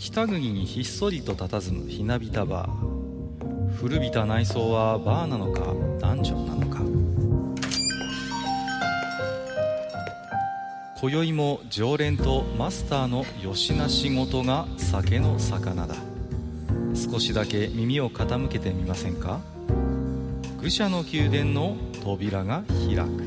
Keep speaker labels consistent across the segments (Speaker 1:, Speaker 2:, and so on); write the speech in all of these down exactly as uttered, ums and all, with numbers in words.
Speaker 1: 北国にひっそりと佇むひなびたバー。古びた内装はバーなのかダンジョンなのか。今宵も常連とマスターのよしな仕事が酒の魚だ。少しだけ耳を傾けてみませんか。愚者の宮殿の扉が開く。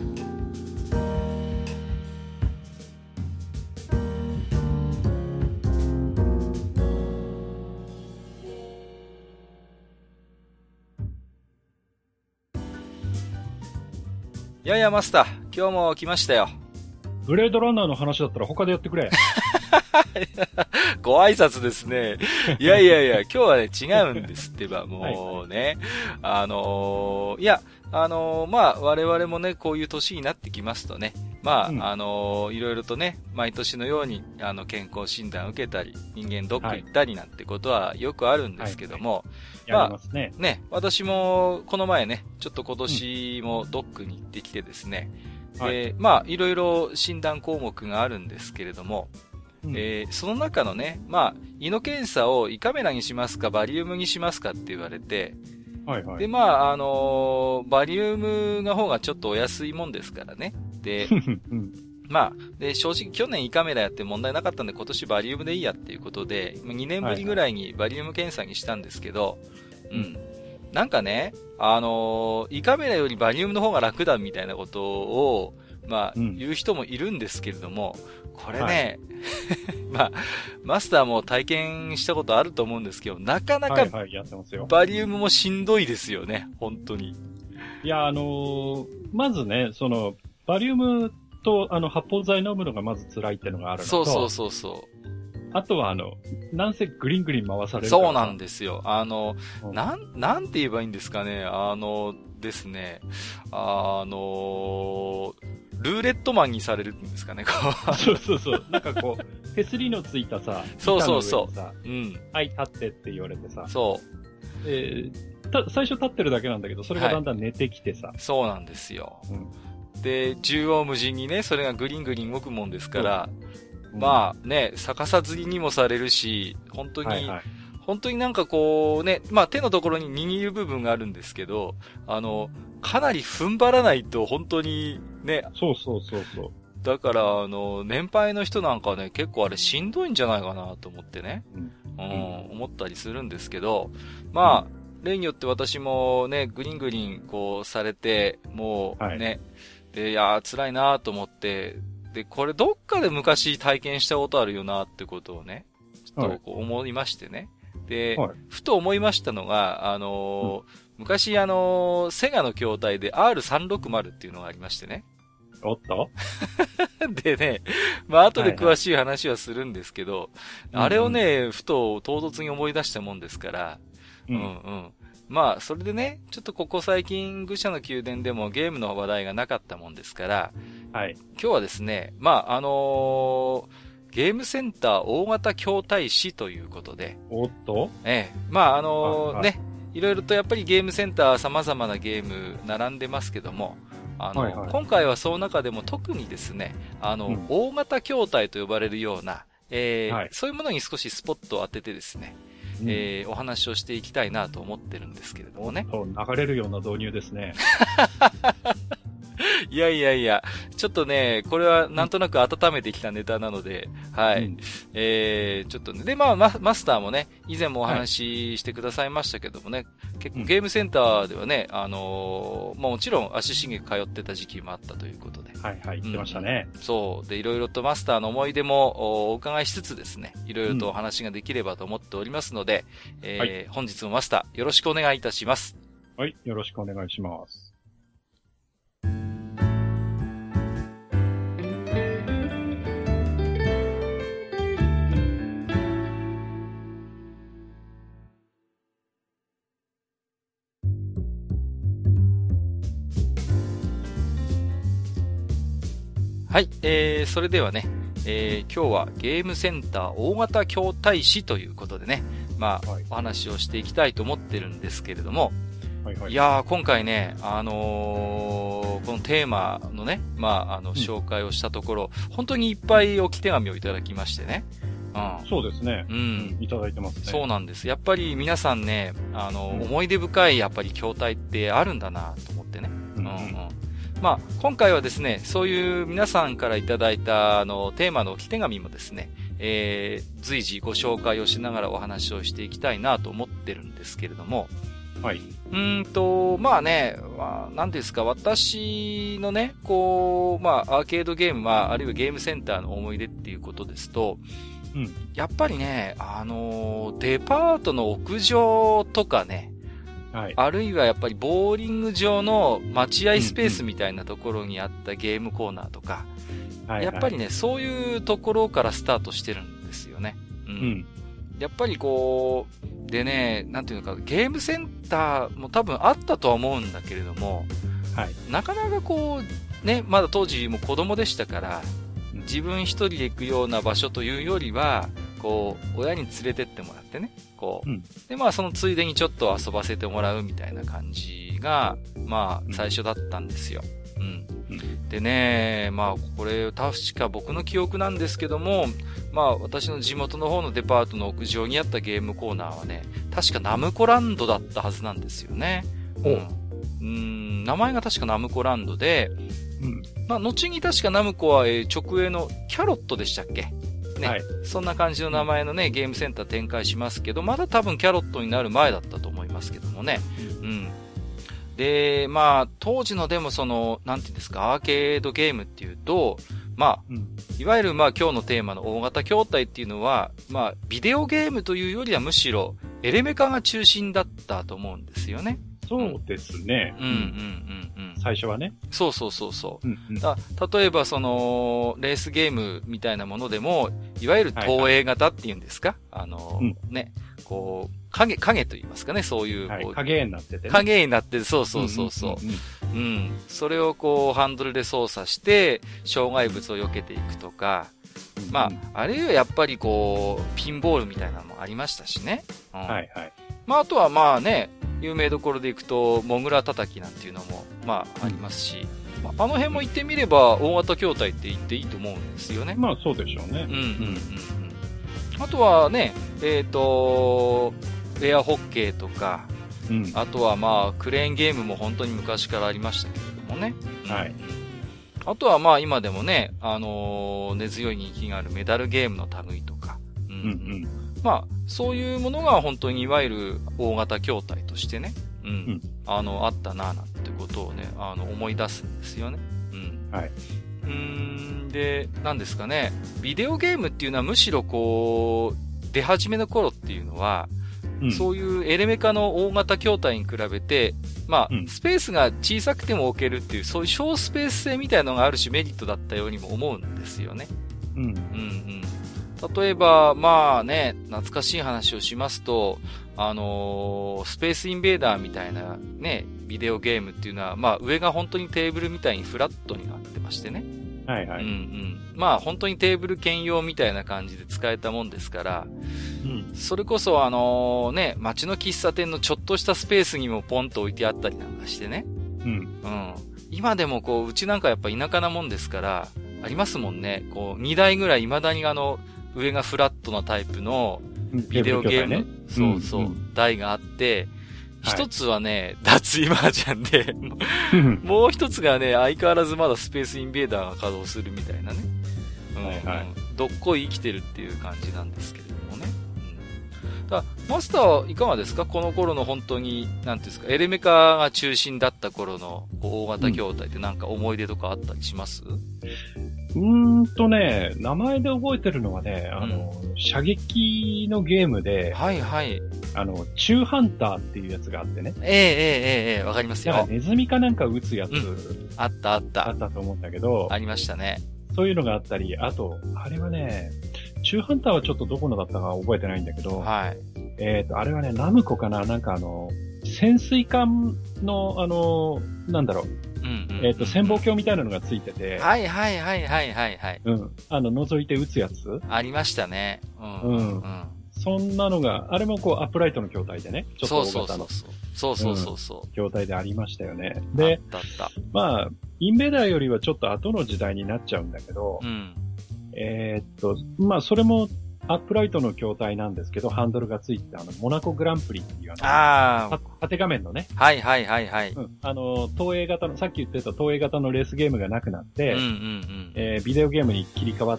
Speaker 1: いやいやマスター、今日も来ましたよ。
Speaker 2: ブレードランナーの話だったら他でやってくれ。
Speaker 1: ご挨拶ですね。いやいやいや、今日はね、違うんですってば、もうね。はいはい、あのー、いや、あのー、まあ、我々もね、こういう年になってきますとね、まあ、うん、あのー、いろいろとね、毎年のように、あの、健康診断を受けたり、人間ドック行ったりなんてことはよくあるんですけども、
Speaker 2: はいはい、やりますね。
Speaker 1: まあ、ね、私も、この前ね、ちょっと今年もドックに行ってきてですね、うん、で、はい、まあ、いろいろ診断項目があるんですけれども、うん、えー、その中のね、まあ、胃の検査を胃カメラにしますか、バリウムにしますかって言われて、はいはい、で、まあ、あのー、バリウムの方がちょっとお安いもんですからね。で、うん、まあ、で、正直去年胃カメラやって問題なかったんで今年バリウムでいいやっていうことで、にねんぶりぐらいにバリウム検査にしたんですけど、はいはい、うん。なんかね、あのー、胃カメラよりバリウムの方が楽だみたいなことを、まあ、うん、言う人もいるんですけれども、これね、はい、まあ、マスターも体験したことあると思うんですけど、なかなか、バリウムもしんどいですよね、本当に。
Speaker 2: いや、あのー、まずね、その、バリウムと、あの、発泡剤飲むのがまず辛いっていうのがあるのと、
Speaker 1: そうそうそうそう。
Speaker 2: あとは、あの、なんせグリングリン回される
Speaker 1: から。そうなんですよ。あの、うん、なん、なんて言えばいいんですかね、あの、ですね、あの、ルーレットマンにされるんですかね、こ
Speaker 2: う。そうそうそう。なんかこう、手すりのついたさ、
Speaker 1: そうそうそう。
Speaker 2: うん。はい、立ってって言われてさ。
Speaker 1: そう。
Speaker 2: えー、た、最初立ってるだけなんだけど、それがだんだん寝てきてさ。はい、
Speaker 1: そうなんですよ。うん、で、縦横無尽にね、それがグリングリン動くもんですから、うん、まあね、逆さずりにもされるし、本当に、はいはい、本当になんかこうね、まあ手のところに握る部分があるんですけど、あの、かなり踏ん張らないと本当にね。
Speaker 2: そうそうそうそう。
Speaker 1: だから、あの、年配の人なんかね、結構あれしんどいんじゃないかなと思ってね。うん。うん、思ったりするんですけど、まあ、うん、例によって私もね、グリングリンこうされて、もうね、はい、で、いやー辛いなと思って、で、これどっかで昔体験したことあるよなってことをね、ちょっとこう思いましてね。はい、で、はい、ふと思いましたのが、あのー、うん昔あのー、セガの筐体で アールさんろくまる っていうのがありましてね。
Speaker 2: おっと
Speaker 1: でね、まあ後で詳しい話はするんですけど、はいはい、あれをね、うんうん、ふと唐突に思い出したもんですから、うん、うんうんまあそれでね、ちょっとここ最近愚者の宮殿でもゲームの話題がなかったもんですから、はい、今日はですね、まああのー、ゲームセンター大型筐体誌ということで、
Speaker 2: おっと
Speaker 1: ええ、まああのーはいはい、ね、いろいろとやっぱりゲームセンター様々なゲーム並んでますけども、あの、はいはい、今回はその中でも特にですね、あの、うん、大型筐体と呼ばれるような、えーはい、そういうものに少しスポットを当ててですね、うん、えー、お話をしていきたいなと思ってるんですけれどもね。
Speaker 2: 流れるような導入ですね。
Speaker 1: いやいやいや、ちょっとね、これはなんとなく温めてきたネタなので、はい。うん、えー、ちょっとね、で、まあマ、マスターもね、以前もお話ししてくださいましたけどもね、はい、結構ゲームセンターではね、あのー、まあもちろん足しげく通ってた時期もあったということで。
Speaker 2: はいはい、言ってましたね、
Speaker 1: うん。そう。で、いろいろとマスターの思い出もお伺いしつつですね、いろいろとお話ができればと思っておりますので、うん、えーはい、本日もマスターよろしくお願いいたします。
Speaker 2: はい、よろしくお願いします。
Speaker 1: はい、えー、それではね、えー、今日はゲームセンター大型筐体誌ということでね、まあ、はい、お話をしていきたいと思ってるんですけれども、はいはい、いやー、今回ね、あのー、このテーマのね、まあ、あの、紹介をしたところ、うん、本当にいっぱい置き手紙をいただきましてね、 うん。
Speaker 2: そうですね。
Speaker 1: うん。
Speaker 2: いただいてますね。
Speaker 1: そうなんです。やっぱり皆さんね、あの、うん、思い出深いやっぱり筐体ってあるんだなと思ってね。うん、うん、うん。まあ、今回はですね、そういう皆さんからいただいた、あの、テーマの置き手紙もですね、えー、随時ご紹介をしながらお話をしていきたいなと思ってるんですけれども、
Speaker 2: はい。
Speaker 1: うーんと、まあね、まあ、なんですか、私のね、こう、まあ、アーケードゲーム、まあ、あるいはゲームセンターの思い出っていうことですと、うん。やっぱりね、あのー、デパートの屋上とかね、はい。あるいはやっぱりボーリング場の待合スペースみたいなところにあったゲームコーナーとか、うんうん、やっぱりね、はいはい、そういうところからスタートしてるんですよね。うん。うん、やっぱりこう、でね、なんていうのか、ゲームセンターも多分あったとは思うんだけれども、はい。なかなかこう、ね、まだ当時も子供でしたから、自分一人で行くような場所というよりは、こう、親に連れてってもらってね、こう、うん、で、まあそのついでにちょっと遊ばせてもらうみたいな感じが、まあ最初だったんですよ。うん。うん、でね、まあこれ確か僕の記憶なんですけども、まあ私の地元の方のデパートの屋上にあったゲームコーナーはね、確かナムコランドだったはずなんですよね。うん。うん、名前が確かナムコランドで、うん。まあ、後に確かナムコは、えー、直営のキャロットでしたっけね。はい。そんな感じの名前のね、ゲームセンター展開しますけど、まだ多分キャロットになる前だったと思いますけどもね。うん。で、まあ、当時のでもその、なんていうんですか、アーケードゲームっていうと、まあ、うん、いわゆるまあ今日のテーマの大型筐体っていうのは、まあ、ビデオゲームというよりはむしろ、エレメカが中心だったと思うんですよね。
Speaker 2: そうですね。
Speaker 1: うん、うん、うん、うん。
Speaker 2: 最初はね。
Speaker 1: そうそうそうそう。うんうん、だ例えばその、レースゲームみたいなものでも、いわゆる投影型っていうんですか、はいはい、あの、うん、ね、こう、影、影と言いますかね、そういう。
Speaker 2: はい、影になっててね。
Speaker 1: 影になってて、そうそうそうそう。うん。それをこう、ハンドルで操作して、障害物を避けていくとか、うん、まあ、あるいはやっぱりこう、ピンボールみたいなのもありましたしね。うん、はいはい。まあ、あとはまあね、有名どころで行くと、モグラ叩きなんていうのも、まあ、ありますし、まあ、あの辺も行ってみれば、大型筐体って言っていいと思うんですよね。
Speaker 2: まあ、そうでしょうね。
Speaker 1: うんうんうんうん。あとはね、えっと、エアホッケーとか、うん、あとはまあ、クレーンゲームも本当に昔からありましたけれどもね。はい。あとはまあ、今でもね、あのー、根強い人気があるメダルゲームの類とか、うん、うんうんまあ、そういうものが本当にいわゆる大型筐体としてね、うん、うん、あの、あったな、なんてことをね、あの、思い出すんですよね。うん。はい。うーん、で、なんですかね、ビデオゲームっていうのはむしろこう、出始めの頃っていうのは、うん、そういうエレメカの大型筐体に比べて、まあ、うん、スペースが小さくても置けるっていう、そういう小スペース性みたいなのがある種メリットだったようにも思うんですよね。うん。うんうん。例えば、まあね、懐かしい話をしますと、あのー、スペースインベーダーみたいなね、ビデオゲームっていうのは、まあ上が本当にテーブルみたいにフラットになってましてね。はいはい。うんうん。まあ本当にテーブル兼用みたいな感じで使えたもんですから、うん。それこそあのね、街の喫茶店のちょっとしたスペースにもポンと置いてあったりなんかしてね。うん。うん。今でもこう、うちなんかやっぱ田舎なもんですから、ありますもんね。こう、にだいぐらい未だにあの、上がフラットなタイプのビデオゲーム、ね、そうそう、うんうん、台があって、一、はい、つはね、脱衣麻雀で、もう一つがね、相変わらずまだスペースインベーダーが稼働するみたいなね。うん、はいはい、どっこい生きてるっていう感じなんですけれどもね。うん、だマスターいかがですか？この頃の本当に、なんていうんですか、エレメカが中心だった頃の大型筐体ってなんか思い出とかあったりします？
Speaker 2: うーんとね、名前で覚えてるのはね、あの、うん、射撃のゲームで、はいはい。あの、チューハンターっていうやつがあってね。
Speaker 1: ええええええ、わかりますよ。
Speaker 2: だからネズミかなんか撃つやつ、うん、
Speaker 1: あったあった。
Speaker 2: あったと思うんだけど、
Speaker 1: ありましたね。
Speaker 2: そういうのがあったり、あと、あれはね、チューハンターはちょっとどこのだったか覚えてないんだけど、はい。えっと、あれはね、ナムコかななんかあの、潜水艦の、あの、なんだろう、うんうんうん、えっ、ー、と、潜望鏡みたいなのがついてて。
Speaker 1: はいはいはいはいはいはい。
Speaker 2: うん。あの、覗いて撃つやつ
Speaker 1: ありましたね。うん。うん。うん、
Speaker 2: そんなのが、あれもこう、アップライトの筐体でね。ちょっと大型の。
Speaker 1: そうそうそうそう。
Speaker 2: うん、筐体でありましたよね。で、
Speaker 1: あったあった。
Speaker 2: まあ、インベーダーよりはちょっと後の時代になっちゃうんだけど、うん。えー、っと、まあ、それも、 アップライトの筐体なんですけど、ハンドルがついて、あの、モナコグランプリっていうあの、
Speaker 1: あ
Speaker 2: 縦画面のね。
Speaker 1: はいはいはいはい。
Speaker 2: うん。あの、投影型の、さっき言ってた投影型のレースゲームがなくなって、うんうんうん、えー、ビデオゲームに切り替わって、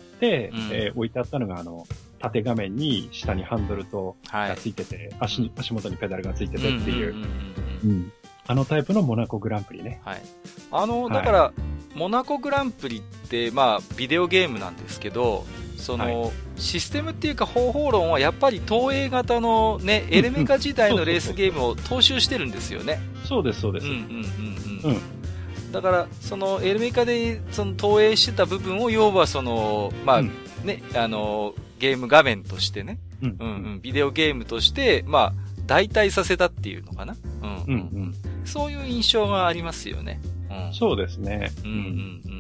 Speaker 2: うん、えー、置いてあったのが、あの、縦画面に下にハンドルと、がついてて、はい、足に、足元にペダルがついててっていう、うん。あのタイプのモナコグランプリね。
Speaker 1: はい。あの、だから、はい、モナコグランプリって、まあ、ビデオゲームなんですけど、その、はい、システムっていうか方法論はやっぱり投影型のね、エレメカ時代のレースゲームを踏襲してるんですよね。
Speaker 2: そうです、そうです。
Speaker 1: うんうんうんうん。うん、だから、そのエレメカでその投影してた部分を要はその、まあ、うん、ね、あの、ゲーム画面としてね、うんうんうん、ビデオゲームとして、まあ、代替させたっていうのかな。うんうんうん、そういう印象がありますよね。
Speaker 2: うん、そうですね。
Speaker 1: うんうんうん。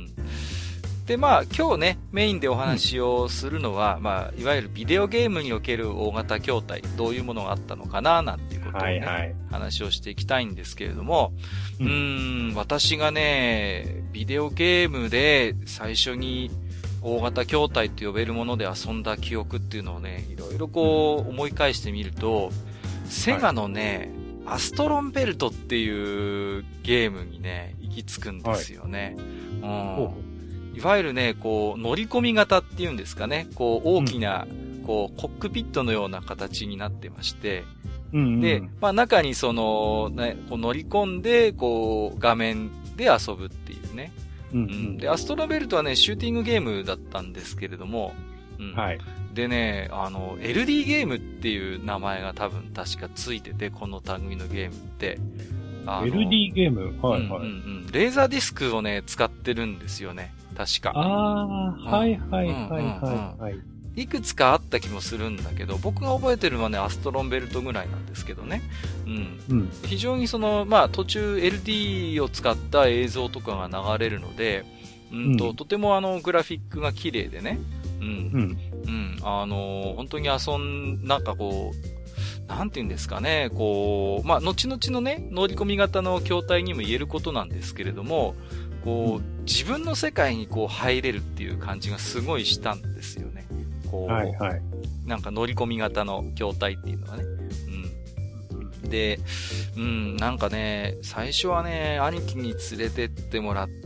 Speaker 1: で、まあ、今日ね、メインでお話をするのは、うん、まあ、いわゆるビデオゲームにおける大型筐体、どういうものがあったのかな、なんていうことをね、はいはい、話をしていきたいんですけれども、うん、うーん、私がね、ビデオゲームで最初に大型筐体と呼べるもので遊んだ記憶っていうのをね、いろいろこう思い返してみると、セガのね、はい、アストロンベルトっていうゲームにね、行き着くんですよね。はい、うんいわゆるね、こう、乗り込み型っていうんですかね。こう、大きな、うん、こう、コックピットのような形になってまして、うんうん、で、まあ中にその、ね、こう乗り込んで、こう、画面で遊ぶっていうね。うんうん、で、アストロベルトはね、シューティングゲームだったんですけれども、うん、はい。でね、あの、エルディー ゲームっていう名前が多分確かついてて、この類のゲームって。
Speaker 2: エルディー ゲームはいはい、うんうんう
Speaker 1: ん。レーザーディスクをね、使ってるんですよね。確か。
Speaker 2: ああ、はいはいはいはいはい。
Speaker 1: いくつかあった気もするんだけど、僕が覚えてるのはね、アストロンベルトぐらいなんですけどね。うん。うん、非常にその、まあ途中 エルディー を使った映像とかが流れるので、うんと、うん、とてもあの、グラフィックが綺麗でね。うん。うん。うん。あのー、本当に遊ん、なんかこう、なんて言うんですかね、こう、まあ、後々のね、乗り込み型の筐体にも言えることなんですけれども、こう、うん、自分の世界にこう入れるっていう感じがすごいしたんですよね。こう、はいはい。なんか乗り込み型の筐体っていうのはね。うん。で、うん、なんかね、最初はね、兄貴に連れてってもらって、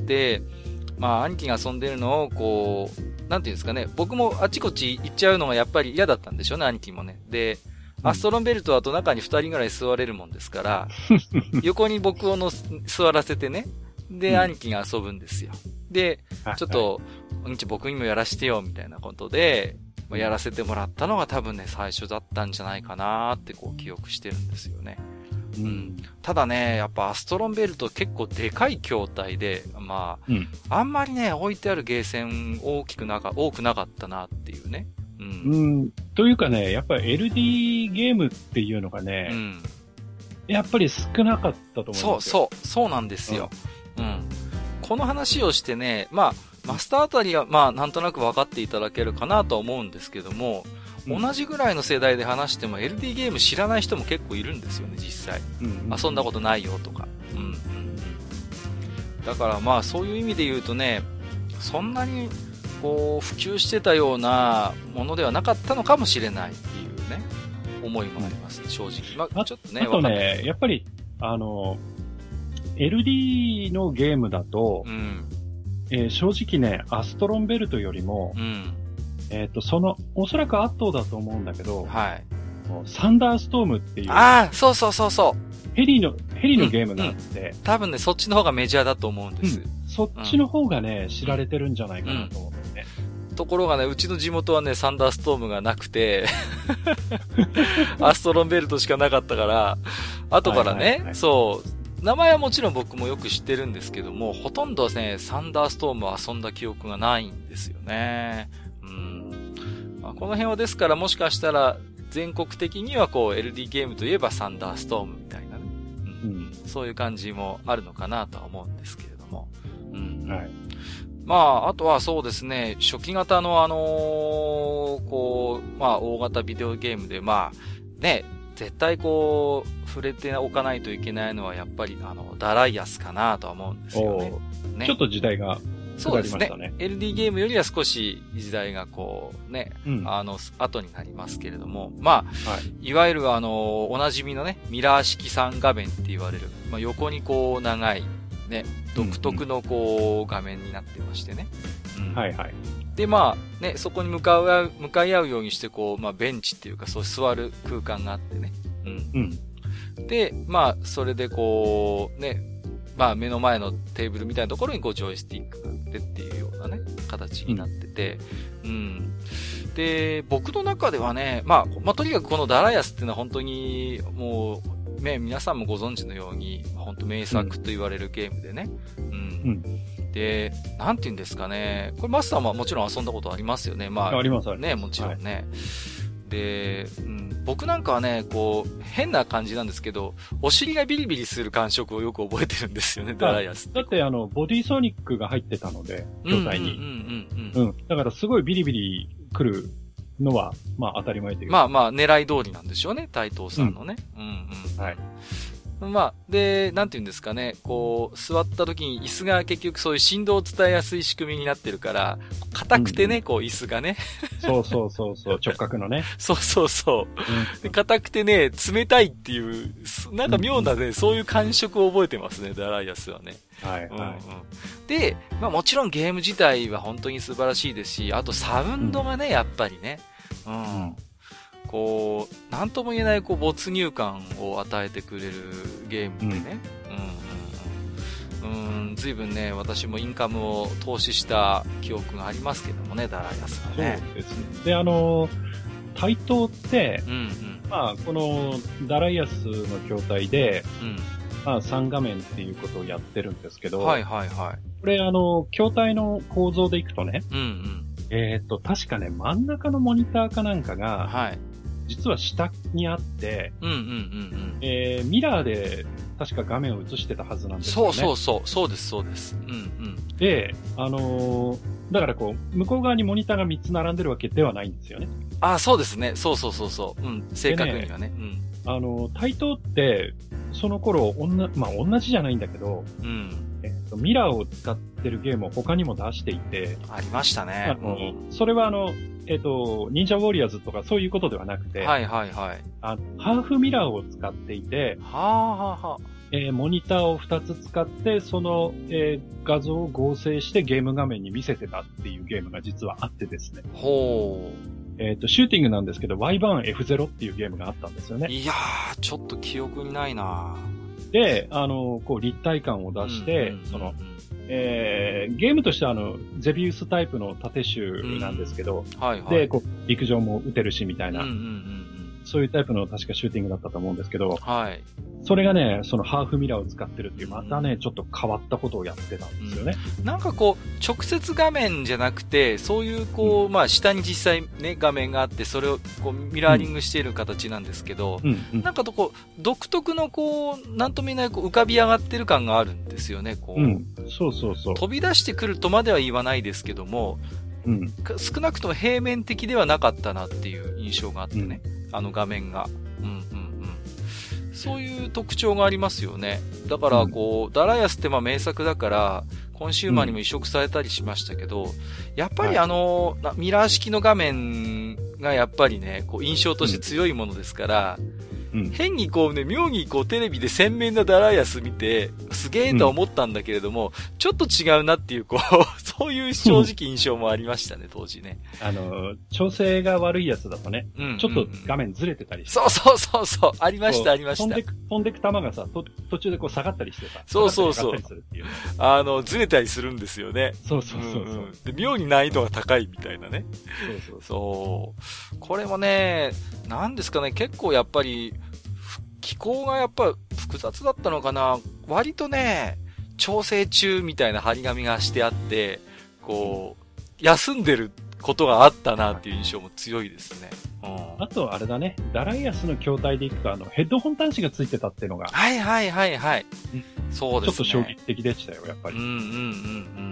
Speaker 1: まあ、兄貴が遊んでるのを、こう、なんていうんですかね、僕もあちこち行っちゃうのがやっぱり嫌だったんでしょうね、兄貴もね。で、アストロンベルトだと中に二人ぐらい座れるもんですから、横に僕をの座らせてね、で、うん、兄貴が遊ぶんですよ。で、ちょっと、兄貴僕にもやらしてよ、みたいなことで、やらせてもらったのが多分ね、最初だったんじゃないかなーってこう記憶してるんですよね。うん。ただね、やっぱアストロンベルト結構でかい筐体で、まあ、うん、あんまりね、置いてあるゲーセン大きくなか、多くなかったなっていうね。
Speaker 2: うん。うん、というかね、やっぱり エルディー ゲームっていうのがね、うん、やっぱり少なかったと思うんですよ。
Speaker 1: そう、そう、そうなんですよ。うん。うん、この話をしてね、まあ、マスターあたりは、まあ、なんとなく分かっていただけるかなとは思うんですけども、うん、同じぐらいの世代で話しても エルディー ゲーム知らない人も結構いるんですよね、実際。うんうん、遊んだことないよとか。うんうんうん。だからまあ、そういう意味で言うとね、そんなに、こう、普及してたようなものではなかったのかもしれないっていうね、思いもあります、正直。まあ、ちょっとね、
Speaker 2: あとね、やっぱり、あの、エルディー のゲームだと、うんえー、正直ね、アストロンベルトよりも、うん、えっ、ー、と、その、おそらく圧倒だと思うんだけど、はい。サンダーストームっていう。
Speaker 1: ああ、そうそうそうそう。
Speaker 2: ヘリの、ヘリのゲームがあって、うんうん、
Speaker 1: 多分ね、そっちの方がメジャーだと思うんです。うん、
Speaker 2: そっちの方がね、知られてるんじゃないかなと思ってね、
Speaker 1: うん。ところがね、うちの地元はね、サンダーストームがなくて、アストロンベルトしかなかったから、後からね、はいはいはい、そう、名前はもちろん僕もよく知ってるんですけども、ほとんどね、サンダーストームを遊んだ記憶がないんですよね。うん。まあ、この辺はですからもしかしたら全国的にはこう エルディー ゲームといえばサンダーストームみたいなね。うん。うん、そういう感じもあるのかなとは思うんですけれども。うん。はい。まあ、あとはそうですね、初期型のあのー、こう、まあ、大型ビデオゲームで、まあ、ね、絶対こう、触れておかないといけないのはやっぱりあの、ダライアスかなとは思うんですよね。
Speaker 2: ねちょっと時代が
Speaker 1: そうですね。エルディー ゲームよりは少し時代がこうね、うん、あの、後になりますけれども、まあ、はい、いわゆるあの、おなじみのね、ミラー式さん画面って言われる、まあ、横にこう長い、ね、独特のこう、画面になってましてね。
Speaker 2: うん、はいはい。
Speaker 1: で、まあ、ね、そこに向かう、向かい合うようにしてこう、まあ、ベンチっていうか、そう座る空間があってね。うん。うん。で、まあ、それでこう、ね、まあ、目の前のテーブルみたいなところにこう、ジョイスティックがあってっていうようなね、形になってて、うん。うん、で、僕の中ではね、まあ、まあ、とにかくこのダライアスっていうのは本当に、もう、ね、皆さんもご存知のように、本当名作と言われるゲームでね。うん。うん、で、なんて言うんですかね。これマスターももちろん遊んだことありますよね。まあ。
Speaker 2: あります、あり
Speaker 1: ます。ね、もちろんね。はい、で、うん、僕なんかはね、こう、変な感じなんですけど、お尻がビリビリする感触をよく覚えてるんですよね、ダライアス。
Speaker 2: だって、あの、ボディーソニックが入ってたので、筐体に。うん、うん、うん。うん。だからすごいビリビリ来るのは、まあ当たり前というか。
Speaker 1: まあまあ、狙い通りなんでしょうね、台東さんのね。うん、うん、うん。はい。まあ、で、なんて言うんですかね、こう、座った時に椅子が結局そういう振動を伝えやすい仕組みになってるから、硬くてね、うん、こう椅子がね。
Speaker 2: そうそうそうそう、直角のね。
Speaker 1: そうそうそう。うん、で、硬くてね、冷たいっていう、なんか妙なね、うんうん、そういう感触を覚えてますね、ダライアスはね。
Speaker 2: はいはい。うんうん、
Speaker 1: で、まあもちろんゲーム自体は本当に素晴らしいですし、あとサウンドがね、うん、やっぱりね。うん、うんこう、なんとも言えない、こう、没入感を与えてくれるゲームでね。うん。うん、うん。随分ね、私もインカムを投資した記憶がありますけどもね、ダライアスはね。
Speaker 2: そうですね。で、あの、台東って、うんうん、まあ、このダライアスの筐体で、うん、まあ、さん画面っていうことをやってるんですけど、
Speaker 1: はいはいはい。
Speaker 2: これ、あの、筐体の構造でいくとね、うんうん、えっと、確かね、真ん中のモニターかなんかが、はい。実は下にあって、うんうんうんうん。えー、ミラーで確か画面を映してたはずなんですよね。
Speaker 1: そうそうそう、そうですそうです。うんうん。
Speaker 2: で、あのー、だからこう、向こう側にモニターがみっつ並んでるわけではないんですよね。
Speaker 1: ああ、そうですね。そうそうそうそう。うん、正確にはね。ねうん。
Speaker 2: あの、台東って、その頃、おんな、まあ、同じじゃないんだけど、うん。えっと、ミラーを使ってるゲームを他にも出していて。
Speaker 1: ありましたね。
Speaker 2: あの、うん、それはあの、えっと、忍者ウォリアーズとかそういうことではなくて。
Speaker 1: はいはいはい。
Speaker 2: あの、ハーフミラーを使っていて。
Speaker 1: はあはあはあ。
Speaker 2: えー、モニターをふたつ使って、その、えー、画像を合成してゲーム画面に見せてたっていうゲームが実はあってですね。
Speaker 1: ほ
Speaker 2: う。えっと、シューティングなんですけど、ワイバーン エフゼロ っていうゲームがあったんですよね。
Speaker 1: いやー、ちょっと記憶にないな
Speaker 2: で、あの、こう立体感を出して、うんうんうんうん、その、えー、ゲームとしてはあの、ゼビウスタイプの縦集なんですけど、うんはいはい、で、こう、陸上も撃てるしみたいな、うんうんうん、そういうタイプの確かシューティングだったと思うんですけど、はい。それがね、そのハーフミラーを使ってるっていう、またね、ちょっと変わったことをやってたんですよね。
Speaker 1: うん、なんかこう、直接画面じゃなくて、そういうこう、うん、まあ下に実際ね、画面があって、それをこう、ミラーリングしている形なんですけど、うんうん、なんかとこう、独特のこう、なんとも言えないこう浮かび上がってる感があるんですよね、こう。うん、
Speaker 2: そうそうそう。
Speaker 1: 飛び出してくるとまでは言わないですけども、うん、少なくとも平面的ではなかったなっていう印象があってね、うん、あの画面が。うんうんうん。そういう特徴がありますよね。だからこう、うん、ダライアスってまあ名作だから、コンシューマーにも移植されたりしましたけど、うん、やっぱりあの、はい、ミラー式の画面がやっぱりね、こう印象として強いものですから、うん、変にこうね、妙にこうテレビで鮮明なダライアス見て、すげえとは思ったんだけれども、うん、ちょっと違うなっていう、こう、そういう正直印象もありましたね、当時ね。
Speaker 2: あの、調整が悪いやつだとね、うんうんうん、ちょっと画面ずれてたりして。
Speaker 1: そうそうそうそう、ありましたありました。
Speaker 2: 飛んでく、飛んでく球がさ、と途中でこう下がったりしてさ。
Speaker 1: そうそうそう。あの、ずれたりするんですよね。
Speaker 2: そうそうそうそう、うんうん。
Speaker 1: で、妙に難易度が高いみたいなね。
Speaker 2: そうそう
Speaker 1: そう。これもね、なんですかね、結構やっぱり、機構がやっぱ複雑だったのかな。割とね、調整中みたいな張り紙がしてあって、こう、休んでることがあったなっていう印象も強いですね。
Speaker 2: うん、あとあれだね、ダライアスの筐体でいくとあのヘッドホン端子がついてたっていうのが。
Speaker 1: はいはいはいはい。うん、そうですね。
Speaker 2: ちょっと衝撃的でしたよ、やっぱり。
Speaker 1: うんうんうんうん。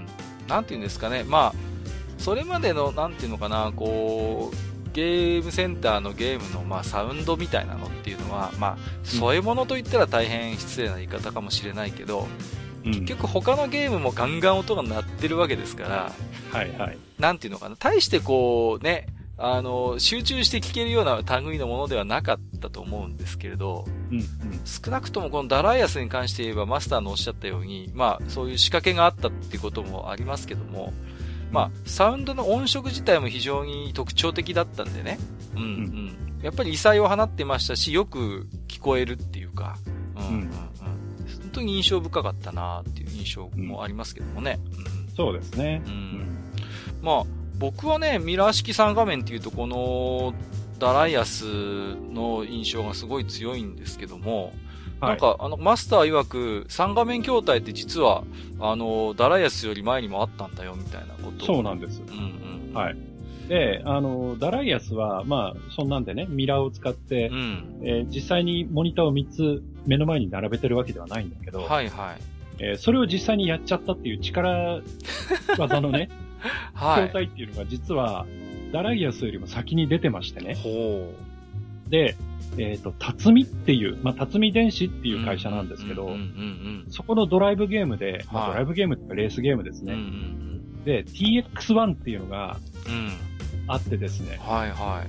Speaker 1: なんていうんですかね。まあ、それまでの、なんていうのかな、こう、ゲームセンターのゲームの、まあ、サウンドみたいなのっていうのは、まあ、添え物と言ったら大変失礼な言い方かもしれないけど、 うん、結局他のゲームもガンガン音が鳴ってるわけですから、
Speaker 2: はいはい。
Speaker 1: なんていうのかな、大してこうね、あの、集中して聴けるような類のものではなかったと思うんですけれど、
Speaker 2: うんうん、
Speaker 1: 少なくともこのダライアスに関して言えばマスターのおっしゃったように、まあそういう仕掛けがあったっていうこともありますけども、まあサウンドの音色自体も非常に特徴的だったんでね、うんうん。うん、やっぱり異彩を放ってましたし、よく聞こえるっていうか、うんうんうん、本当に印象深かったなっていう印象もありますけどもね。うん、
Speaker 2: そうですね。
Speaker 1: うん、まあ僕はね、ミラー式さん画面っていうとこのダライアスの印象がすごい強いんですけども、はい、なんかあのマスター曰くさん画面筐体って実はあのダライアスより前にもあったんだよみたいなことを。
Speaker 2: そうなんです。うんうん、はい。で、あの、ダライアスは、まあ、そんなんでね、ミラーを使って、うんえー、実際にモニターをみっつ目の前に並べてるわけではないんだけど、
Speaker 1: はいはい。
Speaker 2: えー、それを実際にやっちゃったっていう力技のね、はい。筐体っていうのが実は、ダライアスよりも先に出てましてね。ほう。で、えっ、ー、と、辰巳っていう、まあ、辰巳電子っていう会社なんですけど、そこのドライブゲームで、まあ、ドライブゲームっていうかレースゲームですね。うんうんうん、で、ティーエックスワン っていうのが、うんあってですね。
Speaker 1: はいはい。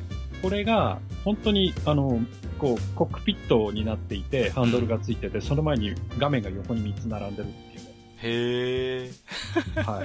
Speaker 2: これが、本当に、あの、こう、コックピットになっていて、ハンドルがついてて、うん、その前に画面が横にみっつ並んでるっていうね。
Speaker 1: へー。はい。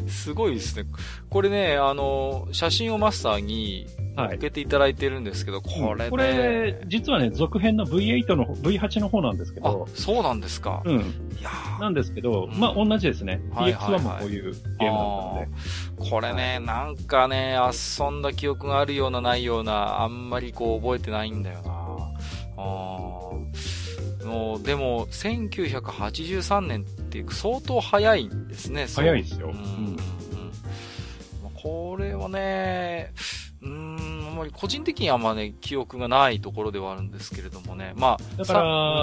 Speaker 1: すごいですね。これね、あの、写真をマスターに載っけていただいてるんですけど、はい、これね、
Speaker 2: これ、実はね、続編の ブイエイト の、ブイエイト の方なんですけど。
Speaker 1: あ、そうなんですか。
Speaker 2: うん。いやなんですけど、うん、まあ、同じですね。ティーエックスワン もこういうゲームだったの
Speaker 1: で。これね、なんかね、遊んだ記憶があるようなないような、あんまりこう覚えてないんだよな。あもう、でも、せんきゅうひゃくはちじゅうさんねんって相当早いんですね。
Speaker 2: 早いですよ。
Speaker 1: うんうんうん、これはね、うーん、あんまり個人的にはあんまね、記憶がないところではあるんですけれどもね。まあ、
Speaker 2: だから、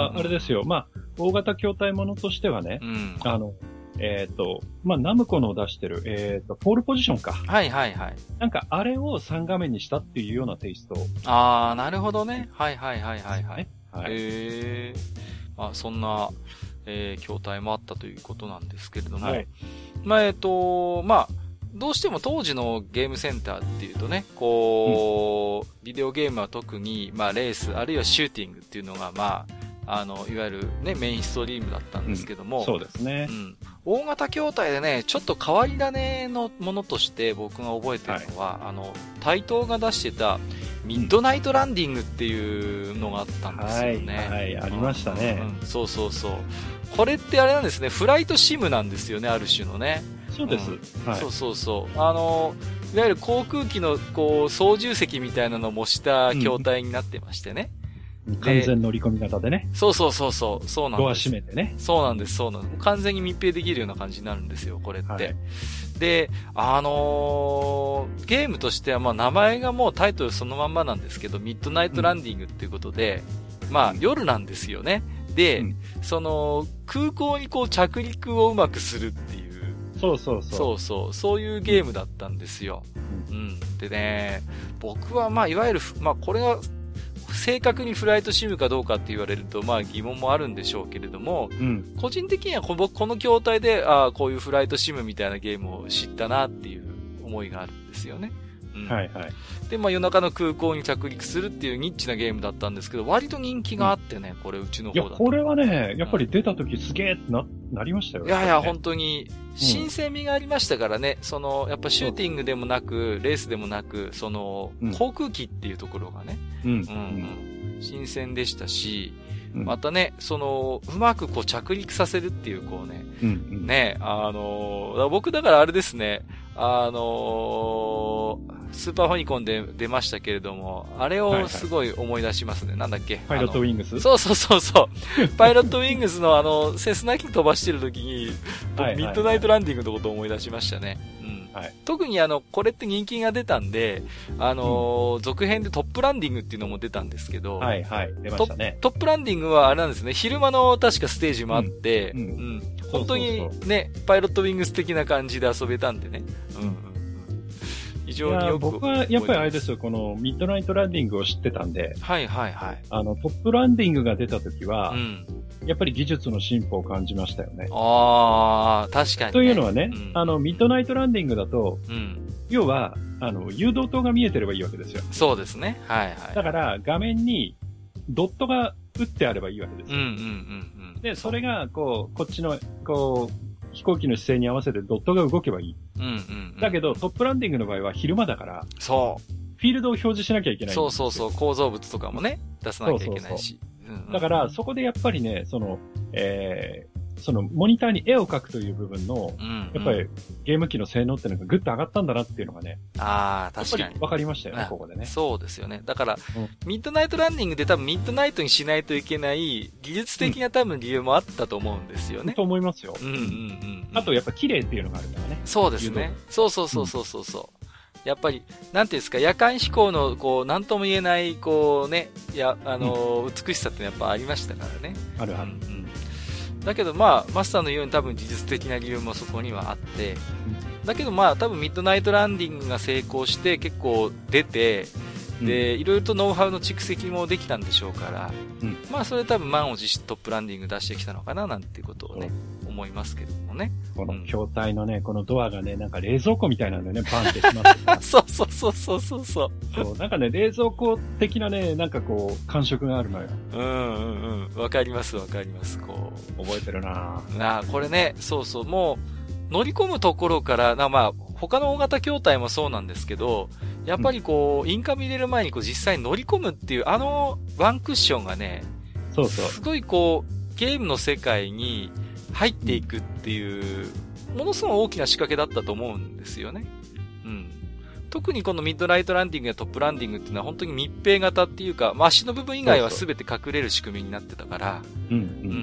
Speaker 2: あれですよ。まあ、大型筐体ものとしてはね、うん、あの、えっ、ー、と、まあ、ナムコの出してる、えっ、ー、と、ポールポジションか。
Speaker 1: はいはいはい。
Speaker 2: なんか、あれをさん画面にしたっていうようなテイスト。
Speaker 1: あー、なるほどね。はいはいはいはいはい。はい、へー。まあ、そんな、えー、筐体もあったということなんですけれども。はい、まあ、えっ、ー、と、まあ、どうしても当時のゲームセンターっていうとね、こう、うん、ビデオゲームは特に、まあ、レース、あるいはシューティングっていうのが、まあ、あの、いわゆるね、メインストリームだったんですけども。うん、
Speaker 2: そうですね。
Speaker 1: うん。大型筐体でね、ちょっと変わり種のものとして僕が覚えてるのは、はい、あの、台東が出してた、ミッドナイトランディングっていうのがあったんですよね。
Speaker 2: はい、はい、ありましたね、
Speaker 1: うんうん。そうそうそう。これってあれなんですね、フライトシムなんですよね、ある種のね。
Speaker 2: そうです、うん
Speaker 1: はい。そうそうそう。あの、いわゆる航空機のこう操縦席みたいなのを模した筐体になってましてね。
Speaker 2: うん、完全乗り込み型でね。
Speaker 1: そうそうそうそう。そうなんです。
Speaker 2: ドア閉めてね。
Speaker 1: そうなんです、そうなんです。完全に密閉できるような感じになるんですよ、これって。はい、で、あのー、ゲームとしてはまあ名前がもうタイトルそのまんまなんですけど、ミッドナイトランディングっていうことで、うん、まあ夜なんですよね。で、うん、その空港にこう着陸をうまくするっていう。
Speaker 2: そうそうそう。
Speaker 1: そうそう。そういうゲームだったんですよ。うん。うん、でね、僕はまあいわゆる、まあこれが正確にフライトシムかどうかって言われるとまあ疑問もあるんでしょうけれども、うん、個人的にはこの、この筐体で、ああ、こういうフライトシムみたいなゲームを知ったなっていう思いがあるんですよね。うん、
Speaker 2: はいはい。
Speaker 1: で、まあ夜中の空港に着陸するっていうニッチなゲームだったんですけど、割と人気があってね、うん、これうちの方だと。
Speaker 2: いや、これはね、やっぱり出た時すげーってな、なりましたよね。
Speaker 1: いやいや、本当に、新鮮味がありましたからね、その、やっぱシューティングでもなく、レースでもなく、その、航空機っていうところがね、うん。うん、うん、新鮮でしたし、またね、その、うまくこう着陸させるっていう、こうね、うんうん、ね、あの、僕だからあれですね、あのー、スーパーファミコンで出ましたけれども、あれをすごい思い出しますね。はいはい、なんだっけ
Speaker 2: パイロットウィングス
Speaker 1: そうそうそうそう。パイロットウィングスのあの、セスナ機飛ばしてる時に、僕、ミッドナイトランディングのことを思い出しましたね。うんはい、特にあの、これって人気が出たんで、あのーうん、続編でトップランディングっていうのも出たんですけど、
Speaker 2: はいはい、出ましたね。
Speaker 1: トップランディングはあれなんですね、昼間の確かステージもあって、うん。うんうん、本当にね、パイロットウィングス的な感じで遊べたんでね。うんうん非常によく。
Speaker 2: 僕はやっぱりあれですよ、このミッドナイトランディングを知ってたんで。
Speaker 1: はいはいはい。
Speaker 2: あの、トップランディングが出た時は、うん、やっぱり技術の進歩を感じましたよね。
Speaker 1: ああ、確かに、ね。
Speaker 2: というのはね、うん、あの、ミッドナイトランディングだと、うん、要は、あの、誘導灯が見えてればいいわけですよ。
Speaker 1: そうですね。はいはい。
Speaker 2: だから、画面にドットが打ってあればいいわけですよ。うんうんうんうん、で、それが、こう、こっちの、こう、飛行機の姿勢に合わせてドットが動けばいい。うんうんうん、だけど、トップランディングの場合は昼間だから、
Speaker 1: そう。
Speaker 2: フィールドを表示しなきゃいけない。
Speaker 1: そうそうそう。構造物とかもね、出さなきゃいけないし。
Speaker 2: そうそうそう、うんうん、だから、そこでやっぱりね、その、えー、その、モニターに絵を描くという部分の、うんうん、やっぱりゲーム機の性能っていうのがぐっと上がったんだなっていうのがね。
Speaker 1: ああ、確かに。
Speaker 2: やっぱり分かりましたよね、ここでね。
Speaker 1: そうですよね。だから、うん、ミッドナイトランニングで多分ミッドナイトにしないといけない技術的な多分理由もあったと思うんですよね。うん、
Speaker 2: と思いますよ。
Speaker 1: うんうんうん。
Speaker 2: あとやっぱ綺麗っていうのがあるからね。
Speaker 1: そうですね。そうそうそうそうそうそう。うん、やっぱり、なんていうんですか、夜間飛行の、こう、なんとも言えない、こうね、いや、あの、うん、美しさってやっぱありましたからね。
Speaker 2: あるある。
Speaker 1: うん、だけどまあ、マスターのように多分技術的な理由もそこにはあって、うん、だけどまあ、多分ミッドナイトランディングが成功して結構出て、で、いろいろとノウハウの蓄積もできたんでしょうから、うん、まあ、それ多分満を持してトップランディング出してきたのかな、なんていうことをね、うん、思いますけどもね。
Speaker 2: この筐体のね、このドアがね、なんか冷蔵庫みたいなんでね、バンってしまって。
Speaker 1: そうそうそうそうそうそう。
Speaker 2: そう、なんかね、冷蔵庫的なね、なんかこう、感触があるのよ。
Speaker 1: うんうんうん。わかりますわかります。こ
Speaker 2: う。覚えてるな
Speaker 1: ぁ。なあ、これね、そうそう、もう、乗り込むところから、なまあ、他の大型筐体もそうなんですけど、やっぱりこう、うん、インカム入れる前にこう実際に乗り込むっていう、あのワンクッションがね、
Speaker 2: そうそう。
Speaker 1: すごいこう、ゲームの世界に入っていくっていう、ものすごい大きな仕掛けだったと思うんですよね。うん。特にこのミッドナイトランディングやトップランディングっていうのは本当に密閉型っていうか、まあ、足の部分以外は全て隠れる仕組みになってたから、
Speaker 2: うんうん、
Speaker 1: うんうん。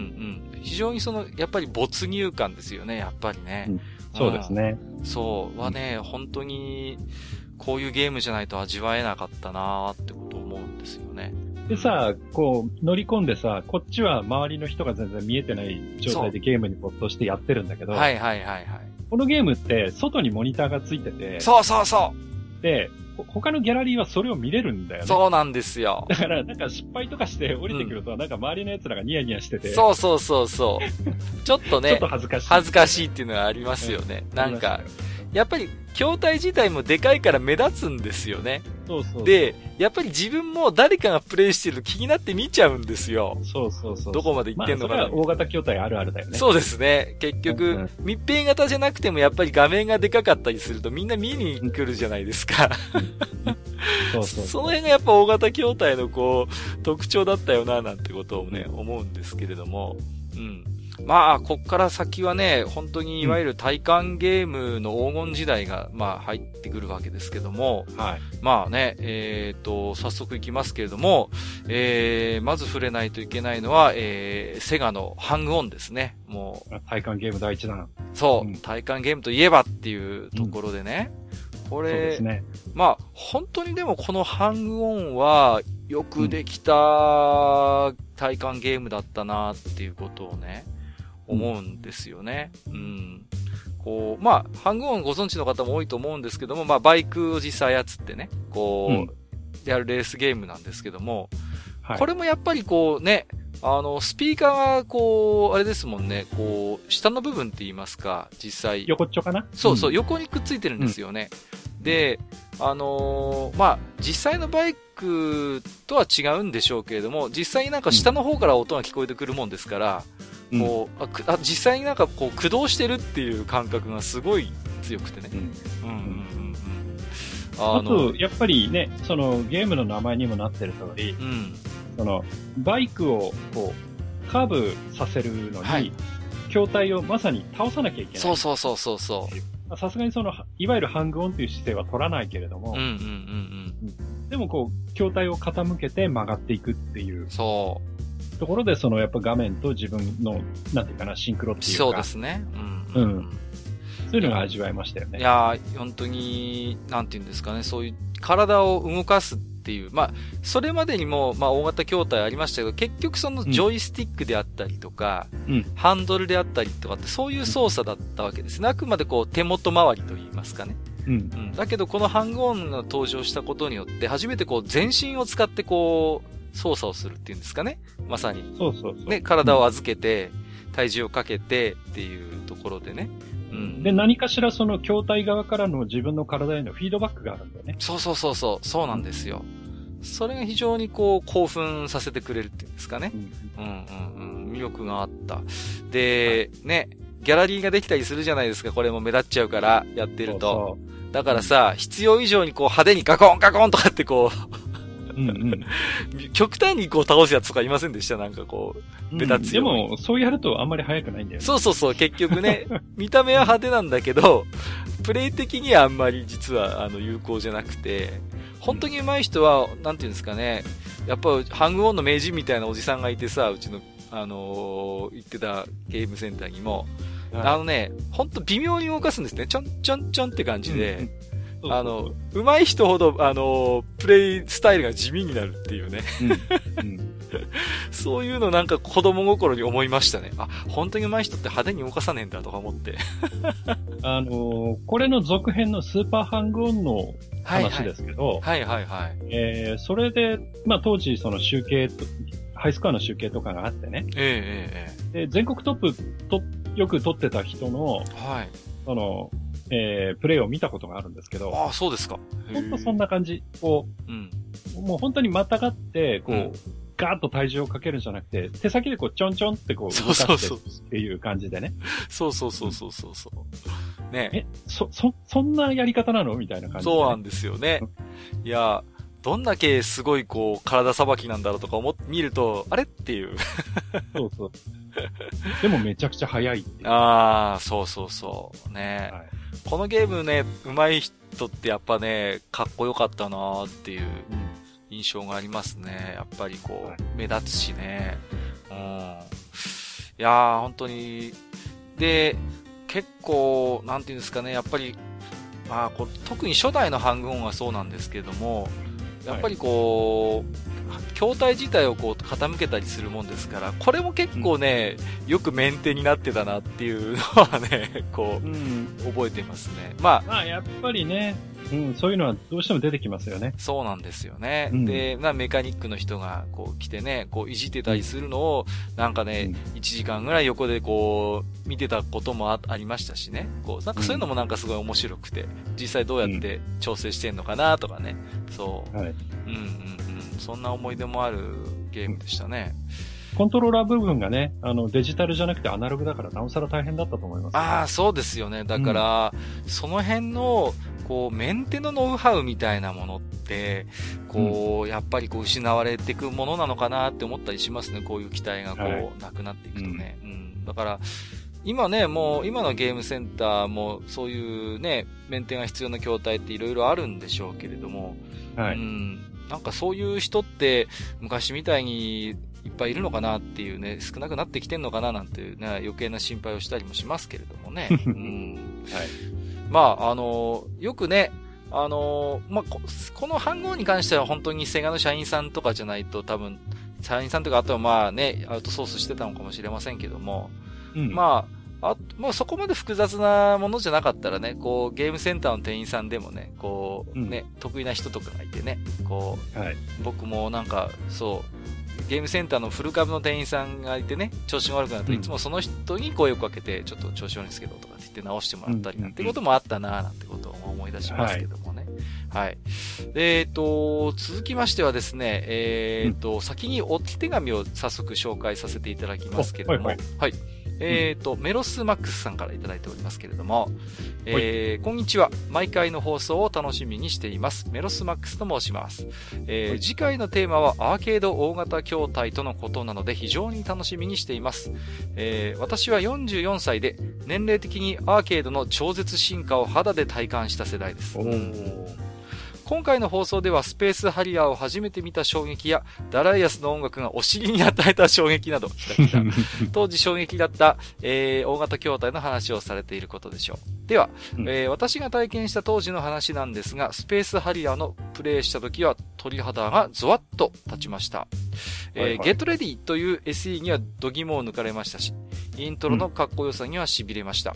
Speaker 1: 非常にその、やっぱり没入感ですよね、やっぱりね。うん、
Speaker 2: そうですね。
Speaker 1: そうはね、うん、本当に、こういうゲームじゃないと味わえなかったなーってことを思うんですよね。
Speaker 2: でさ、こう、乗り込んでさ、こっちは周りの人が全然見えてない状態でゲームに没頭してやってるんだけど、
Speaker 1: はいはいはいはい。
Speaker 2: このゲームって外にモニターがついてて、
Speaker 1: そうそうそう
Speaker 2: で、他のギャラリーはそれを見れるんだよね。
Speaker 1: そうなんですよ。
Speaker 2: だから、なんか失敗とかして降りてくると、うん、なんか周りの奴らがニヤニヤしてて。
Speaker 1: そうそうそうそう。ちょっとね、
Speaker 2: ちょっと恥ずかしい。
Speaker 1: 恥ずかしいっていうのはありますよね。うん、なんか、やっぱり、筐体自体もでかいから目立つんですよね。
Speaker 2: そうそうそう。
Speaker 1: で、やっぱり自分も誰かがプレイしてると気になって見ちゃうんですよ。
Speaker 2: そうそうそう。
Speaker 1: どこまで行ってんのかな。
Speaker 2: まあ、それは大型筐体あるあるだよね。
Speaker 1: そうですね。結局、うんうん、密閉型じゃなくてもやっぱり画面がでかかったりするとみんな見に来るじゃないですか。
Speaker 2: そうそうそう。
Speaker 1: その辺がやっぱ大型筐体のこう、特徴だったよな、なんてことをね、思うんですけれども。うん。まあ、こっから先はね、本当にいわゆる体感ゲームの黄金時代が、まあ、入ってくるわけですけども、
Speaker 2: はい。
Speaker 1: まあね、えっと、早速いきますけれども、えー、まず触れないといけないのは、えー、セガのハングオンですね。も
Speaker 2: う。体感ゲーム第一弾。
Speaker 1: そう、うん、体感ゲームといえばっていうところでね、うん、これ、
Speaker 2: そうですね。
Speaker 1: まあ、本当にでもこのハングオンは、よくできた体感ゲームだったなっていうことをね、思うんですよね。うん。こう、まあ、ハングオンご存知の方も多いと思うんですけども、まあ、バイクを実際操ってね、こう、うん、やるレースゲームなんですけども、はい、これもやっぱりこうね、あの、スピーカーがこう、あれですもんね、こう、下の部分って言いますか、実際。
Speaker 2: 横っちょかな？
Speaker 1: そうそう、うん、横にくっついてるんですよね。うん、で、あのー、まあ、実際のバイクとは違うんでしょうけれども、実際になんか下の方から音が聞こえてくるもんですから、うん、こう、あ、あ、実際になんかこう駆動してるっていう感覚がすごい強くてね。うん。うんうんうんうん。
Speaker 2: あと、やっぱりね、そのゲームの名前にもなってる通り、うん、その、バイクをこう、カーブさせるのに、はい、筐体をまさに倒さなきゃいけない。
Speaker 1: そうそうそうそうそう。
Speaker 2: さすがにその、いわゆるハングオンという姿勢は取らないけれども、
Speaker 1: うんうんうんうん。
Speaker 2: でもこう、筐体を傾けて曲がっていくっていう。
Speaker 1: そう。
Speaker 2: ところで、そのやっぱ画面と自分の、なんていうかな、シンクロっていうか。
Speaker 1: そうですね。うん。うん。
Speaker 2: そういうのが味わえましたよね。
Speaker 1: いやー、本当に、なんていうんですかね、そういう体を動かすっていう、まあ、それまでにも、まあ、大型筐体ありましたけど、結局そのジョイスティックであったりとか、うん、ハンドルであったりとかって、そういう操作だったわけですね。あくまでこう、手元周りと言いますかね。
Speaker 2: うん。う
Speaker 1: ん。だけどこのハングオンが登場したことによって、初めてこう全身を使ってこう、操作をするっていうんですかね。まさに。
Speaker 2: そうそうそう。
Speaker 1: ね、体を預けて、うん、体重をかけてっていうところでね。
Speaker 2: うん。で、何かしらその筐体側からの自分の体へのフィードバックがあるんだよね。
Speaker 1: そうそうそうそう。そうなんですよ。うん、それが非常にこう、興奮させてくれるっていうんですかね。うん、うん、うんうん。魅力があった。で、はい、ね、ギャラリーができたりするじゃないですか。これも目立っちゃうから、やってると。そうそうだからさ、うん、必要以上にこう派手にガコンガコンとかってこう、うんうん、極端にこう倒すやつとかいませんでしたなんかこう、目立つように、
Speaker 2: うん。でも、そうやるとあんまり速くないんだよね。
Speaker 1: そうそうそう、結局ね、見た目は派手なんだけど、プレイ的にはあんまり実はあの有効じゃなくて、本当に上手い人は、なんていうんですかね、やっぱハングオンの名人みたいなおじさんがいてさ、うちの、あのー、行ってたゲームセンターにも、はい、あのね、ほんと微妙に動かすんですね。ちょんちょんちょんって感じで、うんそうそうそう、あの、上手い人ほど、あの、プレイスタイルが地味になるっていうね。うんうん、そういうのなんか子供心に思いましたね。あ、本当に上手い人って派手に動かさねえんだとか思って。
Speaker 2: あのー、これの続編のスーパーハングオンの話ですけど、
Speaker 1: はいはい、はいはいはい。
Speaker 2: えー、それで、まあ当時その集計と、ハイスコアの集計とかがあってね。
Speaker 1: ええええ。
Speaker 2: で、全国トップと、よく取ってた人の、はい。その、えー、プレイを見たことがあるんですけど。
Speaker 1: ああ、そうですか。
Speaker 2: ほんとそんな感じ。こう、うん、もう本当にまたがって、こう、うん、ガーッと体重をかけるんじゃなくて、手先でこう、ちょんちょんってこう、動かしてっていう感じでね。
Speaker 1: そうそうそうそうそうそう。ね
Speaker 2: え、そ、そ、そんなやり方なのみたいな感じで、ね。
Speaker 1: そうなんですよね。いや、どんだけすごいこう、体さばきなんだろうとか思って、見ると、あれっていう。
Speaker 2: そうそう。でもめちゃくちゃ速いっていう。
Speaker 1: ああ、そうそうそう。ね、はい、このゲームね、上手い人ってやっぱね、かっこよかったなーっていう印象がありますね。やっぱりこう、はい、目立つしね。うん。いやー、本当に。で、結構、なんていうんですかね、やっぱり、まあこう、特に初代のハングオンはそうなんですけれども、やっぱりこう、はい、筐体自体をこう傾けたりするもんですから、これも結構ね、うん、よくメンテになってたなっていうのはね、こう、うん、覚えてますね。まあ、
Speaker 2: まあやっぱりね、うん、そういうのはどうしても出てきますよね。
Speaker 1: そうなんですよね。うん、で、まあ、メカニックの人がこう来てね、こういじってたりするのを、なんかね、うん、いちじかんぐらい横でこう、見てたことも あ, ありましたしね。こう、なんかそういうのもなんかすごい面白くて、実際どうやって調整してんのかなとかね。そう。はい。うんうんうん。そんな思い出もあるゲームでしたね。
Speaker 2: コントローラー部分がね、あの、デジタルじゃなくてアナログだからなおさら大変だったと思います、ね。
Speaker 1: ああ、そうですよね。だから、うん、その辺の、こう、メンテのノウハウみたいなものって、こう、うん、やっぱりこう、失われていくものなのかなって思ったりしますね。こういう期待がこう、はい、なくなっていくとね。うん、うん。だから、今ね、もう、今のゲームセンターも、そういうね、メンテが必要な筐体っていろいろあるんでしょうけれども、はい。うん。なんかそういう人って、昔みたいに、いっぱいいるのかなっていうね、少なくなってきてんのかななんていうね、余計な心配をしたりもしますけれどもね。うん、はい。まあ、あの、よくね、あの、まあ、こ、このハングオンに関しては本当にセガの社員さんとかじゃないと多分、社員さんとかあとはまあね、アウトソースしてたのかもしれませんけども、うん、まあ、あ、まあそこまで複雑なものじゃなかったらね、こう、ゲームセンターの店員さんでもね、こう、ね、うん、得意な人とかがいてね、こう、はい、僕もなんか、そう、ゲームセンターのフル株の店員さんがいてね、調子が悪くなると、いつもその人に声をかけて、ちょっと調子悪いんですけど、とかって言って直してもらったりなんてこともあったなぁ、なんてことを思い出しますけどもね。はい。はい、えっと、続きましてはですね、えっと、うん、先にお手紙を早速紹介させていただきますけれども、はい、はいはいえっと、うん、メロスマックスさんからいただいておりますけれども、えー、こんにちは。毎回の放送を楽しみにしています。メロスマックスと申します。えー、次回のテーマはアーケード大型筐体とのことなので非常に楽しみにしています。えー、私はよんじゅうよんさいで年齢的にアーケードの超絶進化を肌で体感した世代です。今回の放送ではスペースハリアーを初めて見た衝撃やダライアスの音楽がお尻に与えた衝撃など来た来た当時衝撃だった、えー、大型筐体の話をされていることでしょう。では、えー、私が体験した当時の話なんですが、スペースハリアーのプレイした時は鳥肌がゾワッと立ちました。えーはいはい、ゲットレディという エスイー には度肝を抜かれましたし、イントロのかっこよさには痺れました。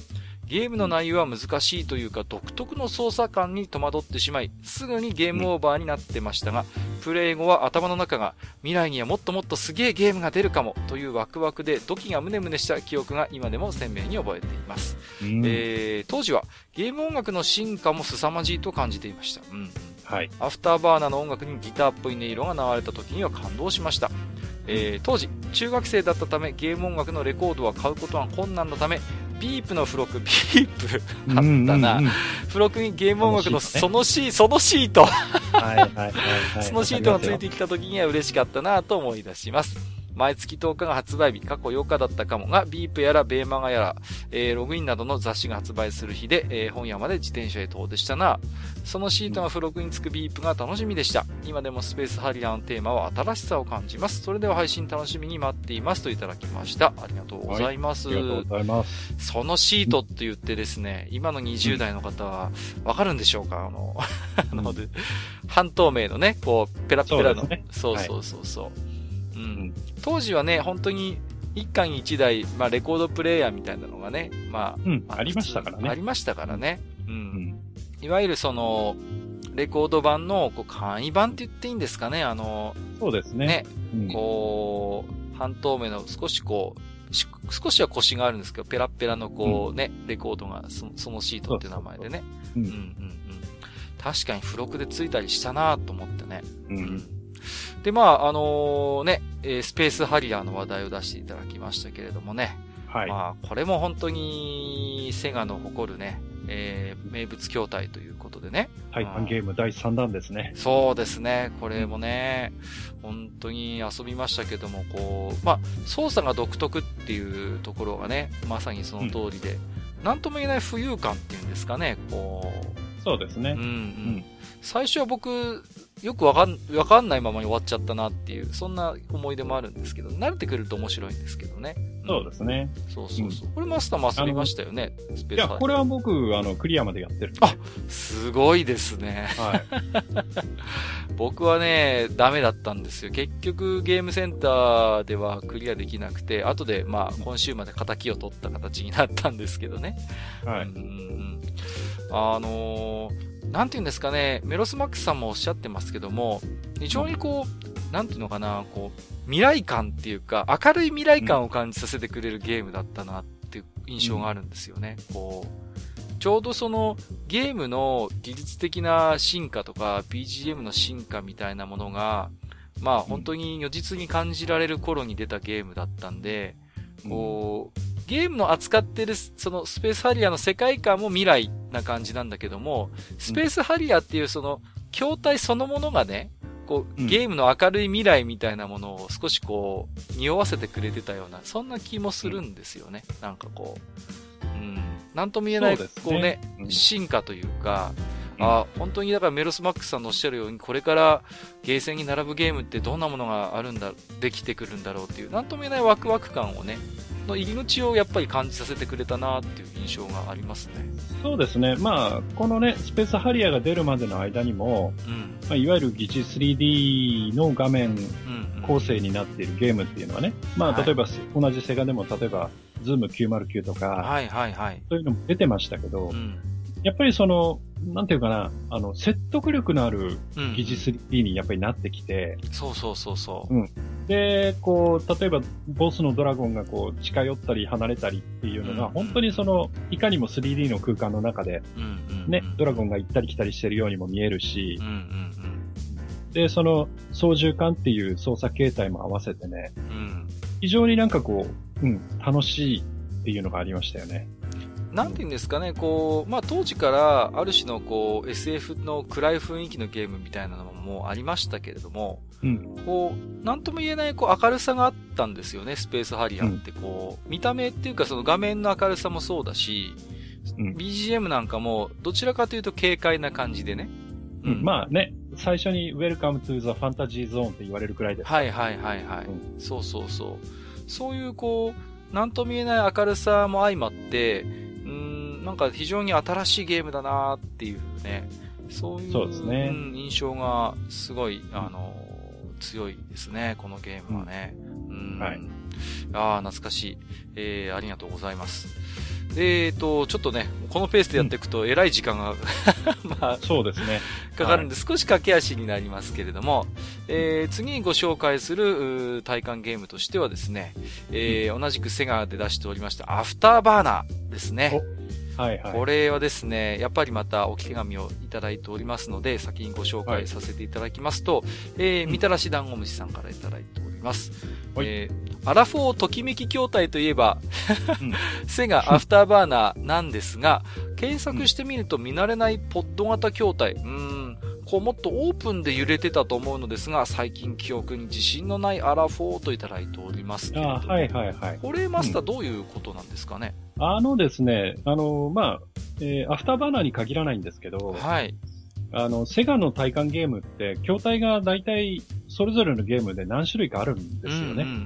Speaker 1: ゲームの内容は難しいというか独特の操作感に戸惑ってしまい、すぐにゲームオーバーになってましたが、プレイ後は頭の中が未来にはもっともっとすげえゲームが出るかもというワクワクでドキがムネムネした記憶が今でも鮮明に覚えています。えー、当時はゲーム音楽の進化も凄まじいと感じていました。うん。はい。アフターバーナーの音楽にギターっぽい音色が流れた時には感動しました。えー、当時中学生だったためゲーム音楽のレコードは買うことは困難のため、ビープの付録、ビープあったな、うんうんうん、付録にゲーム音楽のそのシート、そのシートはいはいはい、はい、そのシートがついてきた時には嬉しかったなと思い出します。毎月とおかが発売日、過去ようかだったかもが、ビープやらベーマガやら、えー、ログインなどの雑誌が発売する日で、えー、本屋まで自転車へ遠出したな。そのシートが付録につくビープが楽しみでした。今でもスペースハリアーのテーマは新しさを感じます。それでは配信楽しみに待っていますといただきました。ありがとうございます。
Speaker 2: はい、ありがとうございます。
Speaker 1: そのシートって言ってですね、今のにじゅう代の方はわかるんでしょうか、あの、あの、半透明のね、こう、ペラペラの。そうですね。そうそうそうそう。はい、うん、当時はね、本当に一家に一台、まあレコードプレイヤーみたいなのがね、まあ、
Speaker 2: うん、ありましたからね。
Speaker 1: ありましたからね。うん。うん、いわゆるその、レコード版のこう簡易版って言っていいんですかね、あの、
Speaker 2: そうですね。
Speaker 1: ね、うん、こう、半透明の少しこう、少しは腰があるんですけど、ペラペラのこうね、うん、レコードがそ、そのシートっていう名前でね。うんうんうん。確かに付録でついたりしたなと思ってね。うん、うんで、まあ、あのー、ね、えー、スペースハリアーの話題を出していただきましたけれどもね。はい。まあ、これも本当に、セガの誇るね、えー、名物筐体ということでね。
Speaker 2: タイタンゲームだいさんだんですね。
Speaker 1: そうですね。これもね、本当に遊びましたけども、こう、まあ、操作が独特っていうところがね、まさにその通りで、うん、なんとも言えない浮遊感っていうんですかね、こ
Speaker 2: う。そうですね。うん、うん。うん、
Speaker 1: 最初は僕、よくわかん、わかんないままに終わっちゃったなっていう、そんな思い出もあるんですけど、慣れてくると面白いんですけどね。
Speaker 2: うん、そうですね。
Speaker 1: そうそうそう。うん、これマスターも遊びましたよね、
Speaker 2: スペースハリアー。いや、これは僕、あの、クリアまでやってる。
Speaker 1: あ、すごいですね。はい。僕はね、ダメだったんですよ。結局、ゲームセンターではクリアできなくて、後で、まあ、今週まで仇を取った形になったんですけどね。はい。うん、あのー、なんていうんですかね、メロスマックスさんもおっしゃってますけども、非常にこう、なんていうのかな、こう、未来感っていうか、明るい未来感を感じさせてくれるゲームだったなっていう印象があるんですよね。うん、こう、ちょうどそのゲームの技術的な進化とか ビージーエム の進化みたいなものが、まあ本当に如実に感じられる頃に出たゲームだったんで、こう、ゲームの扱ってるそのスペースハリアーの世界観も未来な感じなんだけども、スペースハリアーっていうその筐体そのものがね、こうゲームの明るい未来みたいなものを少しこう匂わせてくれてたような、そんな気もするんですよね。なんかこう、うん、なんとも言えない、こうね、進化というか、あ、本当にだからメロスマックスさんのおっしゃるように、これからゲーセンに並ぶゲームってどんなものがあるんだ、できてくるんだろうっていう、なんとも言えないワクワク感をね、の入り口をやっぱり感じさせてくれたなっていう印象がありますね。
Speaker 2: そうですね。まあ、このね、スペースハリアーが出るまでの間にも、うん、まあ、いわゆる疑似 スリーディー の画面構成になっているゲームっていうのはね、まあ、例えば、はい、同じセガでも、例えば、ズームきゅうまるきゅうとか、はいはいはい、そういうのも出てましたけど、うん、やっぱりその、なんていうかな、あの、説得力のある疑似 スリーディー にやっぱりなってきて、
Speaker 1: うん、そうそうそうそう。
Speaker 2: うん。で、こう、例えば、ボスのドラゴンがこう、近寄ったり離れたりっていうのが、うんうん、本当にその、いかにも スリーディー の空間の中で、うんうんうん、ね、ドラゴンが行ったり来たりしてるようにも見えるし、うんうんうん、で、その、操縦桿っていう操作形態も合わせてね、うん、非常になんかこう、うん、楽しいっていうのがありましたよね。
Speaker 1: なんていうんですかね、こう、まあ、当時からある種のこう エスエフ の暗い雰囲気のゲームみたいなのもありましたけれども、うん、こう、なんとも言えないこう明るさがあったんですよね、スペースハリアーってこう、うん、見た目っていうかその画面の明るさもそうだし、うん、ビージーエム なんかもどちらかというと軽快な感じでね。
Speaker 2: うん、まあね、最初に Welcome to the Fantasy Zone って言われるくらいです。
Speaker 1: はいはいはいはい。うん、そうそうそう。そういうこう、なんとも言えない明るさも相まって、うーん、なんか非常に新しいゲームだなーっていうね、そういう、そうですね、うん、印象がすごい、あの、強いですね、このゲームはね。うん、はい。ああ、懐かしい。えー、ありがとうございます。 えーと、ちょっとね、このペースでやっていくと、えらい時間が、まあ、
Speaker 2: そうですね。
Speaker 1: かかるんで、少し駆け足になりますけれども、えー、次にご紹介する体感ゲームとしてはですね、えー、同じくセガで出しておりました、アフターバーナーですね。
Speaker 2: はいはい。
Speaker 1: これはですね、やっぱりまた置き手紙をいただいておりますので、先にご紹介させていただきますと、はい、えー、みたらし団子虫さんからいただいております。はい、えー、アラフォーときめき筐体といえば、うん、セガアフターバーナーなんですが、検索してみると見慣れないポッド型筐体、うーん、こうもっとオープンで揺れてたと思うのですが、最近記憶に自信のないアラフォーといただいておりますけれども。
Speaker 2: あ、はいはいはい。
Speaker 1: これマスターどういうことなんですかね、
Speaker 2: うん、あのですね、あの、まあ、えー、アフターバーナーに限らないんですけど、
Speaker 1: はい。
Speaker 2: あの、セガの体感ゲームって、筐体が大体、それぞれのゲームで何種類かあるんですよね。うんうんうんうん。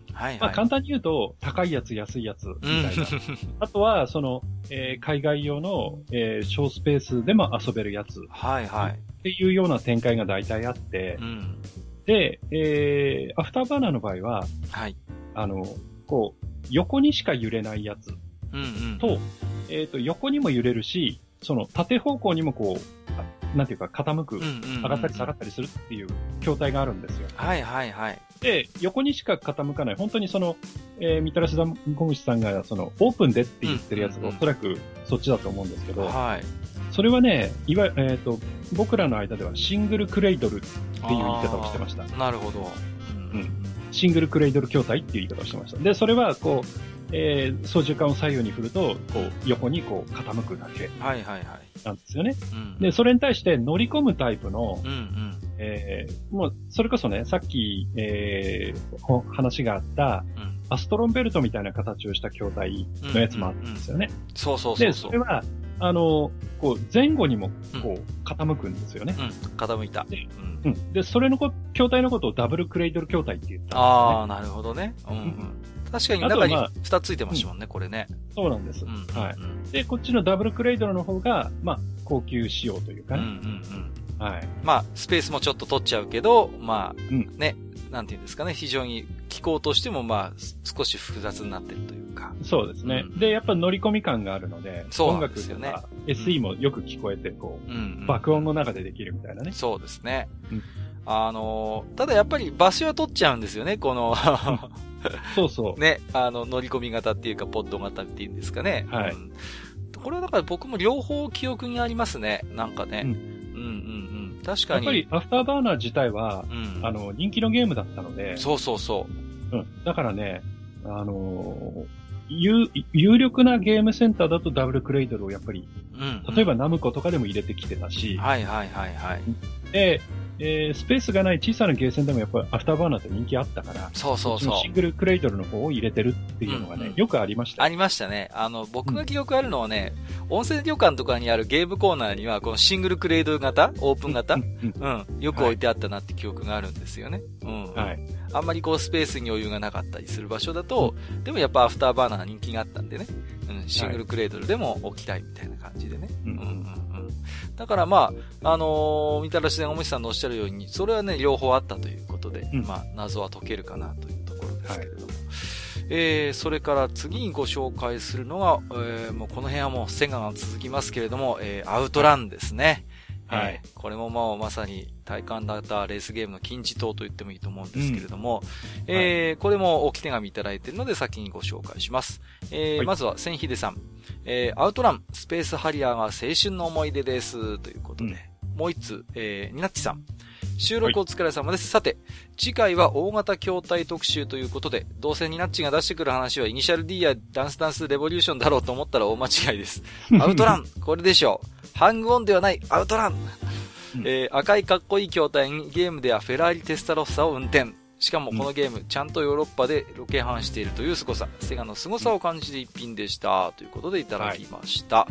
Speaker 2: はいはい。まあ簡単に言うと、高いやつ、安いやつ、みたいな。うん、あとは、その、えー、海外用の、えー、小スペースでも遊べるやつ。
Speaker 1: はいはい。
Speaker 2: っていうような展開が大体あって、うん、で、えー、アフターバーナーの場合は、はい。あの、こう、横にしか揺れないやつ。うんうん。と、えっと、横にも揺れるし、その、縦方向にもこう、なんていうか、傾く、上がったり下がったりするっていう筐体があるんですよ。
Speaker 1: はいはいはい。
Speaker 2: で、横にしか傾かない、本当にその、えー、みたらし団子虫さんが、その、オープンでって言ってるやつが、おそらくそっちだと思うんですけど、はい。それはね、いわゆる、えっと、僕らの間ではシングルクレイドルっていう言い方をしてました。
Speaker 1: なるほど。
Speaker 2: うん。シングルクレイドル筐体っていう言い方をしてました。で、それは、こう、えー、操縦桿を左右に振ると、こう、横にこう、傾くだけ。はいはいはい。なんですよね。うん、で、それに対して乗り込むタイプの、うんうん、えー、もう、それこそね、さっき、えー、話があった、うん、アストロンベルトみたいな形をした筐体のやつもあるんですよね。うんうんうん、
Speaker 1: そうそうそうそう。
Speaker 2: で、それは、あの、こう、前後にも、こう、傾くんですよね。
Speaker 1: うん、傾いた。
Speaker 2: で、うん。で、それのこ、筐体のことをダブルクレイドル筐体って言ったんですよね。
Speaker 1: ああ、なるほどね。うん、うん。確かに中に二つついてましたもんね、まあ、これね。
Speaker 2: そうなんです。うん、はい。で、こっちのダブルクレイドルの方が、まあ、高級仕様というかね。うんうん
Speaker 1: うん。はい。まあ、スペースもちょっと取っちゃうけど、まあ、うん、ね、なんていうんですかね、非常に機構としても、まあ、少し複雑になってるというか。
Speaker 2: そうですね。うん、で、やっぱ乗り込み感があるので、
Speaker 1: そうなんですよね。
Speaker 2: 音楽とか エスイー もよく聞こえて、こう、うんうん、爆音の中でできるみたいなね。
Speaker 1: そうですね。うん、あのー、ただやっぱり場所は取っちゃうんですよね、この
Speaker 2: そうそう。
Speaker 1: ね、あの、乗り込み型っていうか、ポッド型っていうんですかね。はい。うん、これはだから僕も両方記憶にありますね。なんかね。うん、うん、うんうん確かに。
Speaker 2: やっぱり、アフターバーナー自体は、うん、あの、人気のゲームだったので。
Speaker 1: そうそうそ
Speaker 2: う。うん。だからね、あのー、有、有力なゲームセンターだとダブルクレイドルをやっぱり、うんうん、例えばナムコとかでも入れてきてたし。
Speaker 1: はいはいはいはい。
Speaker 2: で、えー、スペースがない小さなゲーセンでもやっぱりアフターバーナーって人気あったから、
Speaker 1: そうそうそう。
Speaker 2: シングルクレイドルの方を入れてるっていうのがね、うんうん、よくありました。
Speaker 1: ありましたね。あの、僕が記憶あるのはね、うん、温泉旅館とかにあるゲームコーナーには、このシングルクレイドル型オープン型、うん、うんうん、よく置いてあったなって記憶があるんですよね。うん、はい。あんまりこうスペースに余裕がなかったりする場所だと、うん、でもやっぱアフターバーナー人気があったんでね、うん、シングルクレイドルでも置きたいみたいな感じでね。はい、うんうんうんだからまあ、あのー、みたらし団子虫さんのおっしゃるように、それはね、両方あったということで、うん、まあ、謎は解けるかなというところですけれども。はい、えー、それから次にご紹介するのが、えー、もうこの辺はもうセガが続きますけれども、えー、アウトランですね。はい。えー、これもまあ、まさに体感型レースゲームの金字塔と言ってもいいと思うんですけれども、うん、えーはい、これも置き手紙いただいているので先にご紹介します。えーはい、まずは千秀さん。えー、アウトラン、スペースハリアーが青春の思い出です。ということで。うん、もう一つ、えー、ニナッチさん。収録お疲れ様です。はい、さて、次回は大型筐体特集ということで、どうせニナッチが出してくる話はイニシャル D やダンスダンスレボリューションだろうと思ったら大間違いです。アウトラン、これでしょう。ハングオンではない、アウトラン。うん、えー、赤いかっこいい筐体にゲームではフェラーリテスタロッサを運転。しかもこのゲーム、うん、ちゃんとヨーロッパでロケハンしているという凄さ、セガの凄さを感じる一品でした。ということでいただきました。はい、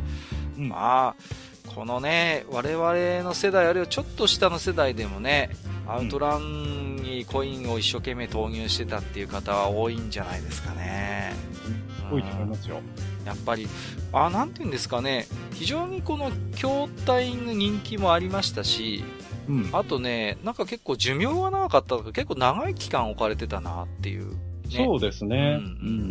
Speaker 1: まあ、このね、我々の世代あるいはちょっと下の世代でもね、アウトランにコインを一生懸命投入してたっていう方は多いんじゃないですかね。
Speaker 2: 多いと思いますよ。
Speaker 1: やっぱり、あ、なんていうんですかね、非常にこの筐体の人気もありましたし、うん、あとね、なんか結構寿命が長かったとか結構長い期間置かれてたなっていう、ね。
Speaker 2: そうですね。うん。う
Speaker 1: ん、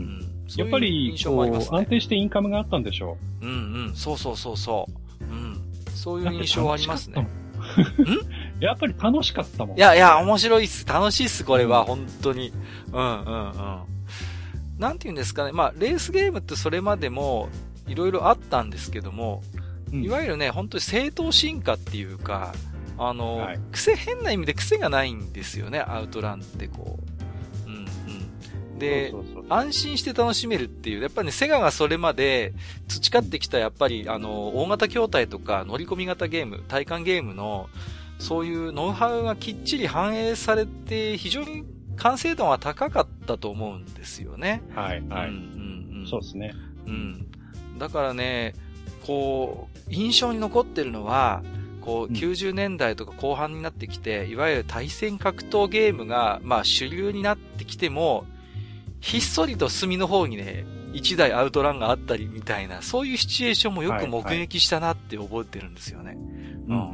Speaker 2: やっぱり、こう、安定してインカムがあったんでしょ
Speaker 1: う。うんうん。そうそうそうそう。うん。そういう印象はありますね。ん
Speaker 2: やっぱり楽しかったもん。
Speaker 1: いやいや、面白いっす。楽しいっす、これは、うん、本当に。うんうんうん。なんて言うんですかね。まあ、レースゲームってそれまでも、いろいろあったんですけども、うん、いわゆるね、本当に正当進化っていうか、あの、はい、癖、変な意味で癖がないんですよね、アウトランってこう。うんうん。で、そうそうそう、安心して楽しめるっていう。やっぱりね、セガがそれまで培ってきた、やっぱり、あの、大型筐体とか乗り込み型ゲーム、体感ゲームの、そういうノウハウがきっちり反映されて、非常に完成度が高かったと思うんですよね。
Speaker 2: はい、はい。
Speaker 1: うんうんうん、
Speaker 2: そうですね。
Speaker 1: うん。だからね、こう、印象に残ってるのは、こう、きゅうじゅうねんだいとか後半になってきて、いわゆる対戦格闘ゲームが、まあ主流になってきても、ひっそりと隅の方にね、一台アウトランがあったりみたいな、そういうシチュエーションもよく目撃したなって覚えてるんですよね。はいはい、うん、うん。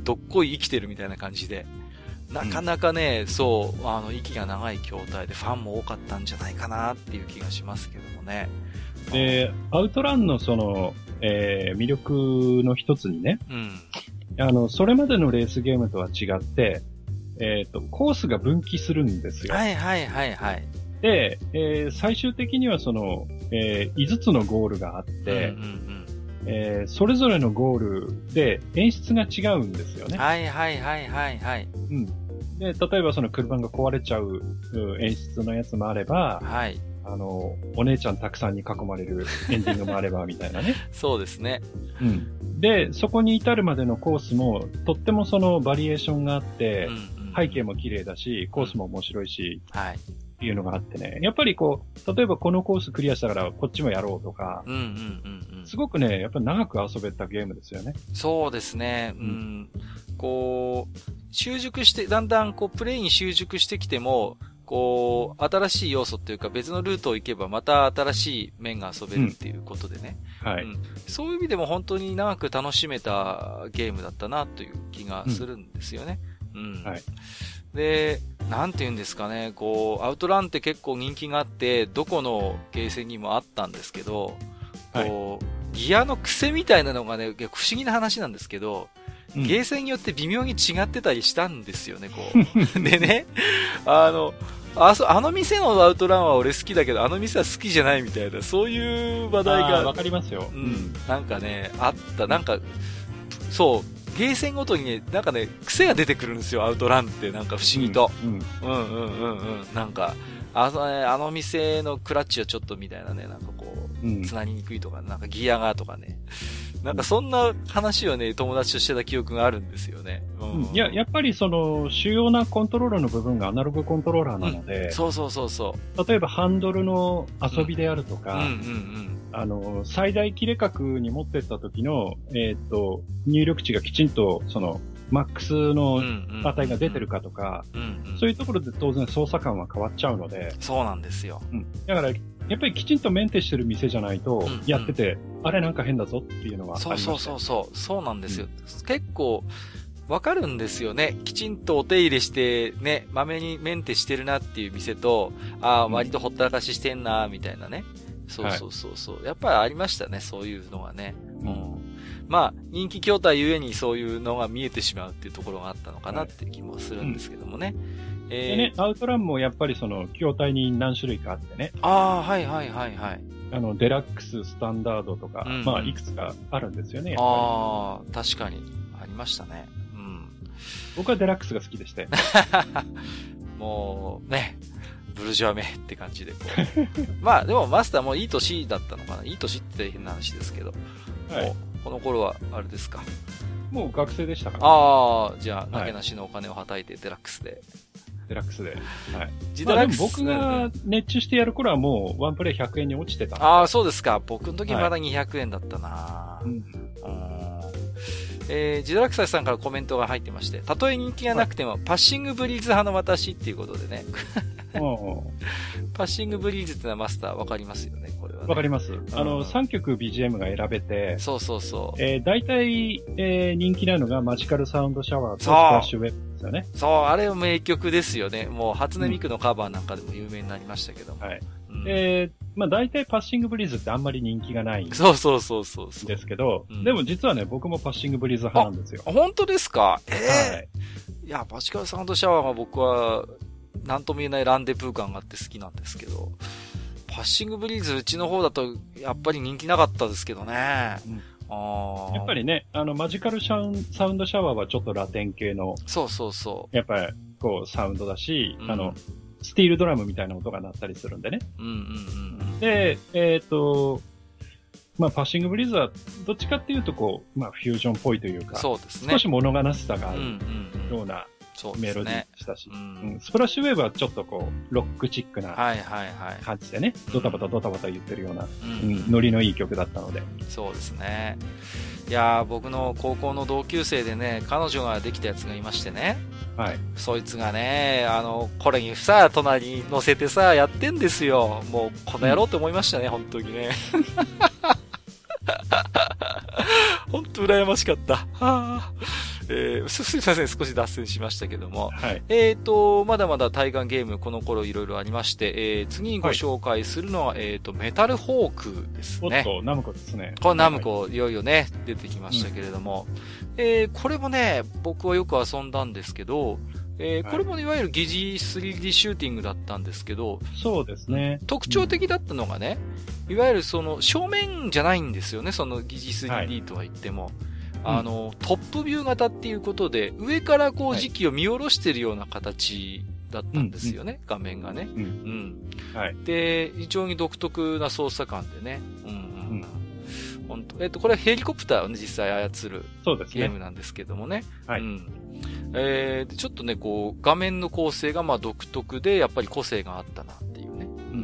Speaker 1: どっこい生きてるみたいな感じで。なかなかね、うん、そう、あの、息が長い筐体でファンも多かったんじゃないかなっていう気がしますけどもね。
Speaker 2: で、アウトランのその、えー、魅力の一つにね、うん、あの、それまでのレースゲームとは違って、えっと、コースが分岐するんですよ。
Speaker 1: はいはいはいはい。
Speaker 2: で、えー、最終的にはその、えー、いつつのゴールがあって、うんうんうんえー、それぞれのゴールで演出が違うんですよね。
Speaker 1: はいはいはいはいはい。
Speaker 2: うん。で、例えばその車が壊れちゃう演出のやつもあれば、
Speaker 1: はい。
Speaker 2: あの、お姉ちゃんたくさんに囲まれるエンディングもあれば、みたいなね。
Speaker 1: そうですね。
Speaker 2: うん。で、そこに至るまでのコースも、とってもそのバリエーションがあって、うんうん、背景も綺麗だし、コースも面白いし、うん、はい。っていうのがあってね。やっぱりこう、例えばこのコースクリアしたからこっちもやろうとか、うんうんうんうん、すごくね、やっぱり長く遊べたゲームですよね。
Speaker 1: そうですね。うん。うん、こう、習熟して、だんだんこう、プレイに習熟してきても、こう、新しい要素っていうか別のルートを行けばまた新しい面が遊べるっていうことでね。うん、はい、うん。そういう意味でも本当に長く楽しめたゲームだったなという気がするんですよね。うん。うん、はい。で、なんて言うんですかね、こう、アウトランって結構人気があって、どこのゲーセンにもあったんですけど、こう、はい、ギアの癖みたいなのがね、不思議な話なんですけど、うん、ゲーセンによって微妙に違ってたりしたんですよね、こう。でね、あの、あそ、あの店のアウトランは俺好きだけど、あの店は好きじゃないみたいな、そういう話題が。
Speaker 2: わかりますよ。
Speaker 1: うん。なんかね、あった。なんか、そう、ゲーセンごとにね、なんかね、癖が出てくるんですよ、アウトランって、なんか不思議と。うん。うん、うん、うんうんうんなんか、あのね、あの店のクラッチはちょっとみたいなね、なんかこう、うん、つなぎにくいとか、なんかギアがとかね。なんかそんな話をね、友達としてた記憶があるんですよね。
Speaker 2: うん、いや、やっぱりその、主要なコントローラーの部分がアナログコントローラーなので、うん、
Speaker 1: そうそうそうそう。
Speaker 2: 例えばハンドルの遊びであるとか、うんうんうんうん、あの、最大切れ角に持ってった時の、えー、っと、入力値がきちんと、その、マックスの値が出てるかとか、うんうん、そういうところで当然操作感は変わっちゃうので。
Speaker 1: そうなんですよ。
Speaker 2: うん。だから、やっぱりきちんとメンテしてる店じゃないと、やってて、うんうん、あれなんか変だぞっていうのはありました。
Speaker 1: そうそうそうそう。そうなんですよ。うん、結構、わかるんですよね。きちんとお手入れして、ね、まめにメンテしてるなっていう店と、ああ、割とほったらかししてんな、みたいなね。そうそうそうそう、はい。やっぱりありましたね、そういうのがね。うん。まあ、人気筐体ゆえにそういうのが見えてしまうっていうところがあったのかなっていう気もするんですけどもね。はいうん
Speaker 2: えー、でね、アウトランもやっぱりその、筐体に何種類かあってね。
Speaker 1: ああ、はいはいはいはい。
Speaker 2: あの、デラックス、スタンダードとか、うんうん、まあ、いくつかあるんですよね。
Speaker 1: ああ、確かに。ありましたね。うん。
Speaker 2: 僕はデラックスが好きでして。
Speaker 1: もう、ね。ブルジョアめって感じでこう。まあでもマスターもいい年だったのかな。いい年って変な話ですけど。はい。もうこの頃はあれですか。
Speaker 2: もう学生でしたから、
Speaker 1: ね。ああ、じゃあ、投げなしのお金をはたいてデラックスで。
Speaker 2: デラックスで。はい。デラックス。まあ、僕が熱中してやる頃はもうワンプレイひゃくえんに落ちてたんで。
Speaker 1: ああ、そうですか。僕の時まだにひゃくえんだったな、はい、うん。えー、ジドラクサイさんからコメントが入ってまして、たとえ人気がなくても、はい、パッシングブリーズ派の私っていうことでね。パッシングブリーズってのはマスターわかりますよね、これは、ね。
Speaker 2: わかります。あの、さんきょく ビージーエム が選べて。
Speaker 1: そうそうそう。
Speaker 2: えー、大体、えー、人気なのがマジカルサウンドシャワーとスプラッシュウェブですよね。
Speaker 1: そう、あれは名曲ですよね。もう、初音ミクのカバーなんかでも有名になりましたけども。
Speaker 2: はい。うん、えー、 まあ大体パッシングブリーズってあんまり人気がないんです
Speaker 1: そうそうそうそうそう。
Speaker 2: ですけど、
Speaker 1: うん、
Speaker 2: でも実はね、僕もパッシングブリーズ派なんですよ。
Speaker 1: 本当ですか？ええー。
Speaker 2: はい。
Speaker 1: いや、バチカルサウンドシャワーは僕は、なんとも言えないランデブー感があって好きなんですけど、パッシングブリーズうちの方だと、やっぱり人気なかったですけどね。うん、
Speaker 2: あやっぱりね、あの、マジカルシャウンサウンドシャワーはちょっとラテン系の。
Speaker 1: そうそうそう。
Speaker 2: やっぱり、こう、サウンドだし、うん、あの、スティールドラムみたいな音が鳴ったりするんでね。
Speaker 1: うんうんうん。
Speaker 2: で、えっ、ー、と、まあ、パッシングブリーズは、どっちかっていうと、こう、まあ、フュージョンっぽいというか、
Speaker 1: そうですね。
Speaker 2: 少し物悲しさがあるようなメロディーでしたし、
Speaker 1: うんうん
Speaker 2: うん、スプラッシュウェーブはちょっとこう、ロックチックな感じでね、ドタバタドタバタ言ってるような、うんうん、ノリのいい曲だったので。
Speaker 1: そうですね。いやー、僕の高校の同級生でね、彼女ができたやつがいましてね。
Speaker 2: はい。
Speaker 1: そいつがね、あの、これにさ、隣に乗せてさ、やってんですよ。もう、この野郎って思いましたね、うん、本当にね。本当羨ましかった。はあ、えー、す、すいません、少し脱線しましたけども。
Speaker 2: はい。
Speaker 1: えっと、まだまだ対岸ゲーム、この頃いろいろありまして、えー、次にご紹介するのは、はい、えっと、メタルホークですね。
Speaker 2: おっと、ナムコですね。
Speaker 1: これナムコ、いよいよね、出てきましたけれども。うん、えー、これもね、僕はよく遊んだんですけど、えー、これもいわゆる疑似 スリーディー シューティングだったんですけど、
Speaker 2: そうですね。
Speaker 1: 特徴的だったのがね、いわゆるその正面じゃないんですよね、その疑似 スリーディー とは言っても。はい、あの、トップビュー型っていうことで、上からこう時期を見下ろしてるような形だったんですよね、はい、画面がね。
Speaker 2: うん。うん。はい。
Speaker 1: で、非常に独特な操作感でね。うんうん。うん本当えっと、これはヘリコプターをね、実際操るゲームなんですけどもね。
Speaker 2: はい。
Speaker 1: うん。えー、でちょっとね、こう、画面の構成がまあ独特で、やっぱり個性があったなっていうね。うん。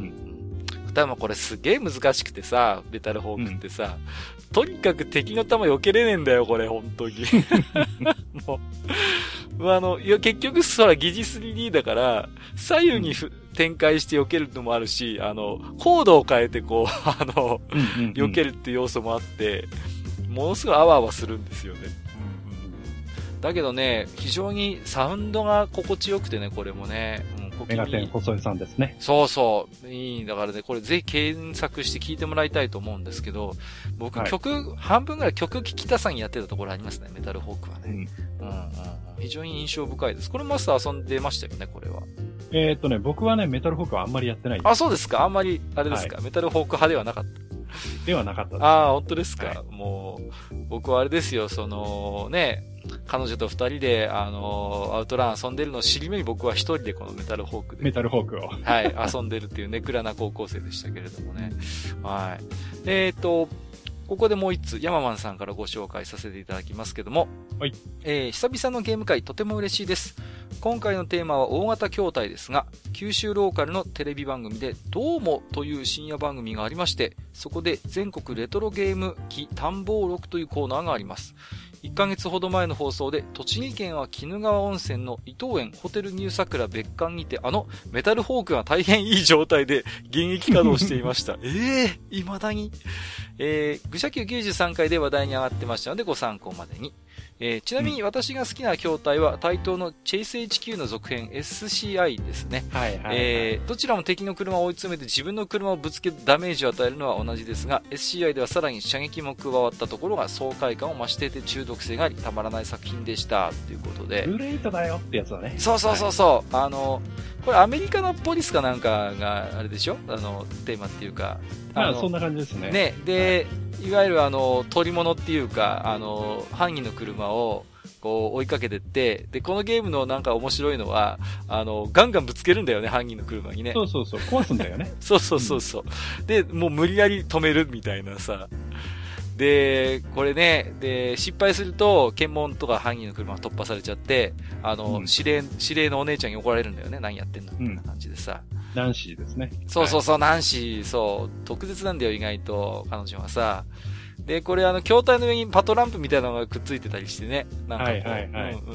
Speaker 1: ただこれすげえ難しくてさ、メタルホークってさ、うん、とにかく敵の弾避けれねえんだよ、これ、本当に。もう、まあ、あの、いや、結局、そら、疑似 スリーディー だから、左右にふ、うん、展開して避けるのもあるし、あの、コードを変えてこう、あの、うんうんうん、避けるっていう要素もあって、ものすごいあわあわするんですよね。だけどね、非常にサウンドが心地よくてね、これもね。うん、
Speaker 2: メガテン細井さんですね。
Speaker 1: そうそう。いい。だからね、これぜひ検索して聴いてもらいたいと思うんですけど、僕、はい、曲、半分ぐらい曲聴きたさにやってたところありますね、メタルホークはね。うん。うんうん、非常に印象深いです。これマスター遊んでましたよね、これは。
Speaker 2: えー、っとね、僕はね、メタルホークはあんまりやってないです。
Speaker 1: あ、そうですか。あんまり、あれですか。はい、メタルホーク派ではなかった。
Speaker 2: ではなかったです。
Speaker 1: ああ、本当ですか。はい、もう、僕はあれですよ、その、ね、彼女と二人で、あの、アウトラン遊んでるのを知り目に僕は一人でこのメタルホークで。
Speaker 2: メタルホークを。
Speaker 1: はい、遊んでるっていうネクラな高校生でしたけれどもね。はい。えっと、ここでもう一つ、ヤママンさんからご紹介させていただきますけども。
Speaker 2: はい。
Speaker 1: えー、久々のゲーム会、とても嬉しいです。今回のテーマは大型筐体ですが、九州ローカルのテレビ番組で、どうもという深夜番組がありまして、そこで全国レトロゲーム機探訪録というコーナーがあります。いっかげつほど前の放送で、栃木県は鬼怒川温泉の伊東園ホテルニュー桜別館にて、あのメタルホークが大変いい状態で現役稼働していました。ええー、未だに。えー、愚者級きゅうじゅうさんかいで話題に上がってましたのでご参考までに。えー、ちなみに私が好きな筐体は対等のチェイス エイチキュー の続編 エスシーアイ ですね。
Speaker 2: はいはいはい、
Speaker 1: えー、どちらも敵の車を追い詰めて自分の車をぶつけダメージを与えるのは同じですが エスシーアイ ではさらに射撃も加わったところが爽快感を増していて中毒性がありたまらない作品でしたということで。
Speaker 2: グレートだよってやつだね。
Speaker 1: そうそうそうそう、はい、あのこれアメリカのポリスかなんかがあれでしょ、あのテーマっていうか、
Speaker 2: まあそんな感じですね。
Speaker 1: ねで、はい、いわゆるあの取り物っていうかあの犯人の車をこう追いかけてって、で、このゲームのなんか面白いのは、あの、ガンガンぶつけるんだよね、犯人の車にね。
Speaker 2: そうそうそう、壊すんだよね。
Speaker 1: そうそうそうそう、うん。で、もう無理やり止めるみたいなさ。で、これね、で、失敗すると、検問とか犯人の車が突破されちゃって、あの、うん、指令、指令のお姉ちゃんに怒られるんだよね、何やってんのみたいな感じでさ。
Speaker 2: うん、ナンシーですね。
Speaker 1: そうそうそう、はい、ナンシー、そう、特別なんだよ、意外と、彼女はさ。で、これあの、筐体の上にパトランプみたいなのがくっついてたりしてね。なんかこう、はいはいはい。うんうんうんうん。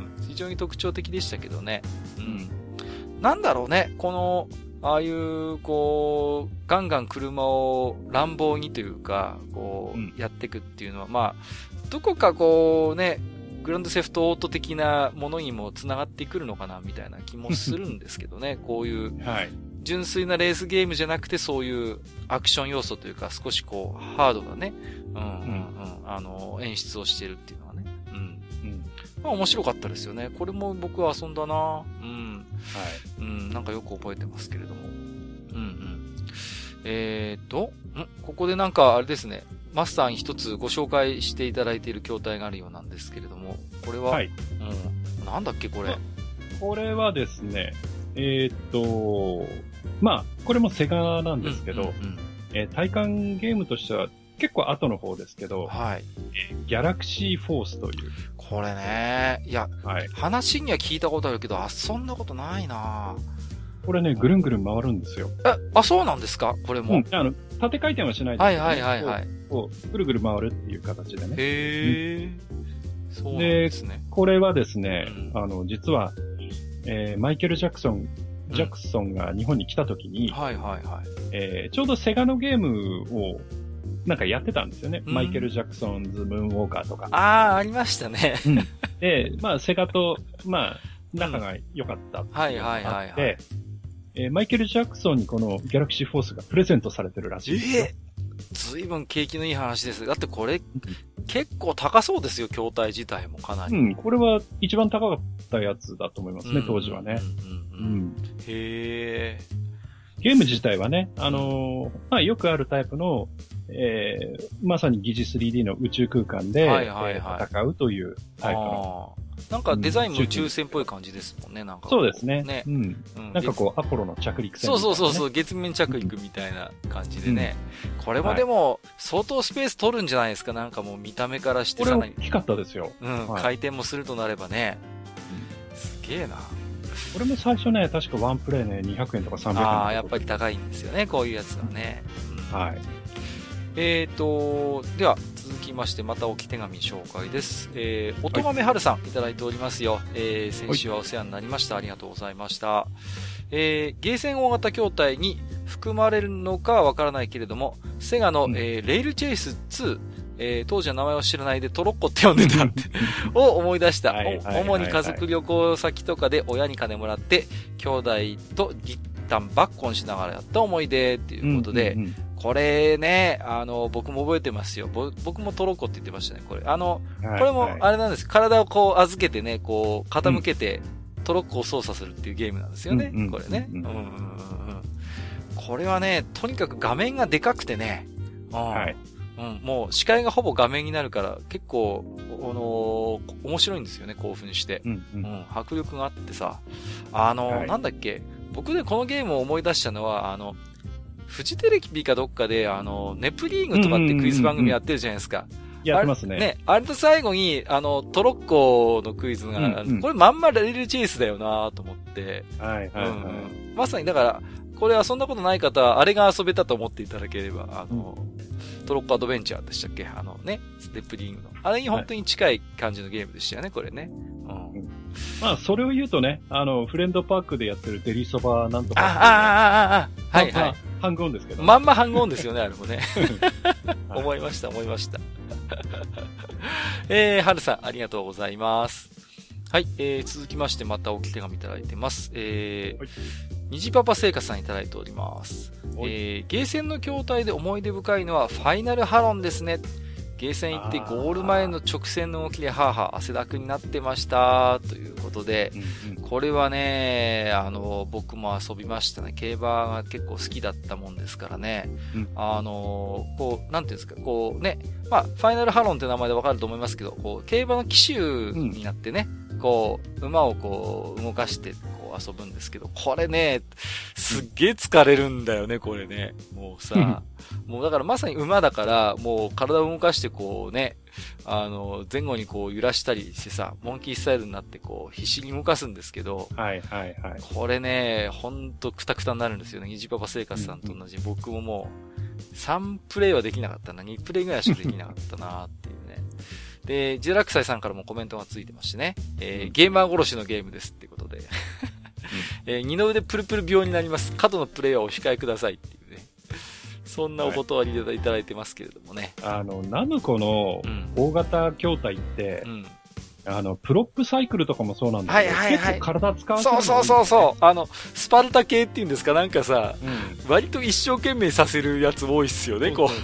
Speaker 1: 非常に特徴的でしたけどね。うん。なんだろうね、この、ああいう、こう、ガンガン車を乱暴にというか、こう、うん、やっていくっていうのは、まあ、どこかこうね、グランドセフトオート的なものにも繋がってくるのかな、みたいな気もするんですけどね。こういう、はい。 純粋なレースゲームじゃなくて、そういうアクション要素というか、少しこう、ハードなね、うん、うん、うん、あの、演出をしているっていうのはね。うん。うん。まあ面白かったですよね。これも僕は遊んだな。うん。はい。うん、なんかよく覚えてますけれども。うん、うん。えーと、んここでなんかあれですね、マスターに一つご紹介していただいている筐体があるようなんですけれども、これは、はい。うん。なんだっけ、これ。
Speaker 2: これはですね、えー、っと、まあ、これもセガなんですけど、うんうんうん、えー、体感ゲームとしては結構後の方ですけど、はい。えー、ギャラクシーフォースという。
Speaker 1: これね、いや、はい、話には聞いたことあるけど、遊んだことないな
Speaker 2: これね、ぐるんぐるん回るんですよ。
Speaker 1: え、あ、そうなんですかこれも。
Speaker 2: うん、あの、縦回転はしないですけど、ね、
Speaker 1: はいはいはいはい。
Speaker 2: こう、ぐるぐる回るっていう形でね。
Speaker 1: へー。うん、そうなんですね。
Speaker 2: で、これはですね、うん、あの、実は、えー、マイケル・ジャクソン、ジャクソンが日本に来た時に、うん、はいはいはい。えー、ちょうどセガのゲームを、なんかやってたんですよね。うん、マイケル・ジャクソンズ・ムーンウォーカーとか。
Speaker 1: ああ、ありましたね。
Speaker 2: うん。で、まあ、セガと、まあ、仲が良かったっていうのがあって、うん、はいはいはい、はい。えー、マイケル・ジャクソンにこのギャラクシーフォースがプレゼントされてるらしいんですよ。え
Speaker 1: ー、ずいぶん景気のいい話です。だってこれ、結構高そうですよ、筐体自体もかなり。
Speaker 2: うん、これは一番高かったやつだと思いますね、当時はね。
Speaker 1: うんうんうんうん、へ
Speaker 2: ー。ゲーム自体はね、あのー、まあよくあるタイプの、えー、まさに疑似 スリーディー の宇宙空間で、はいはいはい、戦うというタイプの。
Speaker 1: なんかデザインも宇宙船っぽい感じですもんね、なんか。
Speaker 2: そうですね。ね。うん。うん、なんかこう、アポロの着陸船、
Speaker 1: ね。そうそうそうそう、月面着陸みたいな感じでね。うん、これもでも、相当スペース取るんじゃないですか、なんかもう見た目からして
Speaker 2: さらに。大きかったですよ。
Speaker 1: うん、はい、回転もするとなればね。うん、すげえな。
Speaker 2: これも最初ね、確かワンプレイね、にひゃくえんとかさんびゃくえんとか。
Speaker 1: ああ、やっぱり高いんですよね、こういうやつはね。
Speaker 2: うん、はい。
Speaker 1: えーと、では、続きまして、また置き手紙紹介です。えー、おとがめはるさんいただいておりますよ。えー、先週はお世話になりました。ありがとうございました。えー、ゲーセン大型筐体に含まれるのかはわからないけれども、セガの、うん、えー、レイルチェイスツー、えー、当時は名前を知らないでトロッコって呼んでたってを思い出した。主に家族旅行先とかで親に金もらって、兄弟と一旦バッコンしながらやった思い出っていうことで、うんうんうん、これね、あの、僕も覚えてますよ。僕もトロッコって言ってましたね、これ。あの、はい、これも、あれなんです。体をこう預けてね、こう、傾けて、トロッコを操作するっていうゲームなんですよね、うん、これね。うんうんうんうん。これはね、とにかく画面がでかくてね、うん、はい。うん、もう視界がほぼ画面になるから、結構、あのー、面白いんですよね、興奮して。うんうんうん、迫力があってさ。あのーはい、なんだっけ、僕でこのゲームを思い出したのは、あの、フジテレビかどっかで、あの、ネプリーグとかってクイズ番組やってるじゃないですか。うんうんうんうん、
Speaker 2: やってますね。
Speaker 1: ね、あれと最後に、あの、トロッコのクイズが、うんうん、これまんまレールチェイスだよなと思って。はいはいはい、うん。まさにだから、これ遊んだことない方は、あれが遊べたと思っていただければ、あの、うん、トロッコアドベンチャーでしたっけあのね、ネプリーグの。あれに本当に近い感じのゲームでしたよね、これね。うん。
Speaker 2: まあ、それを言うとね、あの、フレンドパークでやってるデリそばなんとか、ね。
Speaker 1: ああ、ああ、ああ、はいはい。
Speaker 2: ハングオンですけど、
Speaker 1: ね。まんまハングオンですよね、あれもね。はい、思いました、思いました。えー、はるさん、ありがとうございます。はい、えー、続きましてまた置き手紙いただいてます。えー、はい、虹パパ生活さんいただいております。えー、ゲーセンの筐体で思い出深いのはファイナルハロンですね。ゲーセン行ってゴール前の直線の動きでハーハー汗だくになってました。ということで、うんうん、これはね、あの、僕も遊びましたね。競馬が結構好きだったもんですからね。うん、あの、こう、なんていうんですか、こうね、まあ、ファイナルハロンって名前でわかると思いますけど、こう、競馬の騎手になってね、うん、こう、馬をこう、動かして、遊ぶんですけど、これね、すっげえ疲れるんだよね、これね。もうさ、もうだからまさに馬だから、もう体を動かしてこうね、あの、前後にこう揺らしたりしてさ、モンキースタイルになってこう、必死に動かすんですけど、はいはいはい。これね、ほんとクタクタになるんですよね。虹パパ生活さんと同じ。うんうん、僕ももう、さんプレイはできなかったな、にプレイぐらいしかできなかったなっていうね。で、ジェラクサイさんからもコメントがついてましてね、えー、ゲーマー殺しのゲームですってことで。えー、二の腕プルプル病になります。過度のプレイはお控えくださいっていうね。そんなお断りいただいてますけれどもね。
Speaker 2: はい、あの、ナムコの大型筐体って、うん、 あの、プロップサイクルとかもそうなんだけど、はいはいはい、結構体使わせる、ね、
Speaker 1: そうそうそうそう。あの、スパルタ系っていうんですか、なんかさ、うん、割と一生懸命させるやつ多いっすよね、こう。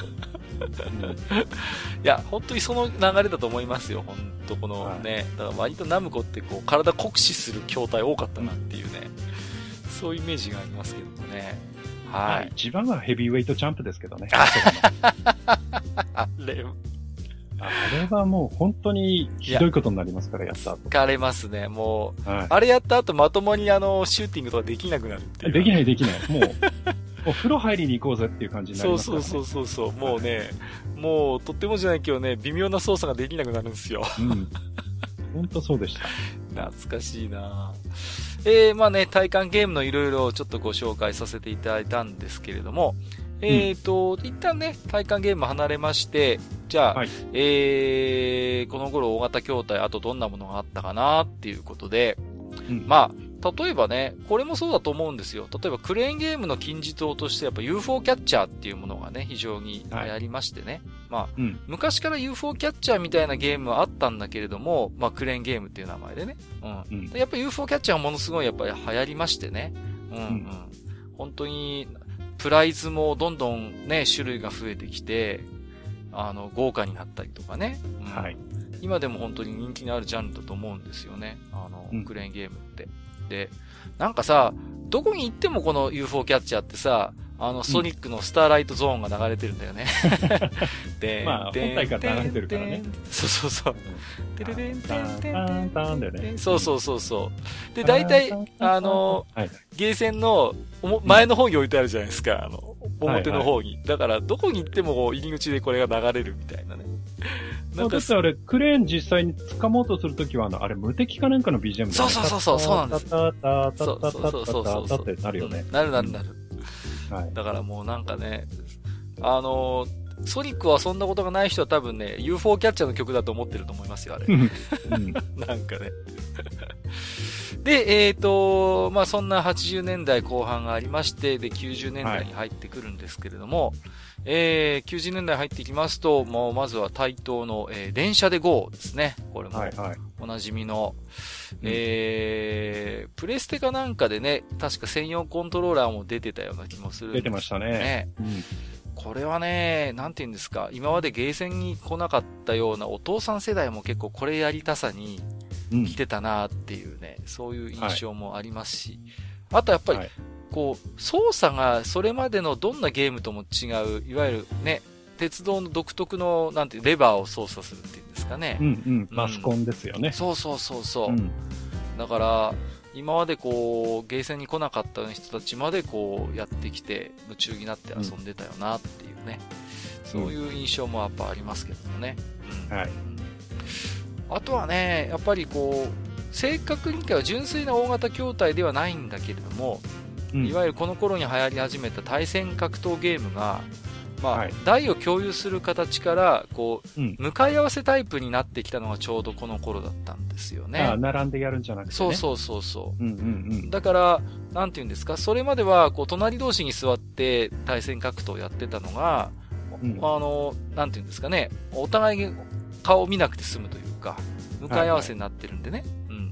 Speaker 1: いや、本当にその流れだと思いますよ、本当このね。はい、だから割とナムコってこう、体酷使する筐体多かったなっていうね、うん、そういうイメージがありますけどもね。はい。
Speaker 2: 一番はヘビーウェイトジャンプですけどね。
Speaker 1: あれ
Speaker 2: あれはもう本当にひどいことになりますから、やった後。
Speaker 1: 疲れますね、もう、はい。あれやった後まともにあの、シューティングとかできなくなるっていう。
Speaker 2: できないできない。もう、もう風呂入りに行こうぜっていう感じになりますからね。
Speaker 1: そうそうそうそう。もうね、もうとってもじゃないけどね、微妙な操作ができなくなるんですよ。うん。
Speaker 2: 本当そうでした。
Speaker 1: 懐かしいなえー、まあね、体感ゲームのいろいろちょっとご紹介させていただいたんですけれども、えっと、うん、一旦ね、体感ゲーム離れまして、じゃあ、はい、えー、この頃大型筐体、あとどんなものがあったかなっていうことで、うん、まあ、例えばね、これもそうだと思うんですよ。例えばクレーンゲームの金字塔としてやっぱ ユーフォー キャッチャーっていうものがね、非常に流行りましてね。はい、まあ、うん、昔から ユーフォー キャッチャーみたいなゲームはあったんだけれども、まあクレーンゲームっていう名前でね。うん。うん、やっぱ ユーフォー キャッチャーがものすごいやっぱり流行りましてね。うんうん。うん、本当に、プライズもどんどんね、種類が増えてきて、あの、豪華になったりとかね。うん、はい。今でも本当に人気のあるジャンルだと思うんですよね。あの、うん、クレーンゲームって。で、なんかさ、どこに行ってもこの ユーフォー キャッチャーってさ、あの、ソニックのスターライトゾーンが流れてるんだよね。
Speaker 2: で、まあ、本体から流れてるからね。
Speaker 1: そうそうそう。てれれんてんてんてん
Speaker 2: てんだよね。
Speaker 1: そうそうそうそう。で、大体、あの、ゲーセンの前の方に置いてあるじゃないですか。あの、表の方に。だから、どこに行っても入り口でこれが流れるみたいなね。
Speaker 2: なんかだってあれ、クレーン実際に掴もうとするときは、あの、あれ、無敵かなんかの ビージーエム
Speaker 1: だよね。そうそうそう、そうなんです。
Speaker 2: タタタタタタタタタってなるよね。
Speaker 1: なるなるなる。はい。だからもうなんかね、あの、ソニックはそんなことがない人は多分ね、ユーフォー キャッチャーの曲だと思ってると思いますよ、あれ。うん、なんかね。で、えっ、ー、と、まあ、そんなはちじゅうねんだいこう半がありまして、で、きゅうじゅうねんだいに入ってくるんですけれども、はい、えー、きゅうじゅうねんだい入ってきますと、もうまずは対等の、えー、電車で ゴー ですね。これも、おなじみの、はいはい、えー、プレステかなんかでね、確か専用コントローラーも出てたような気もするんですよね。
Speaker 2: 出てましたね。うん、
Speaker 1: これはね、なんて言うんですか、今までゲーセンに来なかったようなお父さん世代も結構これやりたさに来てたなっていうね、うん、そういう印象もありますし、はい、あとやっぱり、はい、こう、操作がそれまでのどんなゲームとも違う、いわゆるね、鉄道の独特の、なんていう、レバーを操作するっていうんですかね。
Speaker 2: うんうん、マスコンですよね。うん、
Speaker 1: そうそうそうそう。うん、だから、今までこう、ゲーセンに来なかった人たちまでこう、やってきて、夢中になって遊んでたよなっていうね。うん、そういう印象もやっぱありますけどもね。うん、はい。あとはね、やっぱりこう、正確に言うと純粋な大型筐体ではないんだけれども、うん、いわゆるこの頃に流行り始めた対戦格闘ゲームが、まあ、はい、台を共有する形から、こう、うん、向かい合わせタイプになってきたのがちょうどこの頃だったんですよね。
Speaker 2: ああ、並んでやるんじゃなくてね。
Speaker 1: そうそうそうそう。うんうんうん、だから、なんていうんですか、それまでは、こう、隣同士に座って対戦格闘をやってたのが、うん、あの、なんていうんですかね、お互いに顔を見なくて済むというか、向かい合わせになってるんでね。はいはい、うん。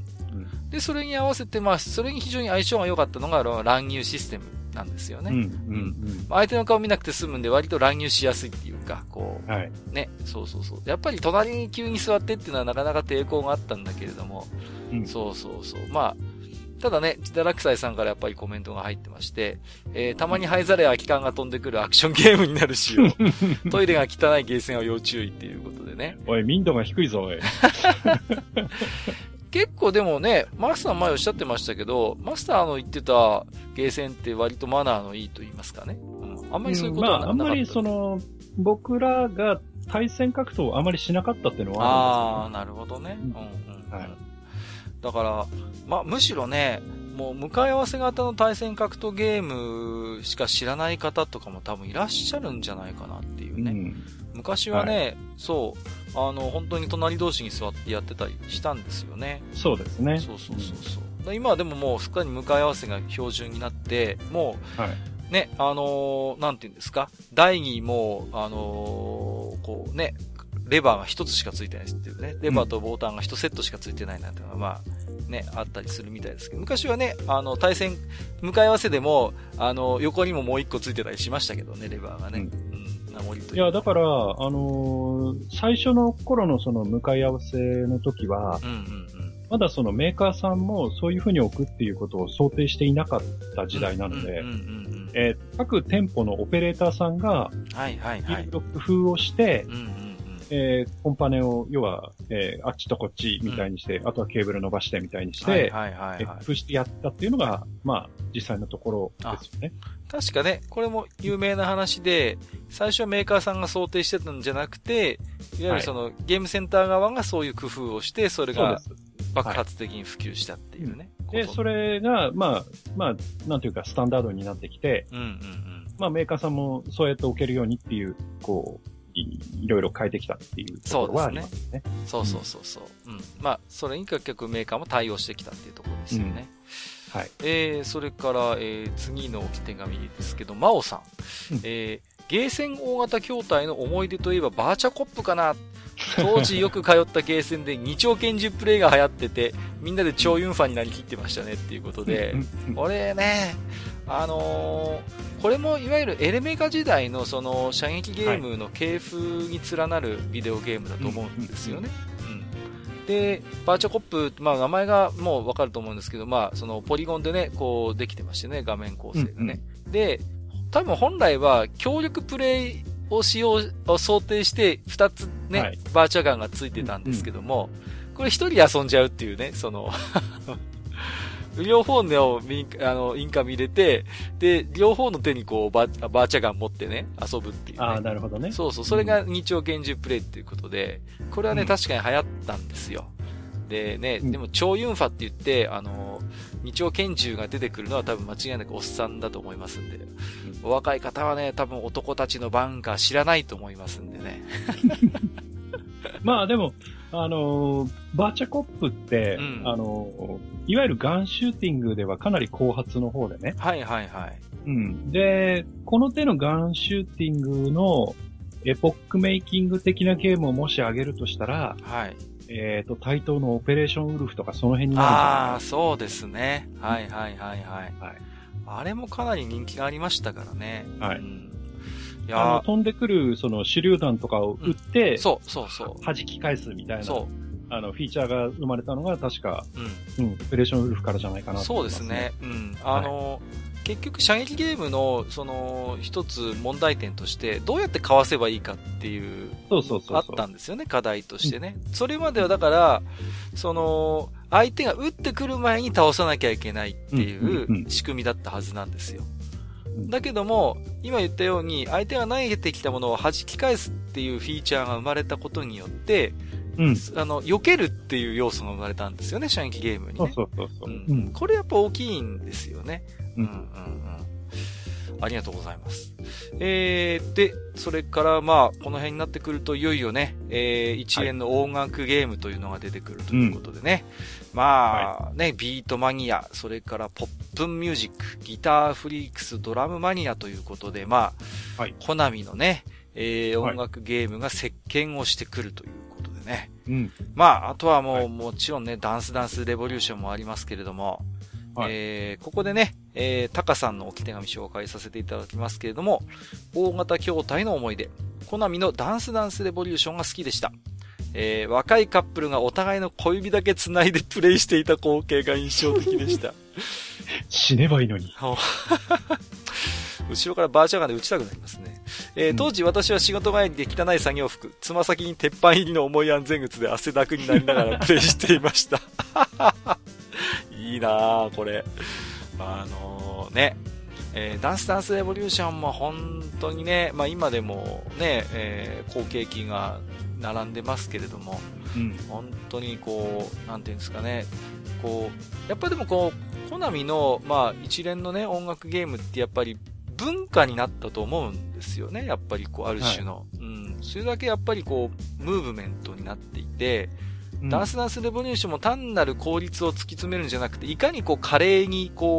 Speaker 1: で、それに合わせて、まあ、それに非常に相性が良かったのが、乱入システムなんですよね。うん。うん。相手の顔見なくて済むんで、割と乱入しやすいっていうか、こう、はい。ね。そうそうそう。やっぱり隣に急に座ってっていうのはなかなか抵抗があったんだけれども、うん。そうそうそう。まあ、ただね、ジダラクサイさんからやっぱりコメントが入ってまして、えー、たまに灰皿や空き缶が飛んでくるアクションゲームになるしよ。トイレが汚いゲーセンは要注意っていうことでね。
Speaker 2: おい、民度が低いぞ、おい。
Speaker 1: 結構でもね、マスター前おっしゃってましたけど、マスターの言ってたゲーセンって割とマナーのいいと言いますかね。うん、あんまりそういうことはなかった、
Speaker 2: うん。まあ、あんまりその、僕らが対戦格闘をあまりしなかったっていうのは
Speaker 1: あるんですよね。ああ、なるほどね。うんうんうん、はい。だから、まあ、むしろね、もう向かい合わせ型の対戦格闘ゲームしか知らない方とかも多分いらっしゃるんじゃないかなっていうね。うん、昔はね、はい、そう、あの、本当に隣同士に座ってやってたりしたんですよね。
Speaker 2: そうですね。
Speaker 1: そうそうそうそう。うん、今はでももうすっかり向かい合わせが標準になって、もう、はい、ね、あのー、なんていうんですか、台にもう、あのー、こうね、 レバーが一つしかついてないっていうね。レバーとボタンが一セットしかついてないなんていうのが、まあ、ね、あったりするみたいですけど、昔はね、あの、対戦、向かい合わせでも、あの、横にももう一個ついてたりしましたけどね、レバーがね。うん。名残という。
Speaker 2: いや、だから、あのー、最初の頃のその向かい合わせの時は、うんうんうん、まだそのメーカーさんもそういう風に置くっていうことを想定していなかった時代なので、えー、各店舗のオペレーターさんが、はいはいはい。いろいろ工夫をして、うんうんうんえー、コンパネを、要は、えー、あっちとこっちみたいにして、うん、あとはケーブル伸ばしてみたいにして、はいはいはいはい、工夫してやったっていうのが、まあ、実際のところですよね。
Speaker 1: 確かね、これも有名な話で、最初はメーカーさんが想定してたんじゃなくて、いわゆるその、はい、ゲームセンター側がそういう工夫をして、それが爆発的に普及したっていうね。
Speaker 2: はい、で、それが、まあ、まあ、なんていうか、スタンダードになってきて、うんうんうん、まあ、メーカーさんもそうやって置けるようにっていう、こう、いろいろ変えてきたっていうところはありますね。
Speaker 1: そうそうそうそう。うん。まあ、それに結局メーカーも対応してきたっていうところですよね。うん、はい。えー、それから、えー、次の置き手紙ですけど、真央さん。うん、えー、ゲーセン大型筐体の思い出といえばバーチャコップかな。当時よく通ったゲーセンでに丁拳銃プレイが流行ってて、みんなで超ユンファンになりきってましたねっていうことで、これね、あのー、これもいわゆるエレメガ時代のその射撃ゲームの系譜に連なるビデオゲームだと思うんですよね。うん、で、バーチャコップ、まあ名前がもうわかると思うんですけど、まあそのポリゴンでね、こうできてましてね、画面構成がね。うんうん、で、多分本来は協力プレイを使用、を想定してふたつね、はい、バーチャガンがついてたんですけども、うんうん、これ一人遊んじゃうっていうね、その、両方のあのインカム入れて、で、両方の手にこうバー、バーチャガン持ってね、遊ぶっていう、ね。
Speaker 2: ああ、なるほどね。
Speaker 1: そうそう、それが二丁拳銃プレイっていうことで、これはね、うん、確かに流行ったんですよ。でね、うん、でも超ユンファって言って、あの、二丁拳銃が出てくるのは多分間違いなくおっさんだと思いますんで、うん、お若い方はね、多分男たちのバンカー知らないと思いますんでね。
Speaker 2: まあでも、あのー、バーチャコップって、うん、あのー、いわゆるガンシューティングではかなり後発の方でね。
Speaker 1: はいはいはい。
Speaker 2: うん。で、この手のガンシューティングのエポックメイキング的なゲームをもし上げるとしたら、はい。えっ、ー、と、対等のオペレーションウルフとかその辺になるんじゃないかな。ああ、
Speaker 1: そうですね。はいはいはいはい。はい。あれもかなり人気がありましたからね。はい。うん
Speaker 2: いやあの飛んでくるその手榴弾とかを撃って、うん、
Speaker 1: そうそうそう。
Speaker 2: 弾き返すみたいな、そうあのフィーチャーが生まれたのが確か、うん、うん、オペレーションウルフからじゃないかなと思います、ね。
Speaker 1: そうですね。うん。あの、はい、結局射撃ゲームのその一つ問題点としてどうやってかわせばいいかっていう
Speaker 2: そうそうそう
Speaker 1: あったんですよね、課題としてね。うん、それまではだからその相手が撃ってくる前に倒さなきゃいけないっていう仕組みだったはずなんですよ。だけども、今言ったように、相手が投げてきたものを弾き返すっていうフィーチャーが生まれたことによって、うん、あの、避けるっていう要素が生まれたんですよね、射撃ゲームにね。
Speaker 2: そうそうそうそう、
Speaker 1: うん。これやっぱ大きいんですよね。うん、うん、うんうん。ありがとうございます。えー、で、それからまあ、この辺になってくると、いよいよね、えー、一連の音楽ゲームというのが出てくるということでね。はい、まあ、ね、はい、ビートマニア、それからポップンミュージック、ギターフリークス、ドラムマニアということで、まあ、はい、コナミのね、えー、音楽ゲームが席巻をしてくるということでね。うん、まあ、あとはもう、はい、もちろんね、ダンスダンスレボリューションもありますけれども、はい、えー、ここでね、えー、タカさんの置き手紙紹介させていただきますけれども、大型筐体の思い出、コナミのダンスダンスレボリューションが好きでした。えー、若いカップルがお互いの小指だけ繋いでプレイしていた光景が印象的でした。
Speaker 2: 死ねばいいのに。
Speaker 1: 後ろからバーチャガンで打ちたくなりますね。えー、当時私は仕事帰りで汚い作業服、つま先に鉄板入りの重い安全靴で汗だくになりながらプレイしていました。いいなぁ、これ。あのー、ね、えー、ダンスダンスレボリューションも本当にね、まあ今でもね、えー、好景気が並んでますけれども、うん、本当にこう、なんていうんですかね、こう、やっぱでもこう、コナミの、まあ一連のね、音楽ゲームってやっぱり文化になったと思うんですよね、やっぱりこう、ある種の。はい、うん。それだけやっぱりこう、ムーブメントになっていて、うん、ダンスダンスレボリューションも単なる効率を突き詰めるんじゃなくて、いかにこう華麗にこう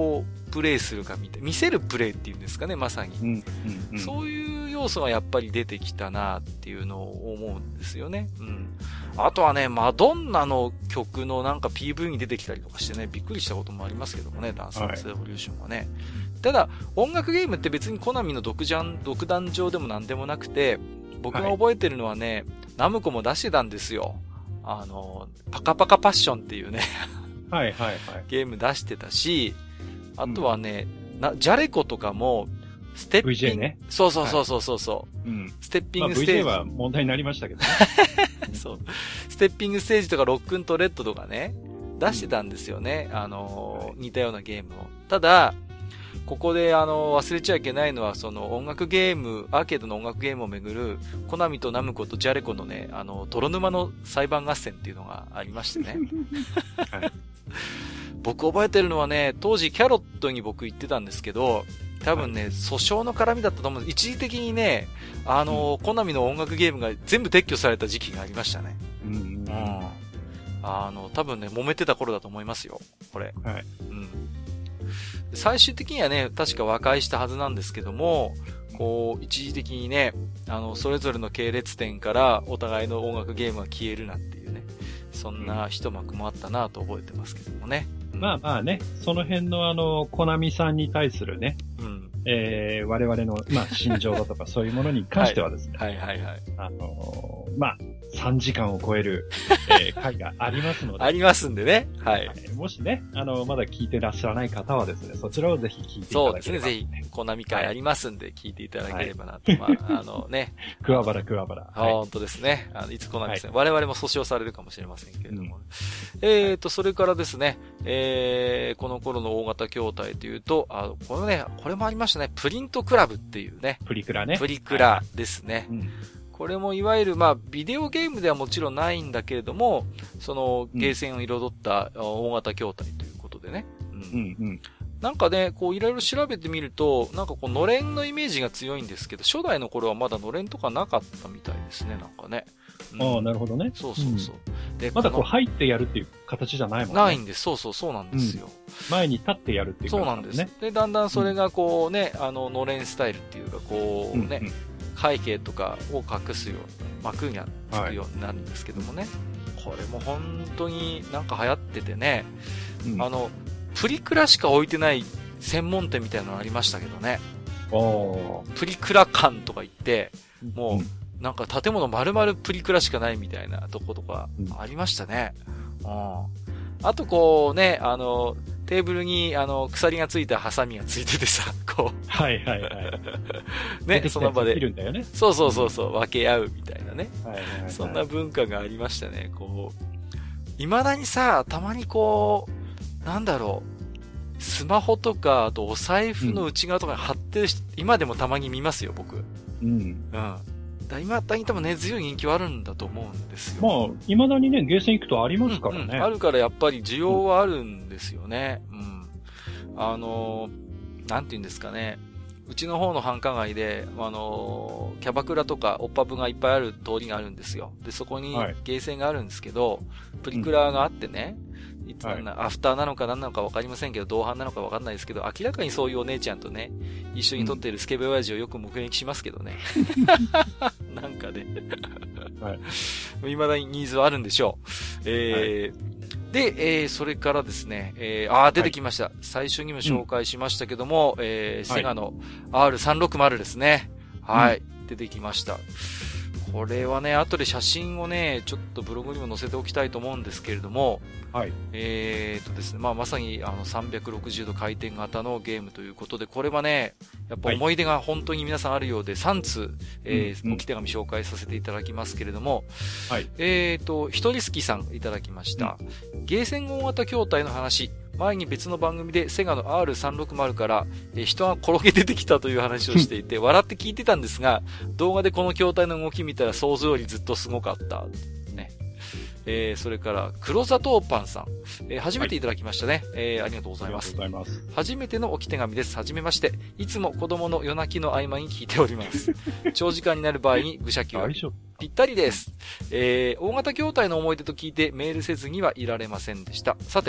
Speaker 1: プレイするかみたいな、見せるプレイっていうんですかね、まさに。うんうんうん、そういう要素がやっぱり出てきたなっていうのを思うんですよね。うん。あとはね、マドンナの曲のなんか ピーブイ に出てきたりとかしてね、びっくりしたこともありますけどもね、ダンスダンスレボリューションはね。はい、ただ、音楽ゲームって別にコナミの独断、独断上でもなんでもなくて、僕が覚えてるのはね、はい、ナムコも出してたんですよ。あの、パカパカパッションっていうね
Speaker 2: はいはいはい。
Speaker 1: ゲーム出してたし、あとはね、うん、な、ジャレコとかも、ステッピング。
Speaker 2: ブイジェー ね。
Speaker 1: そうそうそうそうそうそう、はい。うん。ステッピングステージ。
Speaker 2: まあ、ブイジェー は問題になりましたけどね。
Speaker 1: そう。ステッピングステージとかロックンとレッドとかね、出してたんですよね。うん、あの、似たようなゲームを。ただ、ここであの、忘れちゃいけないのは、その音楽ゲーム、アーケードの音楽ゲームをめぐる、コナミとナムコとジャレコのね、あの、泥沼の裁判合戦っていうのがありましてね。はい、僕覚えてるのはね、当時キャロットに僕行ってたんですけど、多分ね、はい、訴訟の絡みだったと思う。一時的にね、あの、うん、コナミの音楽ゲームが全部撤去された時期がありましたね。うん。うん、あの、多分ね、揉めてた頃だと思いますよ。これ。はい。うん。最終的にはね、確か和解したはずなんですけども、こう、一時的にね、あの、それぞれの系列店からお互いの音楽ゲームが消えるなっていうね、そんな一幕もあったなと覚えてますけどもね。
Speaker 2: うん、まあまあね、その辺のあの、コナミさんに対するね、うん、えー、我々の、まあ、心情だとかそういうものに関してはですね、
Speaker 1: はい、はいはいはい。
Speaker 2: あのー、まあ、さんじかんを超える、えー、回がありますので。
Speaker 1: ありますんでね。はい。
Speaker 2: もしね、あの、まだ聞いてらっしゃらない方はですね、そちらをぜひ聞いていただければ、
Speaker 1: そうですね、ぜひ、コナミ会ありますんで、聞いていただければなと。はい、まあ、あのね。
Speaker 2: 桑原桑原。
Speaker 1: はい、本当ですね。あの、いつコナミさん、はい、我々も訴訟されるかもしれませんけれども。うん、えーと、それからですね、えー、この頃の大型筐体というと、あこれね、これもありましたね、プリントクラブっていうね。
Speaker 2: プリクラね。
Speaker 1: プリクラですね。はい、うんこれもいわゆる、まあ、ビデオゲームではもちろんないんだけれども、その、ゲーセンを彩った大型筐体ということでね。うん。うんうん、なんかね、こう、いろいろ調べてみると、なんかこう、のれんのイメージが強いんですけど、初代の頃はまだのれんとかなかったみたいですね、なんかね。
Speaker 2: うん、ああ、なるほどね。
Speaker 1: そうそうそう。
Speaker 2: うん、でまだこう、入ってやるっていう形じゃないもんね。
Speaker 1: ないんです。そうそう、そうなんですよ。うん、
Speaker 2: 前に立ってやるっていう
Speaker 1: 感じ、ね。そうなんです。で、だんだんそれがこうね、あの、のれんスタイルっていうか、こうね、うんうん背景とかを隠すような幕がつくようになるんですけどもね、はい、これも本当になんか流行っててね、うん、あのプリクラしか置いてない専門店みたいなのありましたけどね。プリクラ館とか行ってもうなんか建物丸々プリクラしかないみたいなとことかありましたね。うん、あとこうね、あのテーブルに、あの、鎖がついたハサミがついててさ、こう。
Speaker 2: はいはいはい。
Speaker 1: ね、その場で。
Speaker 2: るんだよね、
Speaker 1: そうそうそうそう、分け合うみたいなね。はいはいはい、そんな文化がありましたね、こう。未だにさ、たまにこう、なんだろう、スマホとか、あとお財布の内側とかに貼ってる人、うん、今でもたまに見ますよ、僕。うん。うん。だ今だに多分根強い人気はあるんだと思うんですよ。
Speaker 2: まあ、未だにね、ゲーセン行くとありますからね。うんうん、
Speaker 1: あるからやっぱり需要はあるんですよね。うん。あのー、なんて言うんですかね。うちの方の繁華街で、あのー、キャバクラとかオッパブがいっぱいある通りがあるんですよ。で、そこにゲーセンがあるんですけど、はい、プリクラがあってね、いつもな、はい、アフターなのか何なのか分かりませんけど、同伴なのか分かんないですけど、明らかにそういうお姉ちゃんとね、一緒に撮っているスケベ親父をよく目撃しますけどね。なんかね。はい。未だにニーズはあるんでしょう。えー、はい、で、えー、それからですね、えー、あー、出てきました。はい、最初にも紹介しましたけども、うん、えー、セガの アールさんろくまる ですね。はい、うん、出てきました。これはね、後で写真をね、ちょっとブログにも載せておきたいと思うんですけれども、はい。えーとですね、まあ、まさに、あの、さんびゃくろくじゅうど回転型のゲームということで、これはね、やっぱ思い出が本当に皆さんあるようで、さんつう、えー、うん、置き手紙紹介させていただきますけれども、はい。えーと、ひとりすきさんいただきました。うん、ゲーセン大型筐体の話、前に別の番組でセガの アールさんろくまる から、えー、人が転げ出てきたという話をしていて、笑って聞いてたんですが、動画でこの筐体の動き見たら想像よりずっとすごかった。ね。えー、それから、黒砂糖パンさん。えー、初めていただきましたね。はい、えー、ありがとうございます。
Speaker 2: ありがとうございます。
Speaker 1: 初めての置き手紙です。はじめまして。いつも子供の夜泣きの合間に聞いております。長時間になる場合に愚者級はぴったりです。えー、大型筐体の思い出と聞いてメールせずにはいられませんでした。さて、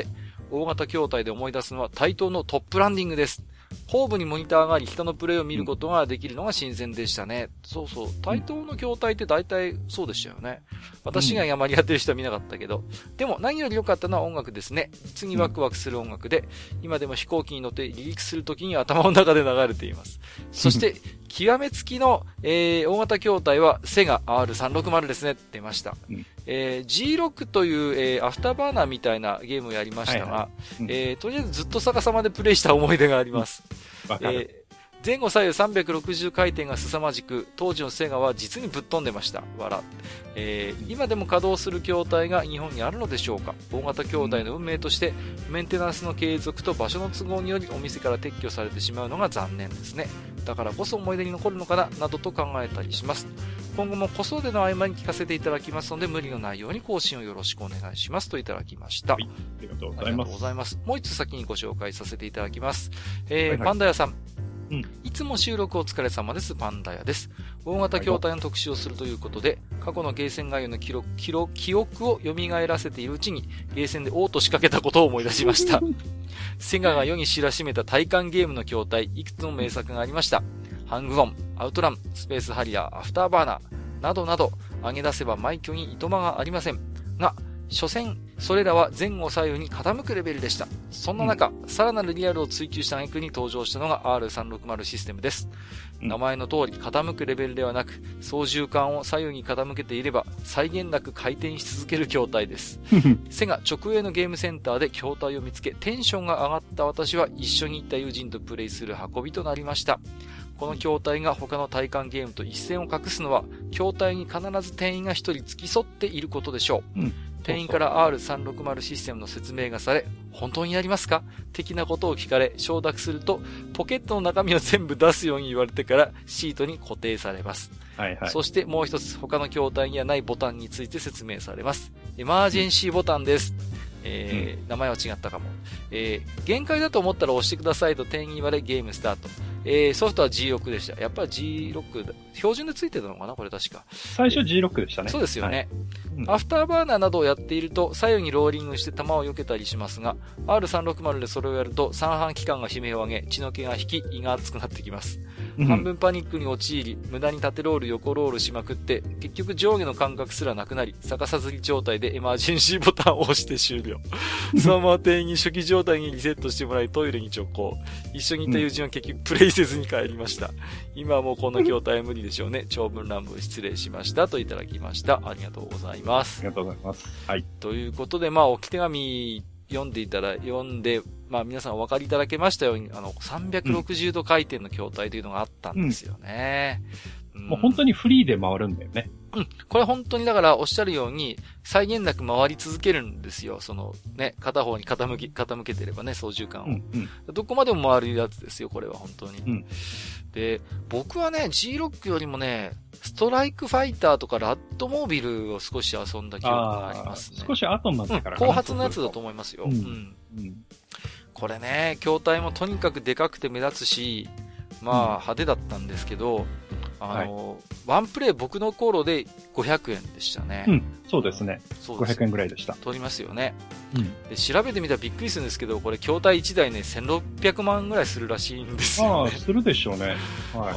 Speaker 1: 大型筐体で思い出すのは対等のトップランディングです。後部にモニターがあり、人のプレイを見ることができるのが新鮮でしたね。うん、そうそう。対等の筐体って大体そうでしたよね。私が山にやってる人は見なかったけど。でも何より良かったのは音楽ですね。実にワクワクする音楽で、今でも飛行機に乗って離陸するときに頭の中で流れています。そして、極めつきの、えー、大型筐体はセガ アールさんろくまる ですね。出ました。うん、えー、ジーロック という、えー、アフターバーナーみたいなゲームをやりましたが、はいはいうん、えー、とりあえずずっと逆さまでプレイした思い出があります。
Speaker 2: わかる。
Speaker 1: えー前後左右さんびゃくろくじゅう回転が凄まじく、当時のセガは実にぶっ飛んでました。笑。えー、今でも稼働する筐体が日本にあるのでしょうか。大型筐体の運命として、メンテナンスの継続と場所の都合によりお店から撤去されてしまうのが残念ですね。だからこそ思い出に残るのかな、などと考えたりします。今後も子育ての合間に聞かせていただきますので、無理のないように更新をよろしくお願いしますといただきました。はい、
Speaker 2: ありがとうございます。ありがとうございます。
Speaker 1: もう一つ先にご紹介させていただきます。えーはいはい、パンダ屋さん。うん、いつも収録お疲れ様です。パンダ屋です。大型筐体の特集をするということで、過去のゲーセン概要の記録、記録、記憶を蘇らせているうちに、ゲーセンでオート仕掛けたことを思い出しました。セガが世に知らしめた体感ゲームの筐体、いくつも名作がありました。ハングオン、アウトラン、スペースハリアー、アフターバーナー、などなど、挙げ出せば枚挙にいとまがありません。が、所詮、それらは前後左右に傾くレベルでした。そんな中、うん、さらなるリアルを追求した挙句に登場したのが アールさんろくまる システムです。うん、名前の通り、傾くレベルではなく、操縦桿を左右に傾けていれば、際限なく回転し続ける筐体です。セガ直営のゲームセンターで筐体を見つけ、テンションが上がった私は一緒に行った友人とプレイする運びとなりました。この筐体が他の体感ゲームと一線を画すのは、筐体に必ず店員が一人付き添っていることでしょう。うん店員から アールさんろくまる システムの説明がされ、本当にやりますか的なことを聞かれ、承諾すると、ポケットの中身を全部出すように言われてからシートに固定されます。はいはい。そしてもう一つ、他の筐体にはないボタンについて説明されます。エマージェンシーボタンです。えーうん、名前は違ったかも。えー、限界だと思ったら押してくださいと店員に言われゲームスタート。えー、ソフトは ジーロック でした。やっぱり ジーロック、標準でついてたのかなこれ確か。
Speaker 2: 最初 ジーロック でしたね。
Speaker 1: そうですよね。はい
Speaker 2: うん、
Speaker 1: アフターバーナーなどをやっていると左右にローリングして弾を避けたりしますが、アールさんろくまる でそれをやると三半規管が悲鳴を上げ、血の気が引き、胃が熱くなってきます。うん、半分パニックに陥り、無駄に縦ロール横ロールしまくって、結局上下の感覚すらなくなり、逆さずり状態でエマージェンシーボタンを押して終了。そのまま店員に初期状態にリセットしてもらいトイレに直行。一緒にいた友人は結局プレイせずに帰りました。今はもうこの筐体は無理でしょうね。長文乱文失礼しましたといただきました。ありがとうございます。
Speaker 2: ありがとうございます。はい。
Speaker 1: ということで、まあ、置き手紙読んでいただ、読んで、まあ皆さんお分かりいただけましたように、あの、さんびゃくろくじゅうど回転の筐体というのがあったんですよね。
Speaker 2: うんうん、もう本当にフリーで回るんだよね。
Speaker 1: うん。これ本当にだからおっしゃるように、際限なく回り続けるんですよ。そのね、片方に傾き、傾けてればね、操縦桿を、うんうん。どこまでも回るやつですよ、これは本当に。うん、で、僕はね、G ロックよりもね、ストライクファイターとかラッドモービルを少し遊んだ記憶がありますね。
Speaker 2: 少し後になってからか
Speaker 1: な、うん、後発のやつだと思いますよ。うん。うんうん、これね、筐体もとにかくでかくて目立つし、まあ、うん、派手だったんですけど、あの、はい、ワンプレイ僕の頃でごひゃくえんでしたね。
Speaker 2: うん、そうですね。そうです。ごひゃくえんぐらいでした。
Speaker 1: 取りますよね。うん。で、調べてみたらびっくりするんですけど、これ筐体いちだいね、せんろっぴゃくまんぐらいするらしいんですよね。
Speaker 2: ああ、するでしょうね。はい。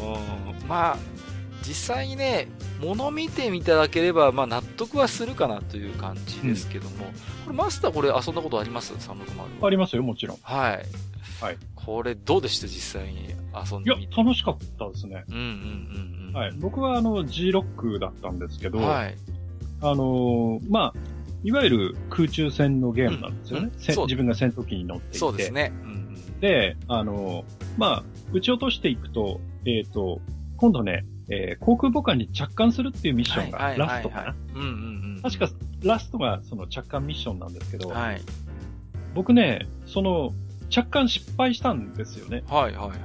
Speaker 1: うん、まあ、実際にね、物見てみただければ、まあ納得はするかなという感じですけども、うん、これマスターこれ遊んだことあります ?さんろくまる。
Speaker 2: ありますよ、もちろん。
Speaker 1: はい。はい。これどうでした実際に遊んでみて。
Speaker 2: いや、楽しかったですね。
Speaker 1: うんうんうんうん。
Speaker 2: はい。僕はあの G ロックだったんですけど、はい。あのー、まあ、いわゆる空中戦のゲームなんですよね。うんうん、自分が戦闘機に乗っていて。
Speaker 1: そうですね。うんうん、
Speaker 2: で、あのー、まあ、撃ち落としていくと、えっと、今度ね、えー、航空母艦に着艦するっていうミッションがラストかな。確かラストがその着艦ミッションなんですけど、はい、僕ね、その着艦失敗したんですよね。
Speaker 1: はいはいはい。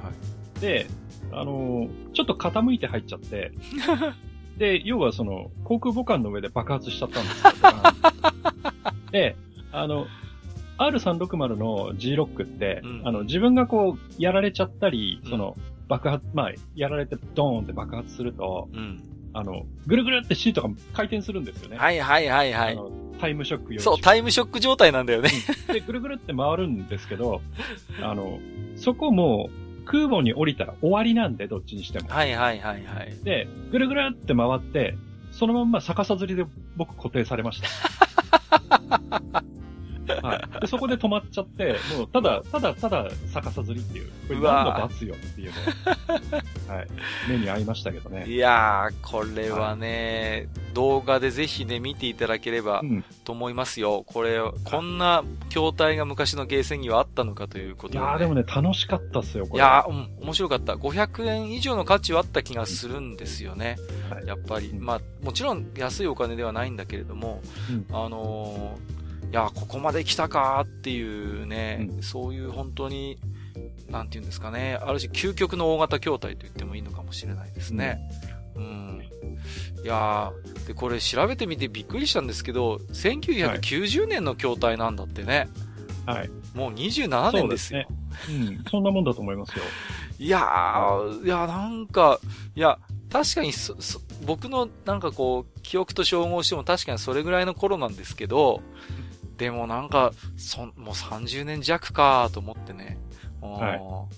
Speaker 2: で、あのー、ちょっと傾いて入っちゃって、で、要はその航空母艦の上で爆発しちゃったんですよ。で、あの、アールさんろくまる の G ロックって、うん、あの、自分がこう、やられちゃったり、その、爆発、まあ、やられてドーンって爆発すると、うん、あの、ぐるぐるってシートが回転するんですよね。
Speaker 1: はいはいはいはい。あの
Speaker 2: タイムショック用
Speaker 1: そう、タイムショック状態なんだよね。
Speaker 2: で、ぐるぐるって回るんですけど、あの、そこも空母に降りたら終わりなんで、どっちにしても。
Speaker 1: はいはいはいはい。
Speaker 2: で、ぐるぐるって回って、そのまんま逆さずりで僕固定されました。はい。で、そこで止まっちゃって、もう、ただ、ただ、ただ逆さずりっていう。これ何の罰よっていうの。はい。目に合いましたけどね。
Speaker 1: いやー、これはね、はい、動画でぜひね、見ていただければと思いますよ。うん、これ、こんな筐体が昔のゲーセンにはあったのかということで、ね。
Speaker 2: いやー、でもね、楽しかったっすよ、これ。
Speaker 1: いやー、うん、面白かった。ごひゃくえん以上の価値はあった気がするんですよね。うんはい、やっぱり、うん。まあ、もちろん安いお金ではないんだけれども、うん、あのー、いや、ここまで来たかっていうね、うん、そういう本当に、なんていうんですかね、ある種究極の大型筐体と言ってもいいのかもしれないですね。うん。うん、いやー、で、これ調べてみてびっくりしたんですけど、せんきゅうひゃくきゅうじゅうねんの筐体なんだってね。はい。もうにじゅうななねんですよ。
Speaker 2: そうですね。うん。そんなもんだと思いますよ。
Speaker 1: いやー、いや、なんか、いや、確かにそ、そ、僕のなんかこう、記憶と照合しても確かにそれぐらいの頃なんですけど、でもなんか、そ、もうさんじゅうねん弱かと思ってね。はい、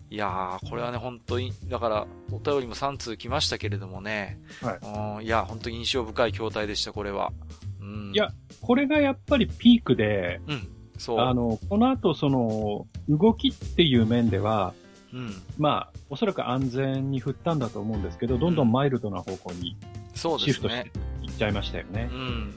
Speaker 1: いやー、これはね、本当に、だから、お便りもさん通来ましたけれどもね。はい。いや、本当に印象深い筐体でした、これは。
Speaker 2: うん。いや、これがやっぱりピークで、うん。そう。あの、この後、その、動きっていう面では、うん。まあ、おそらく安全に振ったんだと思うんですけど、どんどんマイルドな方向に、シフトしていっちゃいましたよね。
Speaker 1: うん。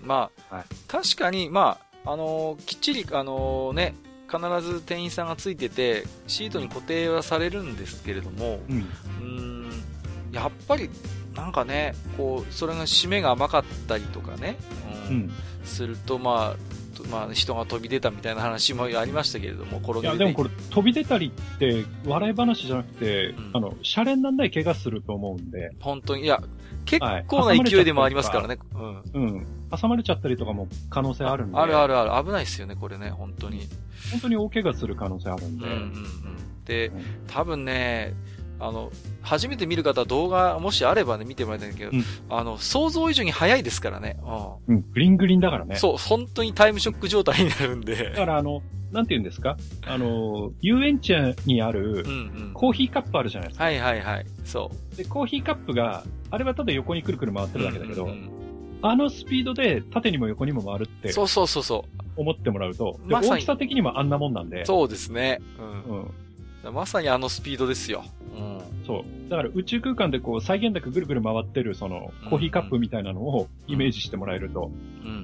Speaker 1: まあ、はい、確かに、まあ、あのー、きっちり、あのー、ね、必ず店員さんがついてて、シートに固定はされるんですけれども、うん、うーんやっぱり、なんかね、こう、それが締めが甘かったりとかね、うん、うん、すると、まあ、まあ、人が飛び出たみたいな話もありましたけれども、転げていや、
Speaker 2: でもこれ、飛び出たりって、笑い話じゃなくて、うん、あの、シャレになんない怪我すると思うんで。
Speaker 1: 本当に、いや、結構な勢いでもありますからね。うん。
Speaker 2: うん。挟まれちゃったりとかも可能性あるんで。
Speaker 1: あるあるある。危ないですよね、これね、本当に。
Speaker 2: 本当に大怪我する可能性あるんで。うんうんうん。
Speaker 1: で、うん、多分ね、あの、初めて見る方は動画もしあればね、見てもらいたいんだけど、うん、あの、想像以上に早いですからね。
Speaker 2: うん。うん、グリングリンだからね。
Speaker 1: そう、本当にタイムショック状態になるんで。
Speaker 2: だからあの、なんて言うんですかあの、遊園地にある、コーヒーカップあるじゃないですか。
Speaker 1: はいはいはい。そう。
Speaker 2: で、コーヒーカップが、あれはただ横にくるくる回ってるだけだけど、うんうんうん、あのスピードで縦にも横にも回るって。
Speaker 1: そうそうそうそう。
Speaker 2: 思ってもらうと、ま大きさ的にもあんなもんなんで。
Speaker 1: そうですね。うん。うん、まさにあのスピードですよ。
Speaker 2: うん。そう。だから宇宙空間でこう再現なくぐるぐる回ってるそのコーヒーカップみたいなのをイメージしてもらえると。うんうんうん、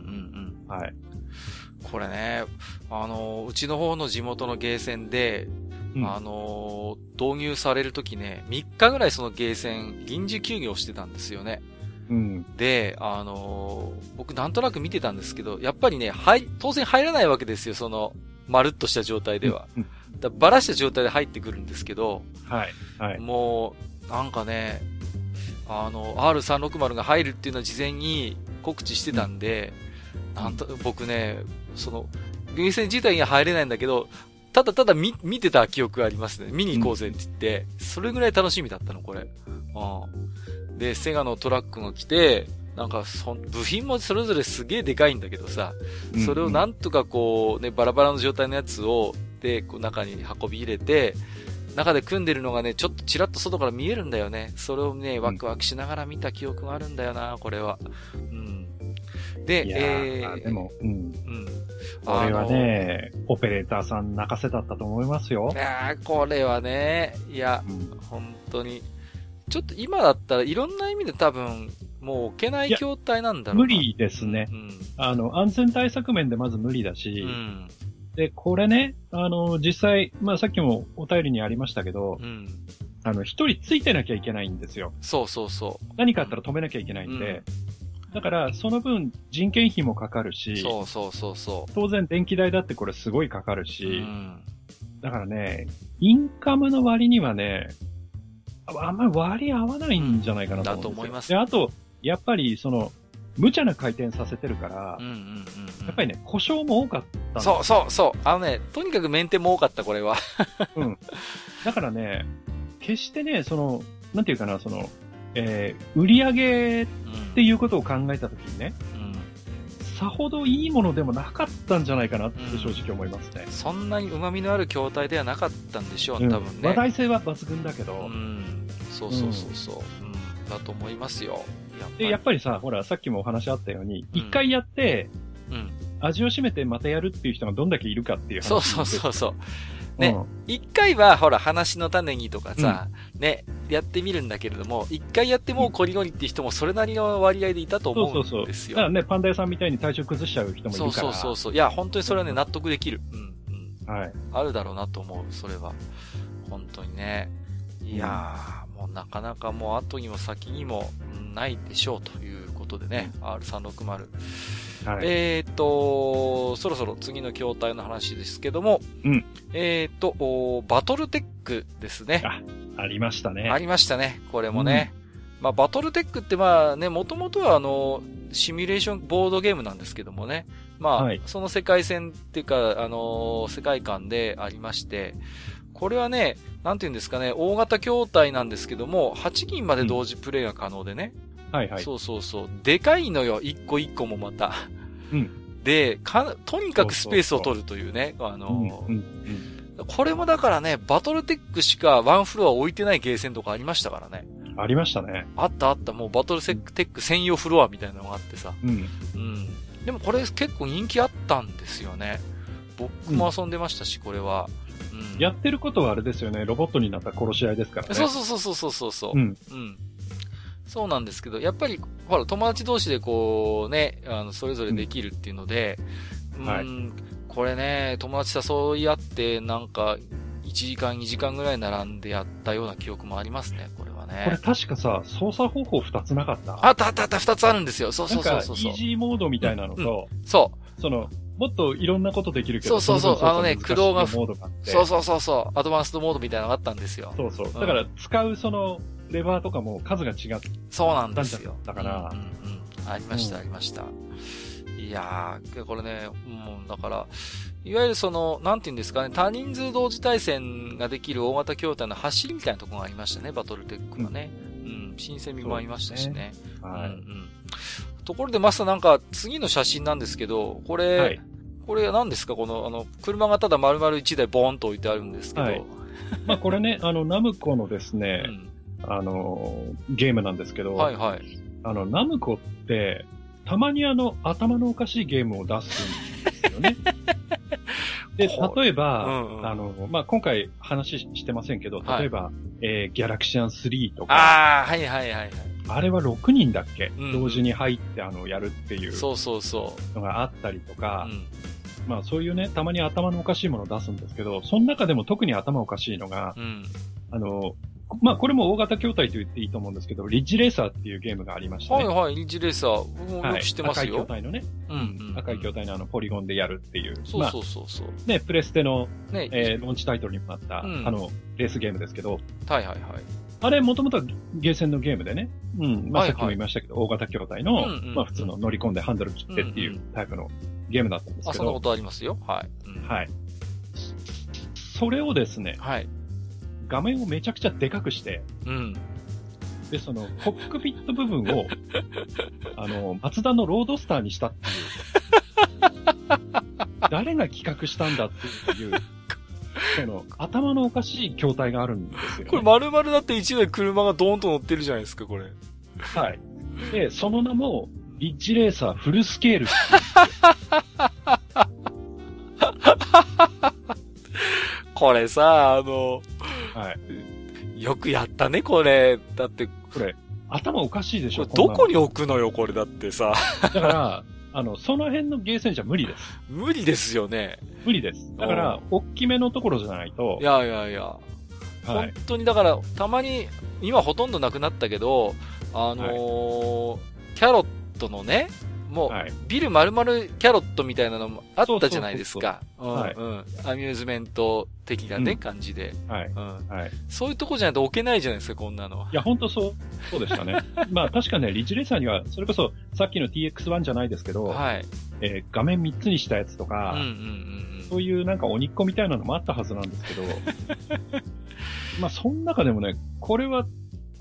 Speaker 2: うん。はい。
Speaker 1: これね、あの、うちの方の地元のゲーセンで、うん、あの、導入されるときね、みっかぐらいそのゲーセン臨時休業してたんですよね。うん、で、あのー、僕なんとなく見てたんですけど、やっぱりね、はい、当然入らないわけですよ、その、まるっとした状態では。うん、だバラした状態で入ってくるんですけど、はい、はい。もう、なんかね、あの、アールさんろくまる が入るっていうのは事前に告知してたんで、うん、なんと、僕ね、その、ゲーセン自体には入れないんだけど、ただただ見、見てた記憶がありますね。見に行こうぜって言って、うん、それぐらい楽しみだったの、これ。ああで、セガのトラックが来て、なんかそ、部品もそれぞれすげえでかいんだけどさ、それをなんとかこう、ね、バラバラの状態のやつを、で、こう中に運び入れて、中で組んでるのがね、ちょっとチラッと外から見えるんだよね。それをね、ワクワクしながら見た記憶があるんだよな、これは。うん。で、
Speaker 2: えー、でも、うん。うん。これはね、オペレーターさん泣かせだったと思いますよ。
Speaker 1: いやー、これはね、いや、うん、本当に。ちょっと今だったらいろんな意味で多分、もう置けない筐体なんだろうな。
Speaker 2: 無理ですね。うん、あの、安全対策面でまず無理だし、うん、で、これね、あの、実際、まあさっきもお便りにありましたけど、うん、あの、一人ついてなきゃいけないんですよ。
Speaker 1: そうそうそう。
Speaker 2: 何かあったら止めなきゃいけないんで、うん、だから、その分人件費もかかるし、
Speaker 1: そうそうそうそう。
Speaker 2: 当然電気代だってこれすごいかかるし、うん、だからね、インカムの割にはね、あんまり割り合わないんじゃないかなと思うんですよ。だと思います。で、あと、やっぱり、その、無茶な回転させてるから、うんうんうんうん、やっぱりね、故障も多かったん
Speaker 1: そうそうそう。あのね、とにかくメンテも多かった、これは。
Speaker 2: うん。だからね、決してね、その、なんていうかな、その、えー、売り上げっていうことを考えたときにね、うん、 さほどいいものでもなかったんじゃないかなって正直思いますね。
Speaker 1: うん、そんなに旨味のある筐体ではなかったんでしょう、うん、多分ね。
Speaker 2: 話題性は抜群だけど。
Speaker 1: うん。そうそうそうそう。うん、うん、だと思いますよ。
Speaker 2: やっで、やっぱりさ、ほら、さっきもお話あったように、一、うん、回やって、うん。味を占めてまたやるっていう人がどんだけいるかっていう話。
Speaker 1: そうそうそうそう。ね、一、うん、回はほら話の種にとかさ、うん、ね、やってみるんだけれども、一回やってもうコリゴリっていう人もそれなりの割合でいたと思うんですよ。そうそうそう。
Speaker 2: だからね、パンダ屋さんみたいに体調崩しちゃう人もいるから。
Speaker 1: そうそうそう。いや、本当にそれはね、納得できる。うん、うん。
Speaker 2: はい。
Speaker 1: あるだろうなと思う、それは。本当にね。いやー、もうなかなかもう後にも先にもないでしょうということでね、うん、アールさんろくまる。はい、えーと、そろそろ次の筐体の話ですけども、
Speaker 2: うん、
Speaker 1: えーと、バトルテックですね。
Speaker 2: あ、ありましたね。
Speaker 1: ありましたね。これもね。うん、まあ、バトルテックってまあね、もともとはあの、シミュレーションボードゲームなんですけどもね。まあ、はい、その世界線っていうか、あの、世界観でありまして、これはね、なんていうんですかね、大型筐体なんですけども、はちにんまで同時プレイが可能でね。
Speaker 2: うん、はいはい。
Speaker 1: そうそうそう。でかいのよ、一個一個もまた。
Speaker 2: うん。
Speaker 1: で、か、とにかくスペースを取るというね、そうそうそうあの、
Speaker 2: うんうんうん、
Speaker 1: これもだからね、バトルテックしかワンフロア置いてないゲーセンとかありましたからね。
Speaker 2: ありましたね。
Speaker 1: あったあった、もうバトルテック専用フロアみたいなのがあってさ。
Speaker 2: うん。
Speaker 1: うん。でもこれ結構人気あったんですよね。僕も遊んでましたし、これは。
Speaker 2: うん、やってることはあれですよね、ロボットになった殺し合いですからね。
Speaker 1: そうそうそうそうそうそう。
Speaker 2: うん。
Speaker 1: うん。そうなんですけど、やっぱり、ほら、友達同士でこう、ね、あの、それぞれできるっていうので、うん、
Speaker 2: はい、
Speaker 1: これね、友達誘い合って、なんか、いちじかん、にじかんぐらい並んでやったような記憶もありますね、これはね。
Speaker 2: これ確かさ、操作方法ふたつなかった？
Speaker 1: あったあったあった、ふたつあるんですよ。そうそうそうそう。
Speaker 2: なんか、イージーモードみたいなのと、
Speaker 1: うんうん、そう。
Speaker 2: その、もっといろんなことできるけど、
Speaker 1: そうそうそう、あのね、駆動が、
Speaker 2: モードがあって、
Speaker 1: そうそうそうそう、アドバンストモードみたいなのがあったんですよ。
Speaker 2: そうそう。だから、使うその、レバーとかも数が違った。
Speaker 1: そうなんですよ。
Speaker 2: だから、
Speaker 1: うんうんうん、ありました、ありました。いやー、これね、もう、だから、いわゆるその、なんていうんですかね、多人数同時対戦ができる大型筐体の走りみたいなところがありましたね、バトルテックのね。うん、うん、新鮮味もありましたしね。ね、
Speaker 2: はい、うんうん。
Speaker 1: ところでマスターなんか、次の写真なんですけど、これ、はい、これは何ですかこの、あの、車がただ丸々一台ボーンと置いてあるんですけど。はい、
Speaker 2: まあこれね、あの、ナムコのですね、うんあの、ゲームなんですけど、
Speaker 1: はいはい。
Speaker 2: あの、ナムコって、たまにあの、頭のおかしいゲームを出すんですよね。で、例えば、うんうん、あの、まあ、今回話してませんけど、例えば、はい、えー、ギャラクシアンスリーとか。
Speaker 1: ああ、はいはいはいはい。
Speaker 2: あれはろくにんだっけ、うん、同時に入って、あの、やるっていう。
Speaker 1: そうそうそう。
Speaker 2: のがあったりとか、うん、まあ、そういうね、たまに頭のおかしいものを出すんですけど、その中でも特に頭おかしいのが、うん、あの、まあ、これも大型筐体と言っていいと思うんですけど、リッジレーサーっていうゲームがありましてね。
Speaker 1: はいはい、リッジレーサー。もうよく知ってますよ。
Speaker 2: はい、赤い筐体のね。うん、うん。赤い筐体のあの、ポリゴンでやるっていう。
Speaker 1: そうそうそうそう、ま
Speaker 2: あ。ね、プレステの、ね、えー、ローンチタイトルにもなった、うん、あの、レースゲームですけど。
Speaker 1: はいはいはい。
Speaker 2: あれ、もともとはゲーセンのゲームでね。うん。まあ、さっきも言いましたけど、はいはい、大型筐体の、うんうん、まあ、普通の乗り込んでハンドル切ってっていうタイプのゲームだったんですけど。あ、
Speaker 1: そんなことありますよ。はい。
Speaker 2: うん、はい。それをですね。
Speaker 1: はい。
Speaker 2: 画面をめちゃくちゃでかくして、
Speaker 1: うん。
Speaker 2: で、その、コックピット部分を、あの、マツダのロードスターにしたっていう。誰が企画したんだっていう、その、頭のおかしい筐体があるんですよ、ね。
Speaker 1: これ丸々だって一台車がドーンと乗ってるじゃないですか、これ。
Speaker 2: はい。で、その名も、リッジレーサーフルスケール。
Speaker 1: これさ、あの、
Speaker 2: はい。
Speaker 1: よくやったね、これ。だって。
Speaker 2: これ、頭おかしいでしょ、
Speaker 1: これどこに置くのよ、これだってさ。
Speaker 2: だから、あの、その辺のゲーセンじゃ無理です。
Speaker 1: 無理ですよね。
Speaker 2: 無理です。だから、大きめのところじゃないと。
Speaker 1: いやいやいや。はい、本当にだから、たまに、今ほとんどなくなったけど、あのーはい、キャロットのね、もう、はい、ビル丸々キャロットみたいなのもあったじゃないですか。うんうん。アミューズメント的なね、うん、感じで。
Speaker 2: はい。うん。はい。
Speaker 1: そういうとこじゃないと置けないじゃないですか、こんなの。
Speaker 2: いや、ほんとそう、そうでしたね。まあ確かね、リッジレーサーには、それこそ、さっきの ティーエックスワン じゃないですけど、
Speaker 1: はい。
Speaker 2: えー、画面みっつにしたやつとか、
Speaker 1: うんうんうんうん、
Speaker 2: そういうなんか鬼っ子みたいなのもあったはずなんですけど、まあその中でもね、これは、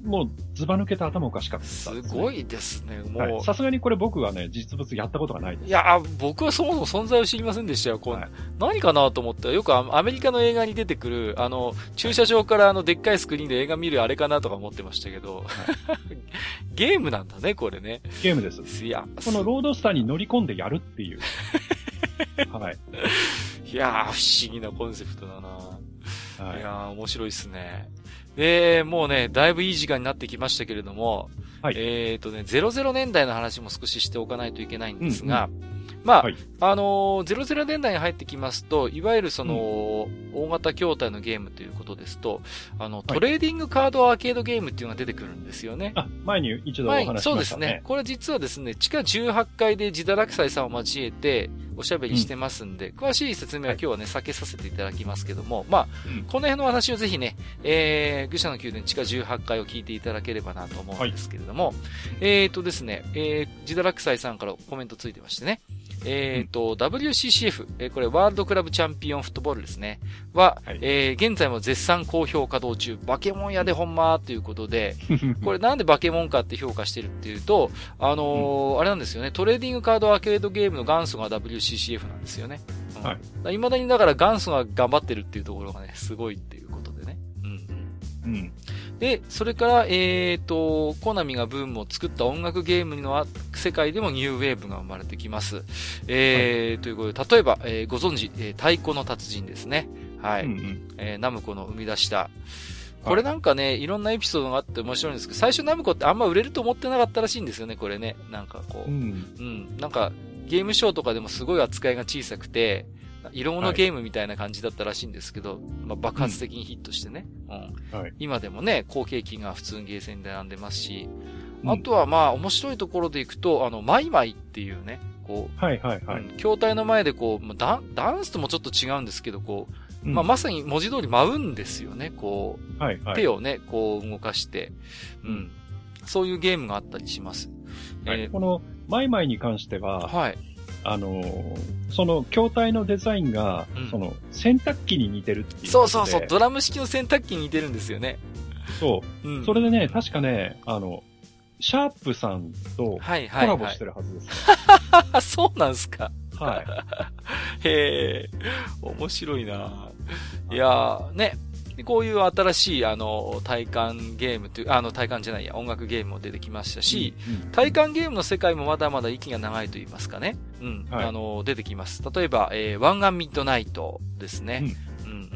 Speaker 2: もうズバ抜けて頭おかしかったですね。
Speaker 1: すごいですね、も
Speaker 2: う。さすがにこれ僕はね、実物やったことがないです。
Speaker 1: いや、僕はそもそも存在を知りませんでしたよ。こう、はい、何かなと思ったら、よくアメリカの映画に出てくる、あの、駐車場からあの、でっかいスクリーンで映画見るあれかなとか思ってましたけど、はい、ゲームなんだね、これね。
Speaker 2: ゲームです。いや、このロードスターに乗り込んでやるっていう。はい。
Speaker 1: いやー、不思議なコンセプトだな、はい、いやー、面白いですね。で、もうね、だいぶいい時間になってきましたけれども、はい、えっとね、ゼロゼロねんだいの話も少ししておかないといけないんですが、うんうん、まあ、はい、あのー、ゼロゼロねんだいに入ってきますと、いわゆるその、うん、大型筐体のゲームということですと、あの、トレーディングカードアーケードゲームっていうのが出てくるんですよね。
Speaker 2: あ、前に一度お話ししましたね。
Speaker 1: そうですね。これ実はですね、地下じゅうはちかいで自堕落斎さんを交えて、おしゃべりしてますんで、うん、詳しい説明は今日はね、避けさせていただきますけども、まあ、うん、この辺の話をぜひね、えー、愚者の宮殿地下じゅうはちかいを聞いていただければなと思うんですけれども、はい、えーとですね、えー、自堕落斎さんからコメントついてましてね、えーと、うん、ダブリューシーシーエフ、えー、これワールドクラブチャンピオンフットボールですね。は、はい、えー、現在も絶賛好評稼働中、バケモンやでほんまーということで、これなんでバケモンかって評価してるっていうと、あのーうん、あれなんですよね、トレーディングカードアーケードゲームの元祖が ダブリューシーシーエフ なんですよね。うん、はい。未だにだから元祖が頑張ってるっていうところがね、すごいっていうことでね。うん。うん。で、それから、えーと、コナミがブームを作った音楽ゲームの世界でもニューウェーブが生まれてきます。えー、はい、ということで、例えば、えー、ご存知、えー、太鼓の達人ですね。はい。うんうん、えー、ナムコの生み出した。これなんかね、いろんなエピソードがあって面白いんですけど、最初ナムコってあんま売れると思ってなかったらしいんですよね、これね。なんかこう。うん。うん。なんか、ゲームショーとかでもすごい扱いが小さくて、色物ゲームみたいな感じだったらしいんですけど、はい、まあ、爆発的にヒットしてね、うんはい、今でもね、後継機が普通にゲーセンで並んでますし、うん、あとはまあ面白いところでいくと、あの、マイマイっていうね、こう、
Speaker 2: はいはいはい。
Speaker 1: うん、筐体の前でこう、ダン、ダンスともちょっと違うんですけど、こう、うん、まあまさに文字通り舞うんですよね、こう、はいはい、手をね、こう動かして、うん、そういうゲームがあったりします。
Speaker 2: はい、えー、このマイマイに関しては、
Speaker 1: はい。
Speaker 2: あのー、その筐体のデザインが、うん、その洗濯機に似てるっていう。
Speaker 1: そうそうそう、ドラム式の洗濯機に似てるんですよね。
Speaker 2: そう。うん、それでね、確かね、あの、シャープさんとコラボしてるはずです、ね。
Speaker 1: はいはいはい、そうなんすか。
Speaker 2: はい。
Speaker 1: へえ、面白いな。いやー、ね。こういう新しい、あの、体感ゲームという、あの、体感じゃないや、音楽ゲームも出てきましたし、うんうん、体感ゲームの世界もまだまだ息が長いと言いますかね。うん。はい、あの、出てきます。例えば、えー、ワンガンミッドナイトですね。うん、うん、うんうん。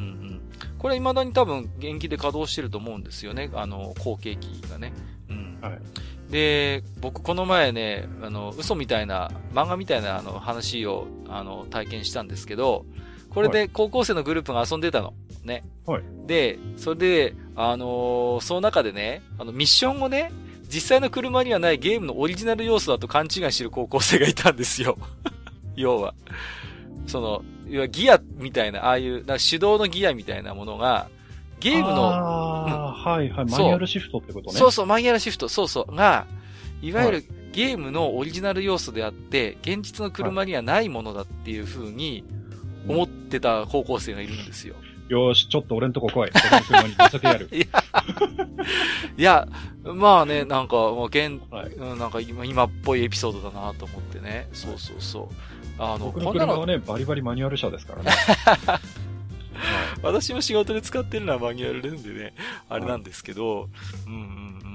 Speaker 1: これ未だに多分、元気で稼働してると思うんですよね。あの、後継機がね。うん。はい。で、僕この前ね、あの、嘘みたいな、漫画みたいなあの話を、あの、体験したんですけど、これで高校生のグループが遊んでたの。ね。はい。で、それで、あのー、その中でね、あの、ミッションをね、実際の車にはないゲームのオリジナル要素だと勘違いしてる高校生がいたんですよ。要は。その、要はギアみたいな、ああいう、手動のギアみたいなものが、ゲームの、
Speaker 2: ああ、うん、はいはい、マニュアルシフトってことね。
Speaker 1: そうそう、マニュアルシフト、そうそう、が、いわゆるゲームのオリジナル要素であって、現実の車にはないものだっていう風に思ってた高校生がいるんですよ。
Speaker 2: よーし、ちょっと俺んとこ来い。俺の車に乗せてやる。
Speaker 1: いや、いや、まあね、なんか、もう現、はい、なんか今、今っぽいエピソードだなと思ってね。そうそうそう。
Speaker 2: あの、僕の車はね、バリバリマニュアル車ですからね。はい、
Speaker 1: 私も仕事で使ってるのはマニュアルなんでね、あれなんですけど、はい、うんうんうん。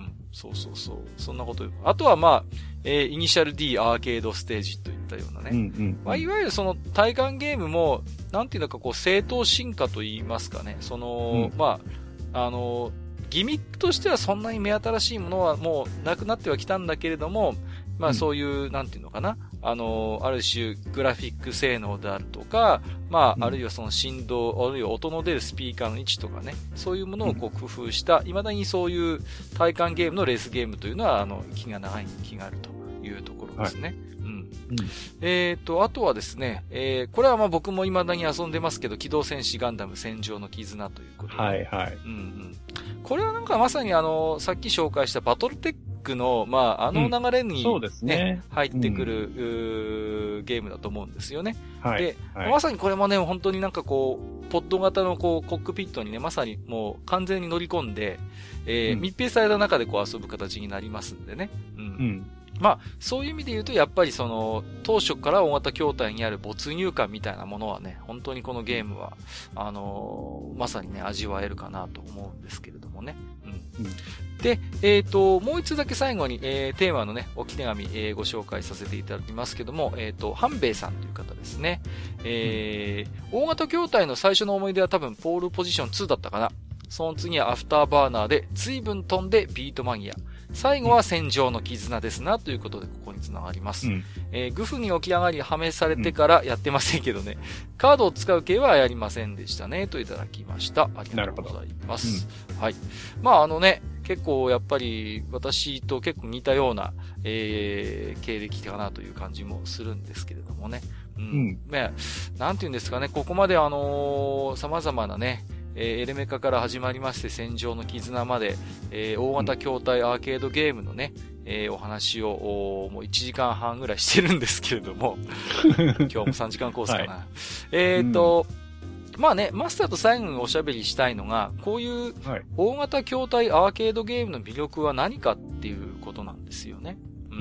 Speaker 1: そうそうそう。そんなこと。あとはまあ、えー、イニシャル D アーケードステージといったようなね。うんうんうん、まあ、いわゆるその体感ゲームも、なんていうのかこう、正当進化と言いますかね。その、うん、まあ、あの、ギミックとしてはそんなに目新しいものはもうなくなってはきたんだけれども、まあそういう、うん、なんていうのかな。あの、ある種、グラフィック性能であるとか、まあ、あるいはその振動、あるいは音の出るスピーカーの位置とかね、そういうものをこう工夫した、未だにそういう体感ゲームのレースゲームというのは、あの、気が長い気があるというところですね。はい、うん。うん、えっと、あとはですね、えー、これはまあ僕も未だに遊んでますけど、機動戦士ガンダム戦場の絆ということで。
Speaker 2: はいはい。
Speaker 1: うんうん。これはなんかまさにあの、さっき紹介したバトルテックの、まあ、あの流れに、ね、うん、そうですね。入ってくる、うん、ゲームだと思うんですよね。はい。で、はい、まさにこれもね、本当になんかこう、ポッド型のこう、コックピットにね、まさにもう完全に乗り込んで、えー、うん、密閉された中でこう遊ぶ形になりますんでね。うん。うんまあ、そういう意味で言うと、やっぱりその、当初から大型筐体にある没入感みたいなものはね、本当にこのゲームは、あのー、まさにね、味わえるかなと思うんですけれどもね。うん。うん、で、えっ、ー、と、もう一つだけ最後に、えー、テーマのね、置き手紙、えー、ご紹介させていただきますけども、えっ、ー、と、半兵衛さんという方ですね。えー、うん、大型筐体の最初の思い出は多分、ポールポジションツーだったかな。その次はアフターバーナーで、随分飛んでビートマギア。最後は戦場の絆ですな、ということでここに繋がります。うん、えー、グフに起き上がり破滅されてからやってませんけどね、うん、カードを使う系はやりませんでしたね、といただきました。ありがとうございます。うん、はい。まああのね、結構やっぱり私と結構似たような、えー、経歴かなという感じもするんですけれどもね。うん。うん、ね、なんていうんですかね、ここまであのー、様々なね、えー、エレメカから始まりまして戦場の絆まで、えー、大型筐体アーケードゲームのね、えー、お話をもういちじかんはんぐらいしてるんですけれども今日もさんじかんコースかな、はい、えーと、うん、まあね、マスターと最後におしゃべりしたいのがこういう大型筐体アーケードゲームの魅力は何かっていうことなんですよね。うん、うん、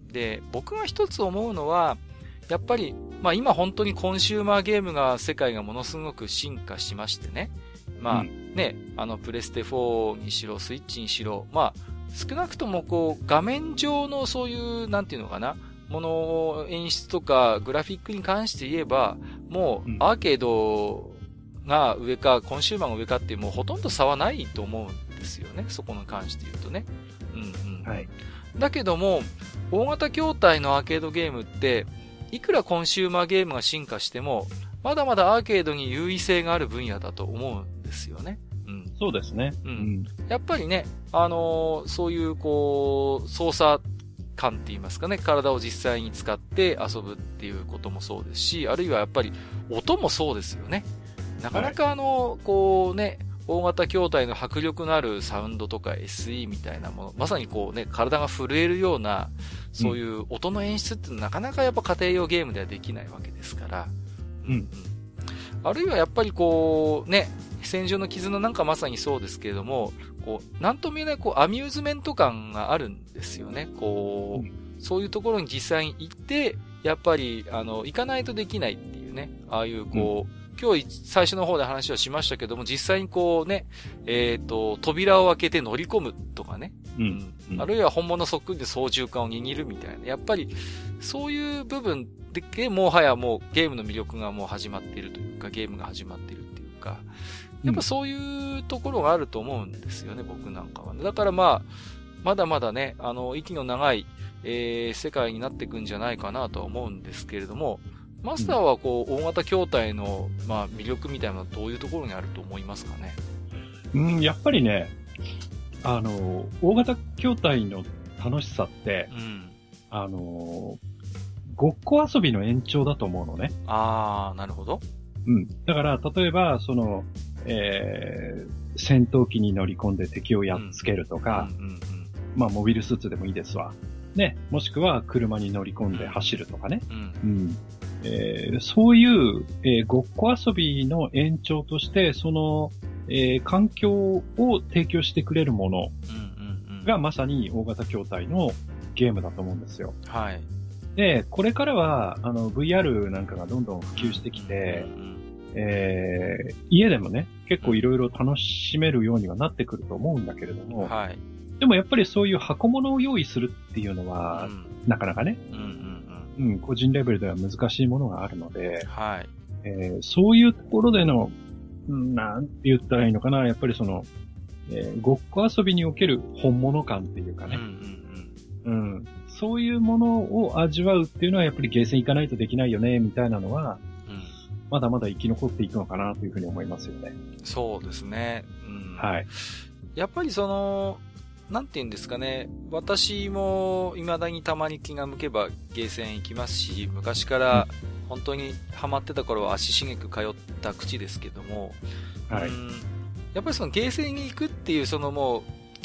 Speaker 1: で、僕が一つ思うのはやっぱり、まあ今本当にコンシューマーゲームが世界がものすごく進化しましてね。まあね、うん、あのプレステフォーにしろスイッチにしろ、まあ少なくともこう画面上のそういうなんていうのかな、もの演出とかグラフィックに関して言えば、もうアーケードが上かコンシューマーが上かっていうもうほとんど差はないと思うんですよね。そこに関して言うとね。うんうん。はい。だけども大型筐体のアーケードゲームっていくらコンシューマーゲームが進化しても、まだまだアーケードに優位性がある分野だと思うんですよね。うん。
Speaker 2: そうですね。
Speaker 1: うん。やっぱりね、あのー、そういう、こう、操作感って言いますかね、体を実際に使って遊ぶっていうこともそうですし、あるいはやっぱり音もそうですよね。なかなかあの、はい、こうね、大型筐体の迫力のあるサウンドとか エスイー みたいなもの、まさにこうね、体が震えるような、そういう音の演出ってなかなかやっぱ家庭用ゲームではできないわけですから。うん、うん。あるいはやっぱりこう、ね、戦場の絆なんかまさにそうですけれども、こう、なんとも言えないこう、アミューズメント感があるんですよね。こう、うん、そういうところに実際に行って、やっぱり、あの、行かないとできないっていうね、ああいうこう、うん今日最初の方で話をしましたけども、実際にこうね、えっと、扉を開けて乗り込むとかね。うん。うん、あるいは本物そっくりで操縦桿を握るみたいな。やっぱり、そういう部分で、もはやもうゲームの魅力がもう始まっているというか、ゲームが始まっているっていうか、やっぱそういうところがあると思うんですよね、僕なんかはね。だからまあ、まだまだね、あの、息の長い、えー、世界になっていくんじゃないかなとは思うんですけれども、マスターはこう、大型筐体の、まあ、魅力みたいなのはどういうところにあると思いますかね？
Speaker 2: うん、やっぱりね、あの、大型筐体の楽しさって、うん、あの、ごっこ遊びの延長だと思うのね。
Speaker 1: ああ、なるほど。
Speaker 2: うん。だから、例えば、その、えー、戦闘機に乗り込んで敵をやっつけるとか、うんうんうんうん、まあ、モビルスーツでもいいですわ。ね。もしくは、車に乗り込んで走るとかね。うん。うんえー、そういう、えー、ごっこ遊びの延長として、その、えー、環境を提供してくれるものがまさに大型筐体のゲームだと思うんですよ。はい。で、これからは、あの、ブイアール なんかがどんどん普及してきて、うんうんうんえー、家でもね、結構いろいろ楽しめるようにはなってくると思うんだけれども、はい。でもやっぱりそういう箱物を用意するっていうのは、うん、なかなかね、うんうん、個人レベルでは難しいものがあるので、はいえー、そういうところでの、なんて言ったらいいのかな、やっぱりその、えー、ごっこ遊びにおける本物感っていうかね、うんうんうんうん、そういうものを味わうっていうのはやっぱりゲーセン行かないとできないよね、みたいなのは、うん、まだまだ生き残っていくのかなというふうに思いますよね。
Speaker 1: そうですね。うん、
Speaker 2: はい。
Speaker 1: やっぱりその、なんて言うんですかね。私も未だにたまに気が向けばゲーセン行きますし、昔から本当にハマってた頃は足しげく通った口ですけども、はい、うんやっぱりそのゲーセンに行くっていうそのもう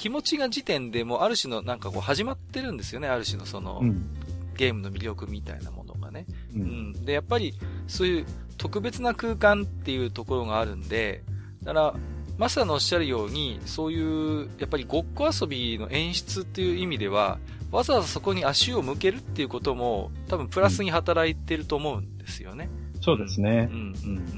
Speaker 1: 気持ちが時点でもうある種のなんかこう始まってるんですよね。ある種のその、うん、ゲームの魅力みたいなものがね。うん、うん。で、やっぱりそういう特別な空間っていうところがあるんで、だから、マスターのおっしゃるように、そういう、やっぱりごっこ遊びの演出っていう意味では、わざわざそこに足を向けるっていうことも、多分プラスに働いてると思うんですよね。
Speaker 2: うん、そうですね。
Speaker 1: うん、うん、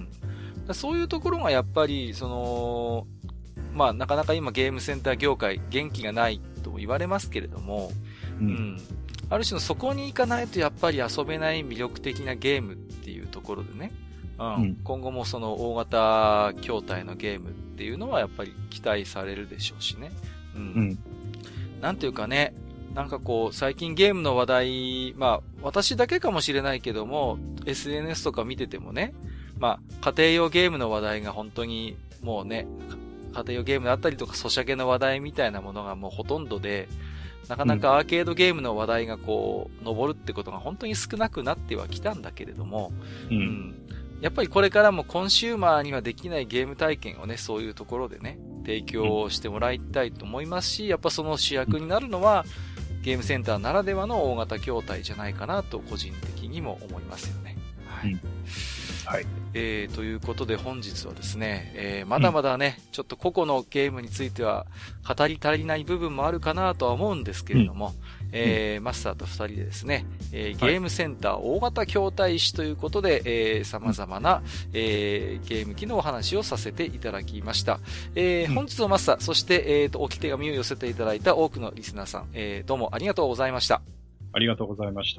Speaker 1: うん。そういうところがやっぱり、その、まあ、なかなか今ゲームセンター業界、元気がないとも言われますけれども、うん、うん。ある種のそこに行かないとやっぱり遊べない魅力的なゲームっていうところでね、うん、うん、今後もその大型筐体のゲームっていうのはやっぱり期待されるでしょうしね。うん。うん、なんていうかね、なんかこう最近ゲームの話題、まあ私だけかもしれないけども エスエヌエス とか見ててもね、まあ家庭用ゲームの話題が本当にもうね、家庭用ゲームだったりとかソシャゲの話題みたいなものがもうほとんどで、なかなかアーケードゲームの話題がこう上るってことが本当に少なくなってはきたんだけれども、うん、うんやっぱりこれからもコンシューマーにはできないゲーム体験をね、そういうところでね、提供してもらいたいと思いますし、やっぱその主役になるのは、ゲームセンターならではの大型筐体じゃないかなと個人的にも思いますよね。はい。うん、はい。えー、ということで本日はですね、えー、まだまだね、うん、ちょっと個々のゲームについては語り足りない部分もあるかなとは思うんですけれども、うんえーうん、マスターと二人でですね、えー、ゲームセンター大型筐体誌ということで、えー、様々な、えー、ゲーム機のお話をさせていただきました。えー、本日のマスター、そして、えーと、置き手紙を寄せていただいた多くのリスナーさん、えー、どうもありがとうございました。
Speaker 2: ありがとうございました。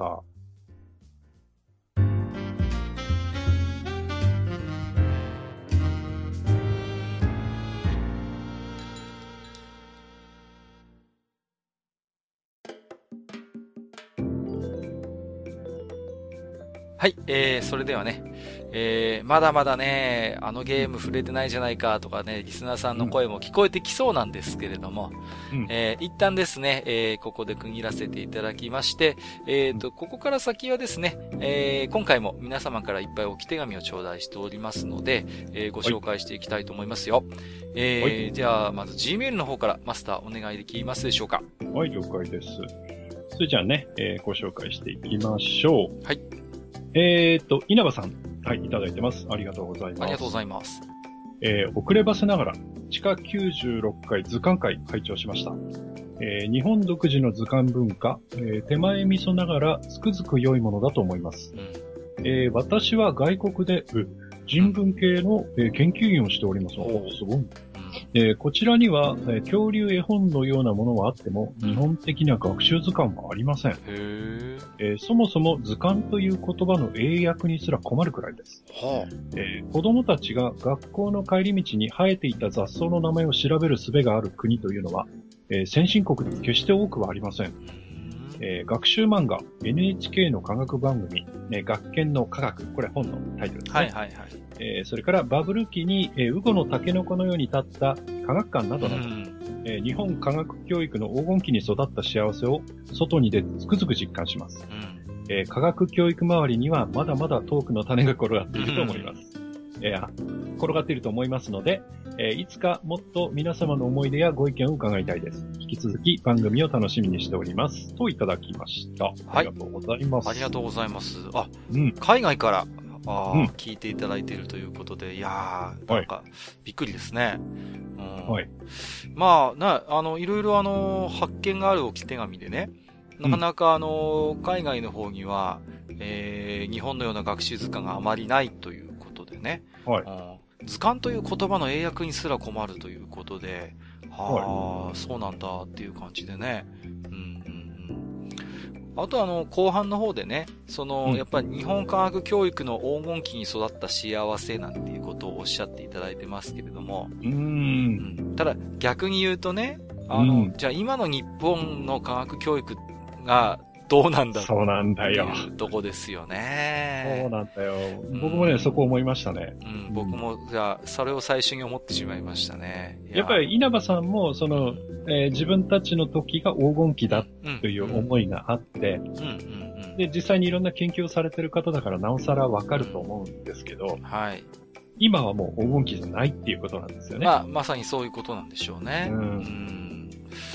Speaker 1: はい、えー、それではね、えー、まだまだね、あのゲーム触れてないじゃないかとかね、リスナーさんの声も聞こえてきそうなんですけれども、うんえー、一旦ですね、えー、ここで区切らせていただきまして、えーと、ここから先はですね、えー、今回も皆様からいっぱい置き手紙を頂戴しておりますので、えー、ご紹介していきたいと思いますよ。えー、じゃあ、まず Gmail の方からマスターお願いできますでしょうか。
Speaker 2: はい、了解です。それじゃあね、えー、ご紹介していきましょう。
Speaker 1: はい。
Speaker 2: えーと、稲葉さん。はい、いただいてます。ありがとうございます。
Speaker 1: ありがとうございます。
Speaker 2: えー、遅ればせながら、地下きゅうじゅうろっかい図鑑会拝聴しました。えー、日本独自の図鑑文化、えー、手前味噌ながらつくづく良いものだと思います。うんえー、私は外国で、人文系の、えー、研究員をしております。おすごい。えー、こちらには、えー、恐竜絵本のようなものはあっても、日本的な学習図鑑はありません。へーえー、そもそも図鑑という言葉の英訳にすら困るくらいです。はあえー、子供たちが学校の帰り道に生えていた雑草の名前を調べる術がある国というのは、えー、先進国で決して多くはありません。えー、学習漫画、エヌエイチケー の科学番組、ね、学研の科学、これ本のタイトルですね。はいはいはい。えー、それからバブル期に、えー、ウゴのタケノコのように立った科学館などなど、えー、日本科学教育の黄金期に育った幸せを外に出てつくづく実感します。うんえー、科学教育周りにはまだまだトークの種が転がっていると思います。えー、転がっていると思いますので、えー、いつかもっと皆様の思い出やご意見を伺いたいです。引き続き番組を楽しみにしております。といただきました。はい。ありがとうございます。
Speaker 1: ありがとうございます。あ、うん、海外から、あうん、聞いていただいているということで、いやー、なんか、はい、びっくりですね。うん、はい。まあ、な、あの、いろいろあの、発見がある置き手紙でね、なかなかあの、海外の方には、えー、日本のような学習図鑑があまりないということでね。はい。うん、図鑑という言葉の英訳にすら困るということで、はあ、はい、そうなんだっていう感じでね。うんうんうん、あとあの、後半の方でね、その、うん、やっぱり日本科学教育の黄金期に育った幸せなんていうことをおっしゃっていただいてますけれども。うーんうん、ただ逆に言うとね、あの、うん、じゃあ今の日本の科学教育がどうなんだ
Speaker 2: そうなんだよ。
Speaker 1: とこですよね。
Speaker 2: そうなんだよ。僕もね、うん、そこ思いましたね。
Speaker 1: うん、僕も、じゃあ、それを最初に思ってしまいましたね。
Speaker 2: やっぱり稲葉さんも、その、えー、自分たちの時が黄金期だという思いがあって、で、実際にいろんな研究をされてる方だからなおさらわかると思うんですけど、はい。今はもう黄金期じゃないっていうことなんですよね。
Speaker 1: まあ、まさにそういうことなんでしょうね。うん。うん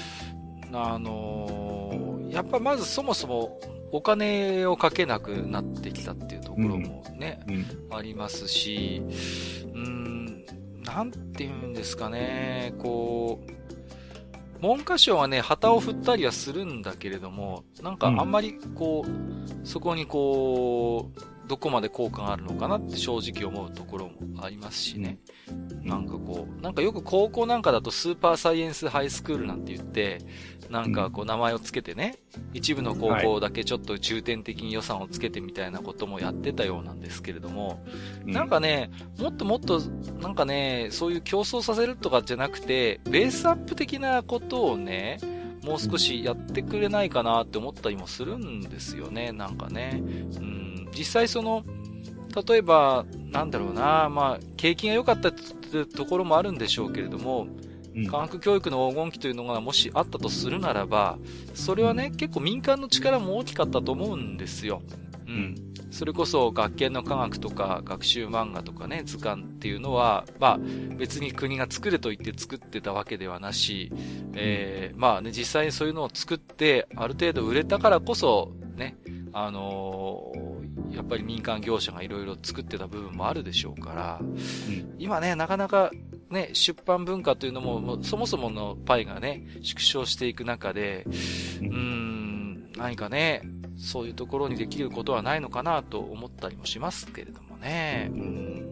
Speaker 1: あのー、やっぱまずそもそもお金をかけなくなってきたっていうところもね、うんうん、ありますし、うーん、なんて言うんですかね、こう、文科省はね、旗を振ったりはするんだけれども、なんかあんまりこう、うん、そこにこう、どこまで効果があるのかなって正直思うところもありますしね。うん、なんかこう、なんかよく高校なんかだとスーパーサイエンスハイスクールなんて言って、なんかこう名前をつけてね、一部の高校だけちょっと重点的に予算をつけてみたいなこともやってたようなんですけれども、なんかね、もっともっと、なんかね、そういう競争させるとかじゃなくて、ベースアップ的なことをね、もう少しやってくれないかなって思ったりもするんですよね、なんかね。うん、実際その、例えば、なんだろうな、まあ、景気が良かったってところもあるんでしょうけれども、科学教育の黄金期というのがもしあったとするならば、それはね、結構民間の力も大きかったと思うんですよ。うん。それこそ学研の科学とか学習漫画とかね、図鑑っていうのは、まあ別に国が作れと言って作ってたわけではなし、えー、まあね、実際にそういうのを作ってある程度売れたからこそ、ね、あのー、やっぱり民間業者がいろいろ作ってた部分もあるでしょうから、うん、今ね、なかなかね、出版文化というのも、もうそもそものパイがね、縮小していく中で、うーん、何かね、そういうところにできることはないのかなと思ったりもしますけれどもね。うん、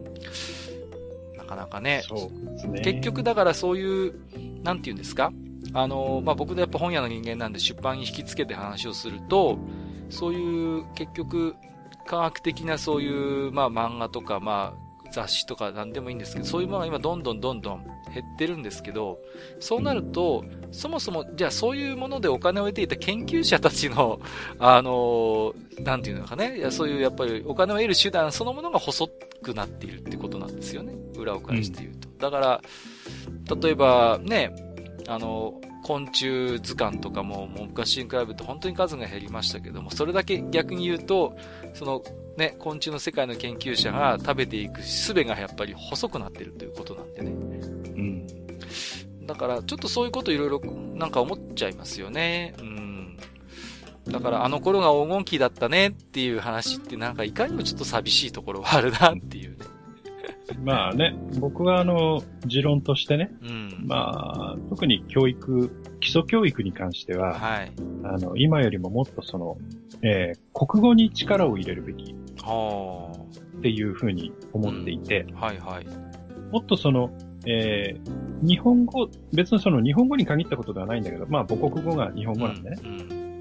Speaker 1: なかなかね、
Speaker 2: そうですね。
Speaker 1: 結局だからそういう、なんて言うんですか、あの、まあ、僕でやっぱ本屋の人間なんで出版に引きつけて話をすると、そういう結局科学的なそういう、まあ、漫画とか、まあ、雑誌とか何でもいいんですけど、そういうものが今どんどんどんどん減ってるんですけど、そうなると、そもそも、じゃあそういうものでお金を得ていた研究者たちの、あの、なんていうのかね、いやそういうやっぱりお金を得る手段そのものが細くなっているってことなんですよね。裏を返して言うと。うん、だから、例えばね、あの、昆虫図鑑とかも、もう昔に比べると本当に数が減りましたけども、それだけ逆に言うと、そのね、昆虫の世界の研究者が食べていく術がやっぱり細くなってるということなんでね。うん。だからちょっとそういうこといろいろなんか思っちゃいますよね。うん。だからあの頃が黄金期だったねっていう話ってなんかいかにもちょっと寂しいところはあるなっていうね。
Speaker 2: まあね、僕はあの、持論としてね、うん、まあ、特に教育、基礎教育に関しては、はい、あの、今よりももっとその、えー、国語に力を入れるべき、っていうふうに思っていて、うん、はいはい。もっとその、えー、日本語、別にその日本語に限ったことではないんだけど、まあ母国語が日本語なんでね、うんうん、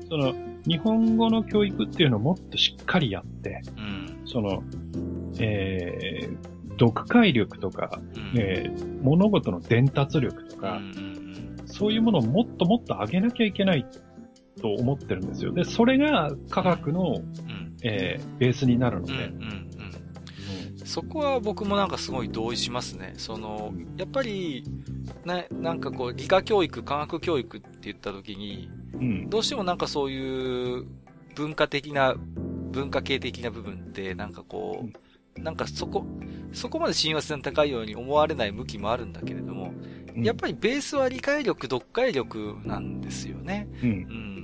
Speaker 2: その、日本語の教育っていうのをもっとしっかりやって、うん、その、えー、読解力とか、うんえー、物事の伝達力とか、うんうんうん、そういうものをもっともっと上げなきゃいけないと思ってるんですよ。で、それが科学の、うんえー、ベースになるので、うんうん
Speaker 1: うん、そこは僕もなんかすごい同意しますね。その、やっぱり、ね、なんかこう、理科教育、科学教育って言った時に、うん、どうしてもなんかそういう文化的な、文化系的な部分って、なんかこう、うんなんかそこ、そこまで親和性の高いように思われない向きもあるんだけれども、うん、やっぱりベースは理解力、読解力なんですよね。
Speaker 2: うん。うん、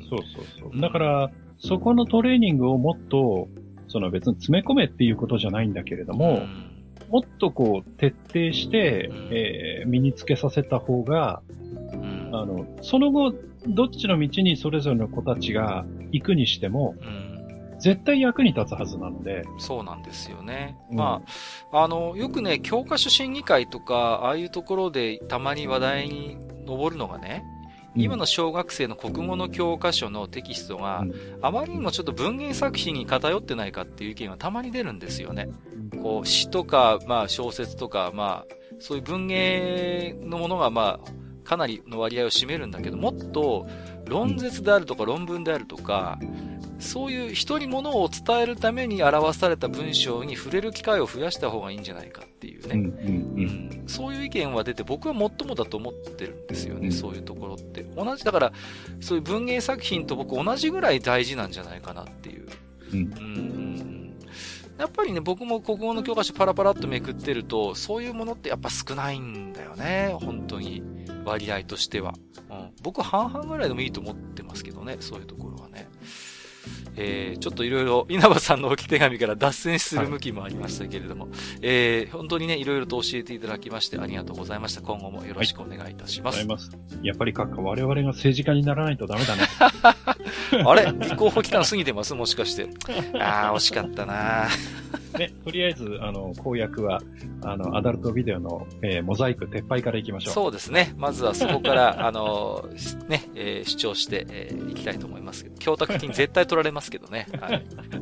Speaker 2: そうそうそう。だから、そこのトレーニングをもっと、その別に詰め込めっていうことじゃないんだけれども、うん、もっとこう徹底して、うん、えー、身につけさせた方が、うん、あの、その後、どっちの道にそれぞれの子たちが行くにしても、うん絶対役に立つはずなので。
Speaker 1: そうなんですよね。うん、まあ、あの、よくね、教科書審議会とか、ああいうところでたまに話題に上るのがね、うん、今の小学生の国語の教科書のテキストが、うん、あまりにもちょっと文芸作品に偏ってないかっていう意見がたまに出るんですよね。こう、詩とか、まあ小説とか、まあ、そういう文芸のものが、まあ、かなりの割合を占めるんだけど、もっと論説であるとか論文であるとか、そういう人に物を伝えるために表された文章に触れる機会を増やした方がいいんじゃないかっていうね。うんうんうんうん、そういう意見は出て僕は最もだと思ってるんですよね、うん、そういうところって。同じ、だから、そういう文芸作品と僕同じぐらい大事なんじゃないかなっていう。うんうん、やっぱりね、僕も国語の教科書パラパラっとめくってると、そういうものってやっぱ少ないんだよね、本当に。割合としては。うん、 僕は半々ぐらいでもいいと思ってますけどね、そういうところはね。えー、ちょっといろいろ稲葉さんの置き手紙から脱線する向きもありましたけれども、はい、えー、本当にね、いろいろと教えていただきましてありがとうございました。今後もよろしくお願いいたします。
Speaker 2: はい、ありがとうございます。やっぱり閣下、我々が政治家にならないとダメだね。
Speaker 1: あれ立候補期間過ぎてますもしかして。あー、惜しかったな
Speaker 2: ね、とりあえず、あの、公約は、あの、アダルトビデオの、えー、モザイク撤廃からいきましょう。
Speaker 1: そうですね。まずはそこから、あの、ね、えー、主張して、えー、いきたいと思いますけど、供託金絶対取られますけどね。はい。はい。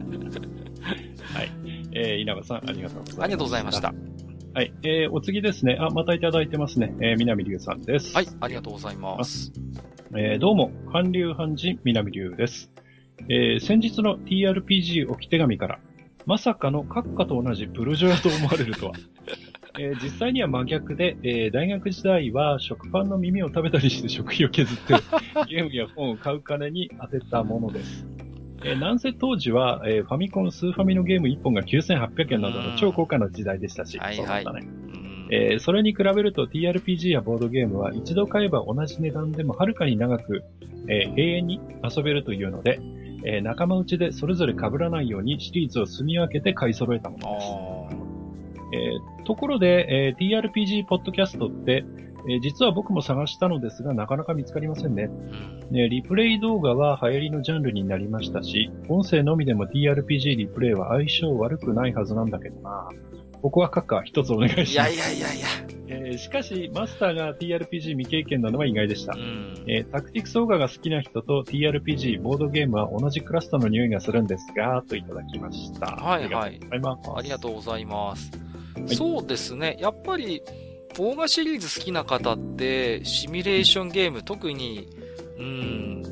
Speaker 2: えー、稲葉さん、ありがとうございました。
Speaker 1: ありがとうございました。
Speaker 2: はい。えー、お次ですね。あ、またいただいてますね。えー、南龍さんです。
Speaker 1: はい、ありがとうございます。
Speaker 2: えー、どうも、韓流韓人南龍です。えー、先日の ティーアールピージー 置き手紙から、まさかの閣下と同じブルジョアと思われるとは。えー、実際には真逆で、えー、大学時代は食パンの耳を食べたりして食費を削って、ゲームや本を買う金に当てたものです。えー、なんせ当時は、えー、ファミコン、スーファミのゲームいっぽんがきゅうせんはっぴゃくえんなどの超高価な時代でしたし、
Speaker 1: はいはい、
Speaker 2: そうだったね。えー、それに比べると ティーアールピージー やボードゲームは一度買えば同じ値段でもはるかに長く、えー、永遠に遊べるというので、えー、仲間内でそれぞれ被らないようにシリーズを住み分けて買い揃えたものです。えー、ところで、えー、ティーアールピージー ポッドキャストって、えー、実は僕も探したのですがなかなか見つかりませんね。ね、リプレイ動画は流行りのジャンルになりましたし、音声のみでも ティーアールピージー リプレイは相性悪くないはずなんだけどな。僕は閣下一つお願いします。い
Speaker 1: やいやいやいや。
Speaker 2: えー、しかし、マスターが ティーアールピージー 未経験なのは意外でした。うんえー、タクティクスオーガが好きな人と ティーアールピージー ボードゲームは同じクラスターの匂いがするんですが、といただきました。
Speaker 1: はいはい。
Speaker 2: ありがとうございます。
Speaker 1: ありがとうございます。はい、そうですね。やっぱり、オーガシリーズ好きな方って、シミュレーションゲーム、特に、うん、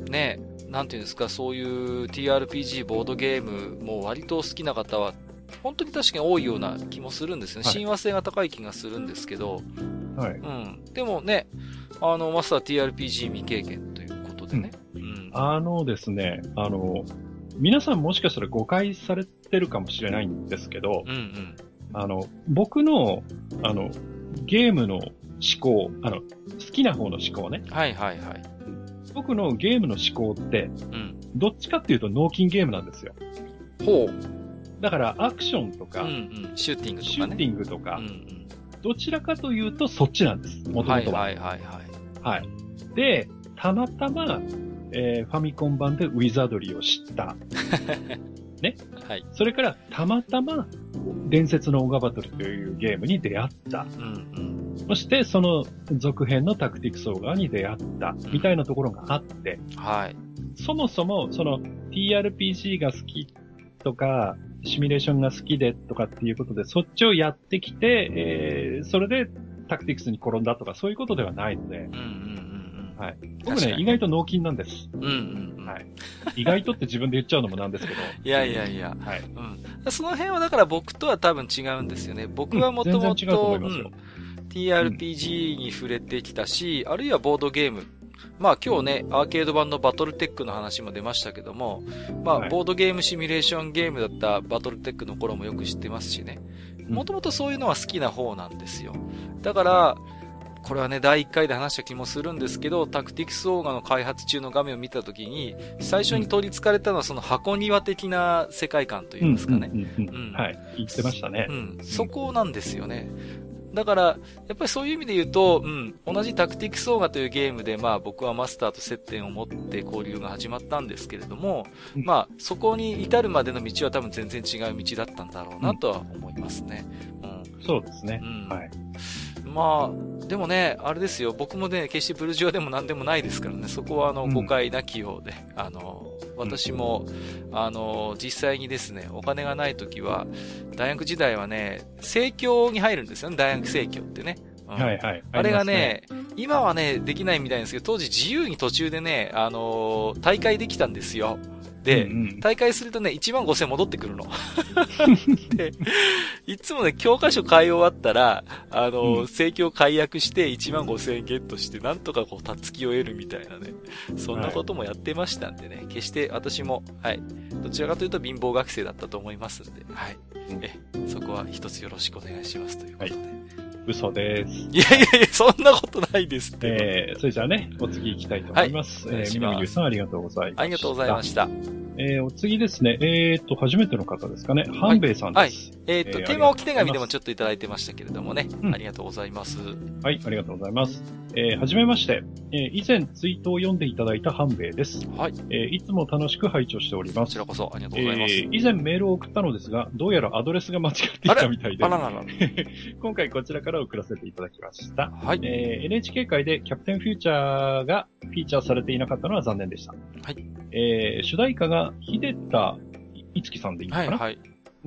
Speaker 1: ね、なんていうんですか、そういう ティーアールピージー ボードゲームも割と好きな方は、本当に確かに多いような気もするんですね。はい、親和性が高い気がするんですけど。はい。うん。でもね、あの、マスター ティーアールピージー 未経験ということでね。うん。うん、
Speaker 2: あのですね、あの、皆さんもしかしたら誤解されてるかもしれないんですけど、うんうん。あの、僕の、あの、ゲームの思考、あの、好きな方の思考ね。
Speaker 1: はいはいはい。
Speaker 2: 僕のゲームの思考って、うん。どっちかっていうと脳筋ゲームなんですよ。
Speaker 1: ほう。
Speaker 2: だからアクションとか、うんう
Speaker 1: ん、シューティングとか、ね、
Speaker 2: シューティングとか、うんうん、どちらかというとそっちなんです。元々は。はいはいはいはい。はい。で、たまたま、えー、ファミコン版でウィザードリーを知った。ね。はい。それからたまたま伝説のオーガバトルというゲームに出会った。うんうん、そしてその続編のタクティクスオーガーに出会った。みたいなところがあって、うん、はい。そもそもその ティーアールピージー が好きとか、シミュレーションが好きでとかっていうことで、そっちをやってきて、えー、それでタクティクスに転んだとか、そういうことではないので、うんうんうんうん、はい。僕ね、意外と脳筋なんです。うんうんうん、はい。意外とって自分で言っちゃうのもなんですけど。
Speaker 1: いやいやいや。はい。うん。その辺はだから僕とは多分違うんですよね。僕はもともと、ティーアールピージー に触れてきたし、うん、あるいはボードゲーム、まあ今日ね、アーケード版のバトルテックの話も出ましたけども、まあボードゲームシミュレーションゲームだったバトルテックの頃もよく知ってますしね。もともとそういうのは好きな方なんですよ。だから、これはね、だいいっかいで話した気もするんですけど、タクティクスオーガの開発中の画面を見たときに、最初に取り憑かれたのはその箱庭的な世界観といいますかね。
Speaker 2: はい。言ってましたね。
Speaker 1: うん。そこなんですよね。だから、やっぱりそういう意味で言うと、うん、同じタクティクスオーガというゲームで、まあ僕はマスターと接点を持って交流が始まったんですけれども、うん、まあそこに至るまでの道は多分全然違う道だったんだろうなとは思いますね。
Speaker 2: うん、そうですね。うん、はい。
Speaker 1: まあ、でもね、あれですよ、僕もね、決してブルジョアでも何でもないですからね、そこはあの、誤解なきようで、うん、あの、私も、うん、あの、実際にですね、お金がない時は、大学時代はね、生協に入るんですよね、大学生協ってね。うん、はいはい。あれがね、今はね、できないみたいですけど、当時自由に途中でね、あの、大会できたんですよ。で、うんうん、大会するとね、いちまんごせん戻ってくるの。で、いつもね、教科書買い終わったら、あの、うん、生協解約していちまんごせんえんゲットして、なんとかこう、たつきを得るみたいなね。そんなこともやってましたんでね、はい、決して私も、はい、どちらかというと貧乏学生だったと思いますんで、はい。うん、え、そこは一つよろしくお願いしますということで。はい、
Speaker 2: 嘘です。
Speaker 1: いやいやいや、そんなことないですって。
Speaker 2: えー、それじゃあね、お次行きたいと思います。はい、えー、みなみりゅうさんありがとうございました。
Speaker 1: ありがとうございました。
Speaker 2: えー、お次ですね。えーと、初めての方ですかね。半兵衛さんです。
Speaker 1: はい。はい、えーと、えー、テーマ置き手紙でもちょっといただいてましたけれどもね。うん、ありがとうございます。
Speaker 2: はい、ありがとうございます。えー、はじめまして。えー、以前ツイートを読んでいただいた半兵衛です。
Speaker 1: はい。
Speaker 2: えー、いつも楽しく拝聴しております。こ
Speaker 1: ちらこそありがとうございます。
Speaker 2: えー、以前メールを送ったのですが、どうやらアドレスが間違っていたみたいで。
Speaker 1: あらららら
Speaker 2: 今回こちらから送らせていただきました。
Speaker 1: はい。
Speaker 2: えー、エヌエイチケー 界でキャプテンフューチャーがフィーチャーされていなかったのは残念でした。
Speaker 1: はい。
Speaker 2: えー、主題歌が秀田いつきさんでいいのかな、はい、はい。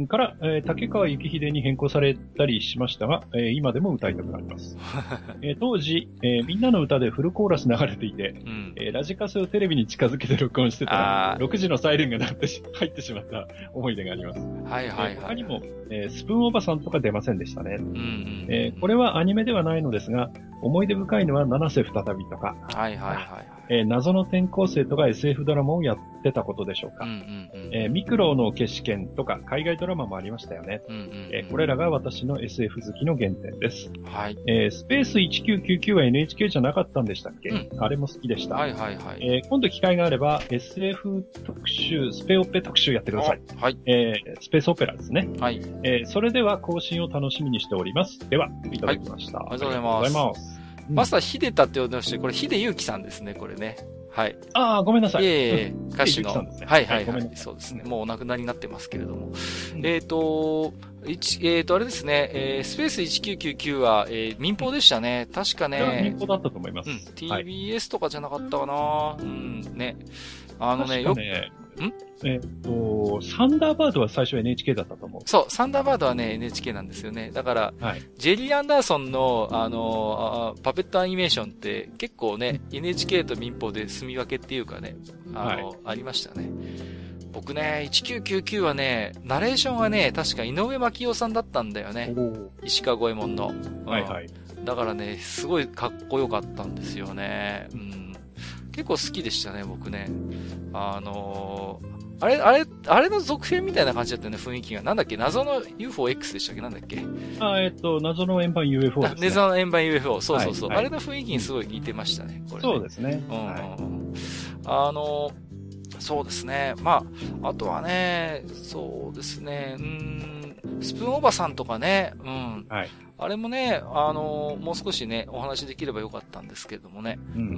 Speaker 2: から、えー、竹川幸秀に変更されたりしましたが、えー、今でも歌いたくなります。えー、当時、えー、みんなの歌でフルコーラス流れていて、うんえー、ラジカセをテレビに近づけて録音してたら、ろくじのサイレンが鳴ってし入ってしまった思い出があります。
Speaker 1: はいはいはい、はいえー。
Speaker 2: 他にも、えー、スプーンおばさんとか出ませんでしたね、うんうんえー。これはアニメではないのですが、思い出深いのは七瀬再びとか、
Speaker 1: はいはいはい。
Speaker 2: えー、謎の転校生とか エスエフ ドラマをやってたことでしょうか。うんうんうんえー、ミクロウの消し剣とか海外ドラマもありましたよね。うんうんうんえー、これらが私の エスエフ 好きの原点です。はいえー、スペースせんきゅうひゃくきゅうじゅうきゅうは エヌエイチケー じゃなかったんでしたっけ、うん、あれも好きでした。はいはいはいえー、今度機会があれば エスエフ 特集、スペオペ特集やってください。はい。えー、スペースオペラですね。はい。えー、それでは更新を楽しみにしております。では、いただきました。はい、
Speaker 1: ありがとうございます。ありがとうございます。マスター、秀田って呼んでまして、これ、秀祐樹さんですね、これね。はい。
Speaker 2: ああ、ごめんなさい。
Speaker 1: いえいえ、歌手の。ね、はいはいはい。そうですね。もうお亡くなりになってますけれども。うん、えっ、ー、と、一、えっ、ー、と、あれですね、えー、スペースせんきゅうひゃくきゅうじゅうきゅうは、えー、民放でしたね。確かね。
Speaker 2: 民放だったと思います。
Speaker 1: うん。ティービーエス とかじゃなかったかな、はい、うん、ね。あのね、よく、
Speaker 2: んえっ、ー、と、サンダーバードは最初 エヌエイチケー だったと思う。
Speaker 1: そう、サンダーバードはね、エヌエイチケー なんですよね。だから、はい、ジェリー・アンダーソンの、あのあ、パペットアニメーションって結構ね、エヌエイチケー と民放で住み分けっていうかね、あの、はい、ありましたね。僕ね、せんきゅうひゃくきゅうじゅうきゅうはね、ナレーションはね、確か井上真紀夫さんだったんだよね。石川五右衛門の、うん。はいはい。だからね、すごいかっこよかったんですよね。うん。結構好きでしたね、僕ね。あのー、あれ、あれ、あれの続編みたいな感じだったよね、雰囲気が。なんだっけ謎の ユーフォーエックス でしたっけなんだっけ
Speaker 2: あ、えっと、謎の円盤 ユーエフオー ですね。
Speaker 1: 謎の円盤 ユーエフオー。そうそうそう、はいはい。あれの雰囲気にすごい似てましたね、これね。
Speaker 2: そうですね。
Speaker 1: うん。はい、あのー、そうですね。まあ、あとはね、そうですね、うーん、スプーンおばさんとかね、うん。はい。あれもね、あのー、もう少しね、お話できればよかったんですけどもね。うん。うん、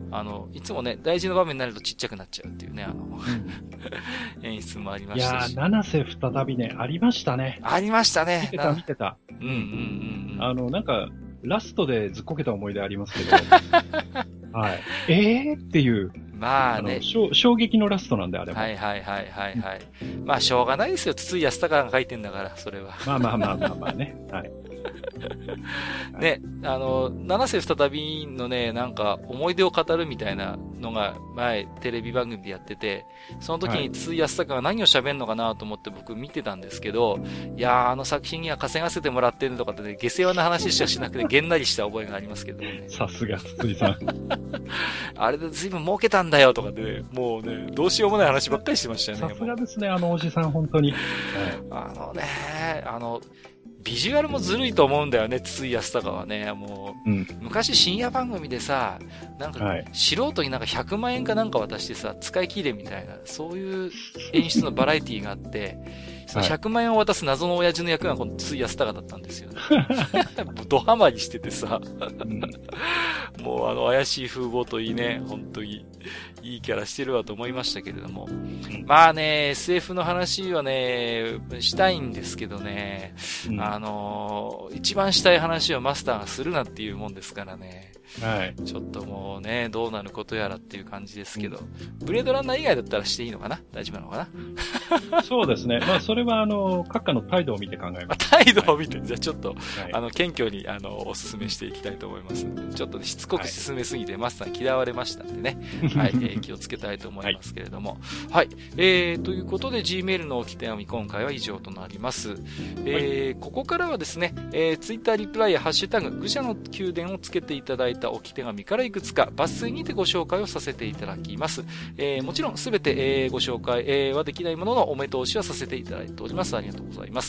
Speaker 1: あの、いつもね、大事な場面になるとちっちゃくなっちゃうっていうね、あの、うん、演出もありましたし。
Speaker 2: いやー、七瀬再びね、ありましたね。
Speaker 1: ありましたね。
Speaker 2: 見てた、見てた。うんうんうん、うん。あの、なんか、ラストでずっこけた思い出ありますけど。はい。えーっていう。
Speaker 1: まあね
Speaker 2: あ。衝撃のラストなんで、あれも。
Speaker 1: はいはいはいはいはい。まあ、しょうがないですよ。筒井康隆が書いてんだから、それは。
Speaker 2: まあまあまあまあまあね。はい。
Speaker 1: ね、あの、七瀬再びのね、なんか思い出を語るみたいなのが前テレビ番組でやってて、その時に筒井康隆が何を喋るのかなと思って僕見てたんですけど、いやーあの作品には稼がせてもらってるとかってね、下世話な話しかしなくてげんなりした覚えがありますけどね。
Speaker 2: さすが筒井さん。
Speaker 1: あれで随分儲けたんだよとかで、ね、もうね、どうしようもない話ばっかりしてましたよね。
Speaker 2: さすがですね、あのおじさん本当に。
Speaker 1: あのね、あの、ビジュアルもずるいと思うんだよね、筒井康隆はね。もう、うん、昔深夜番組でさ、なんか、素人になんかひゃくまんえんかなんか渡してさ、使い切れみたいな、そういう演出のバラエティがあって、そのひゃくまんえんを渡す謎の親父の役がこの筒井康隆だったんですよね。ドハマりしててさ、うん、もうあの怪しい風貌といいね、本当にいいキャラしてるわと思いましたけれども。まあね、エスエフ の話はね、したいんですけどね、うん、あのー、一番したい話をマスターがするなっていうもんですからね。はい。ちょっともうね、どうなることやらっていう感じですけど、うん、ブレードランナー以外だったらしていいのかな？大丈夫なのかな？
Speaker 2: そうですね。まあ、それはあの、閣下の態度を見て考えます。
Speaker 1: 態度を見て、はい、じゃあちょっと、はい、あの、謙虚に、あの、お勧めしていきたいと思います。ちょっと、ね、しつこく進めすぎて、はい、マスターに嫌われましたんでね。はい、えー、気をつけたいと思いますけれども。はい、はい。えー、ということで、Gmail の置き手紙、今回は以上となります。えー、はい、ここからはですね、えー、Twitter リプライやハッシュタグ、愚者の宮殿をつけていただいた置き手紙からいくつか抜粋にてご紹介をさせていただきます。えー、もちろんすべて、えー、ご紹介、えー、はできないもののお目通しはさせていただいております。ありがとうございます。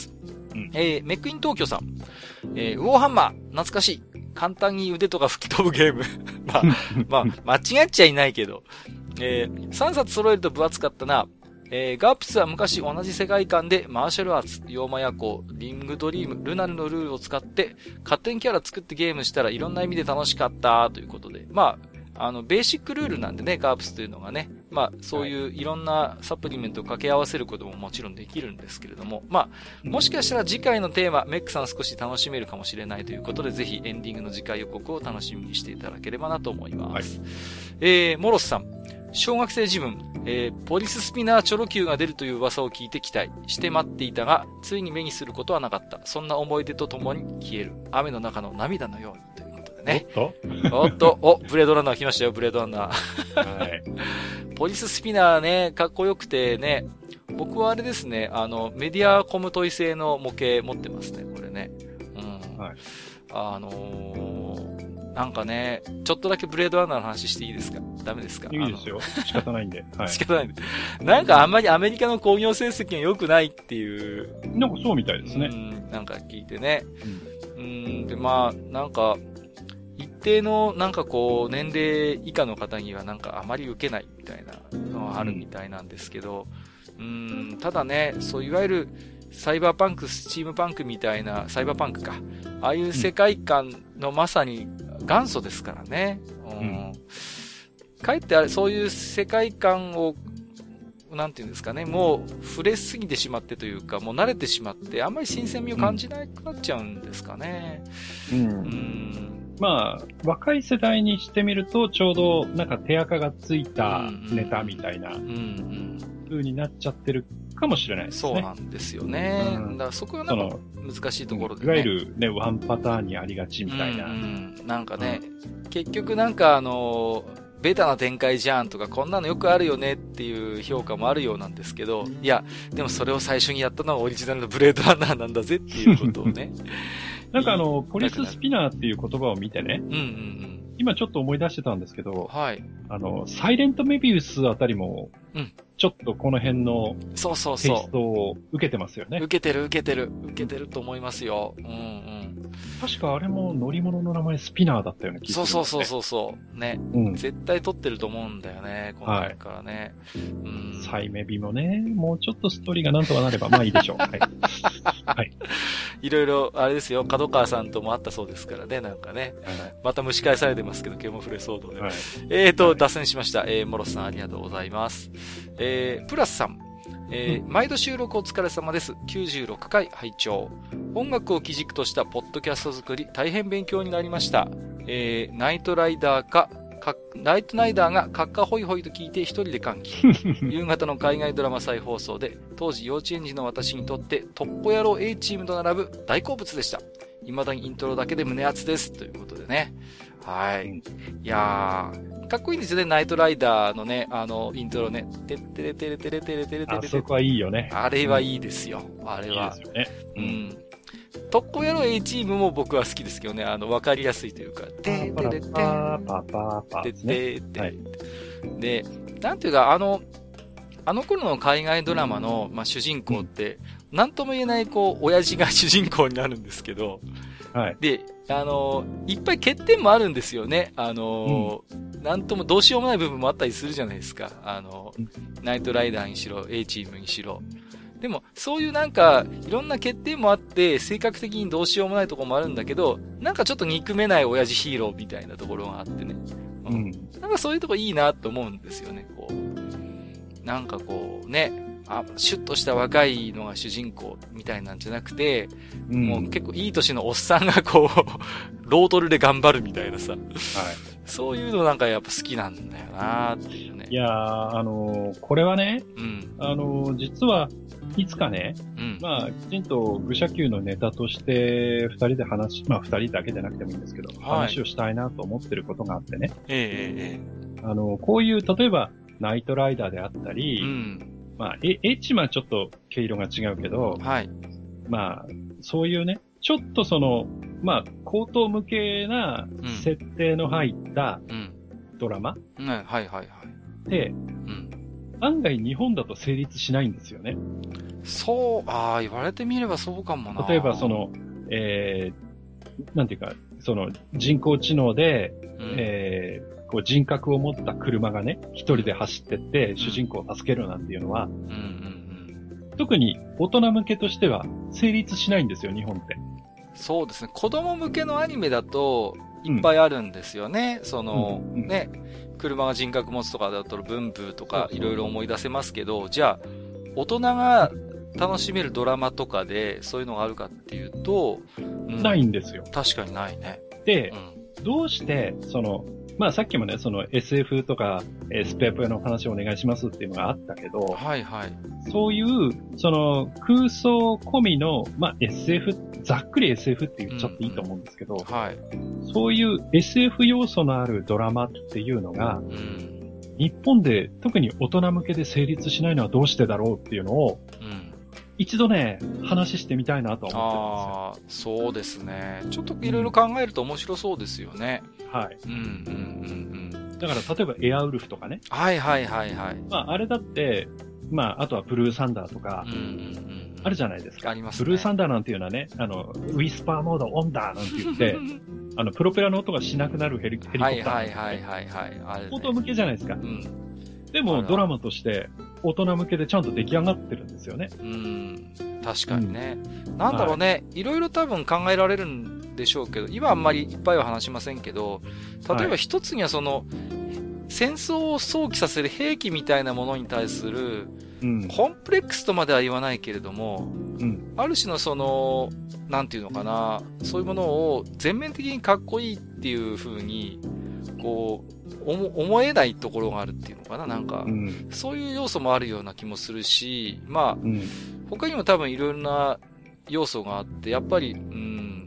Speaker 1: うん、えー、メックイン東京さん。えー、ウォーハンマー、懐かしい。簡単に腕とか吹き飛ぶゲーム。まあ、まあ、間違っちゃいないけど。えー、さんさつ揃えると分厚かったな。えー、ガープスは昔同じ世界観でマーシャルアーツ、妖魔夜行、リングドリーム、ルナルのルールを使って勝手にキャラ作ってゲームしたらいろんな意味で楽しかったということで。まあ、あの、ベーシックルールなんでね、ガープスというのがね。まあ、そういういろんなサプリメントを掛け合わせることももちろんできるんですけれども。まあ、もしかしたら次回のテーマ、メックさん少し楽しめるかもしれないということで、ぜひエンディングの次回予告を楽しみにしていただければなと思います。はい、えー、モロスさん。小学生自分、えー、ポリススピナーチョロ Q が出るという噂を聞いて期待して待っていたが、ついに目にすることはなかった。そんな思い出とともに消える。雨の中の涙のようにということでね。
Speaker 2: おっと
Speaker 1: おっと、お、ブレードランナー来ましたよ、ブレードランナー。はい。ポリススピナーね、かっこよくてね、僕はあれですね、あの、メディアコムトイ製の模型持ってますね、これね。うん。はい。あのー、なんかね、ちょっとだけブレードランナーの話していいですか？ダメですか？
Speaker 2: いいですよ。仕方ないんで。はい。
Speaker 1: 仕方ないんで。なんかあんまりアメリカの工業成績が良くないっていう。
Speaker 2: なんかそうみたいですね。
Speaker 1: うん、なんか聞いてね。うん。うんで、まあ、なんか、一定のなんかこう、年齢以下の方にはなんかあまり受けないみたいなのはあるみたいなんですけど、うん、うんただね、そういわゆる、サイバーパンク、スチームパンクみたいな、サイバーパンクか。ああいう世界観のまさに元祖ですからね。うん。うん、かえってあれ、そういう世界観を、なんていうんですかね、もう触れすぎてしまってというか、もう慣れてしまって、あんまり新鮮味を感じなくなっちゃうんですかね。うん。うん
Speaker 2: まあ、若い世代にしてみると、ちょうどなんか手垢がついたネタみたいな風になっちゃってるかもしれないですね。
Speaker 1: そうなんですよね。うん、だからそこがなんか難しいところで、ね、
Speaker 2: いわゆるね、ワンパターンにありがちみたいな。
Speaker 1: うんうん、なんかね、うん、結局なんかあの、ベタな展開じゃんとか、こんなのよくあるよねっていう評価もあるようなんですけど、いや、でもそれを最初にやったのはオリジナルのブレードランナーなんだぜっていうことをね。
Speaker 2: なんかあの、ポリススピナーっていう言葉を見てね、
Speaker 1: うんうんうん、
Speaker 2: 今ちょっと思い出してたんですけど、
Speaker 1: はい。
Speaker 2: あの、サイレントメビウスあたりも、うん。ちょっとこの辺の、
Speaker 1: そうそうそう。
Speaker 2: テイストを受けてますよね。
Speaker 1: 受けてる受けてる。受けてると思いますよ。うんうん。
Speaker 2: 確かあれも乗り物の名前スピナーだったような気がする、ね。
Speaker 1: そうそうそうそうね、うん。絶対撮ってると思うんだよね。この辺からね。はい、
Speaker 2: うん。サイメビもね、もうちょっとストーリーがなんとかなればまあいいでしょう。はい。はい。
Speaker 1: いろいろ、あれですよ、角川さんともあったそうですからね、なんかね。はい、また蒸し返されてますけど、ケモフレ騒動で。はい、えーと、はい、脱線しました。えー、モロスさんありがとうございます。えー、プラスさん。えーうん、毎度収録お疲れ様です。きゅうじゅうろっかい拝聴。音楽を基軸としたポッドキャスト作り、大変勉強になりました。えー、ナイトライダーか、かナイトライダーがカッカホイホイと聞いて一人で歓喜。夕方の海外ドラマ再放送で、当時幼稚園児の私にとってトッポ野郎 A チームと並ぶ大好物でした。未だにイントロだけで胸熱です。ということでね。はい。いやー、かっこいいんですよね、ナイトライダーのね、あの、イントロね。てってれてれてれてれてれてれてれ。
Speaker 2: あそこはいいよね。
Speaker 1: あれはいいですよ。あれは。
Speaker 2: いいですよね。
Speaker 1: うん。特攻野郎 A チームも僕は好きですけどね、あの、わかりやすいというか、ててれて
Speaker 2: パパパパ
Speaker 1: てててで、なんていうか、あの、あの頃の海外ドラマの、まあ、主人公って、うん、なんとも言えない、こう、親父が主人公になるんですけど、はい。で、あの、いっぱい欠点もあるんですよね。あの、うん、なんともどうしようもない部分もあったりするじゃないですか。あの、うん、ナイトライダーにしろ、A チームにしろ。でも、そういうなんか、いろんな欠点もあって、性格的にどうしようもないところもあるんだけど、なんかちょっと憎めない親父ヒーローみたいなところがあってね。うん。うん、なんかそういうとこいいなと思うんですよね、こう。なんかこう、ね。あ、シュッとした若いのが主人公みたいなんじゃなくて、うん、もう結構いい年のおっさんがこう、ロートルで頑張るみたいなさ。はい。そういうのなんかやっぱ好きなんだよなっていうね。
Speaker 2: いやー、あのー、これはね、うん、あのー、実はいつかね、うん、まあ、きちんと愚者級のネタとして二人で話、まあ二人だけでなくてもいいんですけど、はい、話をしたいなと思ってることがあってね。ええええ。あの、こういう、例えば、ナイトライダーであったり、うんまあ、エッチはちょっと毛色が違うけど、はい。まあ、そういうね、ちょっとその、まあ、高等無形な設定の入ったドラマ、
Speaker 1: うん、うん、はいはいはい。
Speaker 2: で、うん、案外日本だと成立しないんですよね。
Speaker 1: そう、ああ、言われてみればそうかもな。
Speaker 2: 例えばその、えー、なんていうか、その人工知能で、うん、えー、こう人格を持った車がね、一人で走ってって、主人公を助けるなんていうのは、うんうんうん、特に大人向けとしては成立しないんですよ、日本って。
Speaker 1: そうですね。子供向けのアニメだと、いっぱいあるんですよね。うん、その、うんうん、ね、車が人格持つとかだと分布とかいろいろ思い出せますけど、じゃあ、大人が楽しめるドラマとかでそういうのがあるかっていうと、
Speaker 2: うん、ないんですよ。
Speaker 1: 確かにないね。
Speaker 2: で、うん、どうして、その、まあさっきもね、その エスエフ とか、えー、スペアプの話をお願いしますっていうのがあったけど、
Speaker 1: はいはい。
Speaker 2: そういう、その空想込みの、まあ エスエフ、ざっくり エスエフ って言っちゃっていいと思うんですけど、うんうん、はい。そういう エスエフ 要素のあるドラマっていうのが、うん、日本で特に大人向けで成立しないのはどうしてだろうっていうのを、うん、一度ね、話してみたいなとは思ってるんですよ。
Speaker 1: ああ、そうですね。ちょっといろいろ考えると面白そうですよね。
Speaker 2: うん、はい。うんうんうんうん。だから例えばエアウルフとかね。
Speaker 1: はいはいはいはい。
Speaker 2: まああれだって、まああとはブルーサンダーとか、うんうんうん、あるじゃないですか。
Speaker 1: ありますね。
Speaker 2: ブルーサンダーなんていうのはね、あの、ウィスパーモードオンだなんて言って、あの、プロペラの音がしなくなるヘリ、ヘリコプター、ね。はいはいはいはいはい。あれ、ね。相当向けじゃないですか。うん。でもドラマとして大人向けでちゃんと出来上がってるんですよね。
Speaker 1: うん。確かにね。うん、なんだろうね、はい、いろいろ多分考えられるんでしょうけど、今あんまりいっぱいは話しませんけど、例えば一つにはその、はい、戦争を想起させる兵器みたいなものに対する、うん、コンプレックスとまでは言わないけれども、うん、ある種のその、なんていうのかな、そういうものを全面的にかっこいいっていう風に、こう、思えないところがあるっていうのかな、なんか、うん、そういう要素もあるような気もするし、まあ、うん、他にも多分いろいろな要素があって、やっぱり、うん、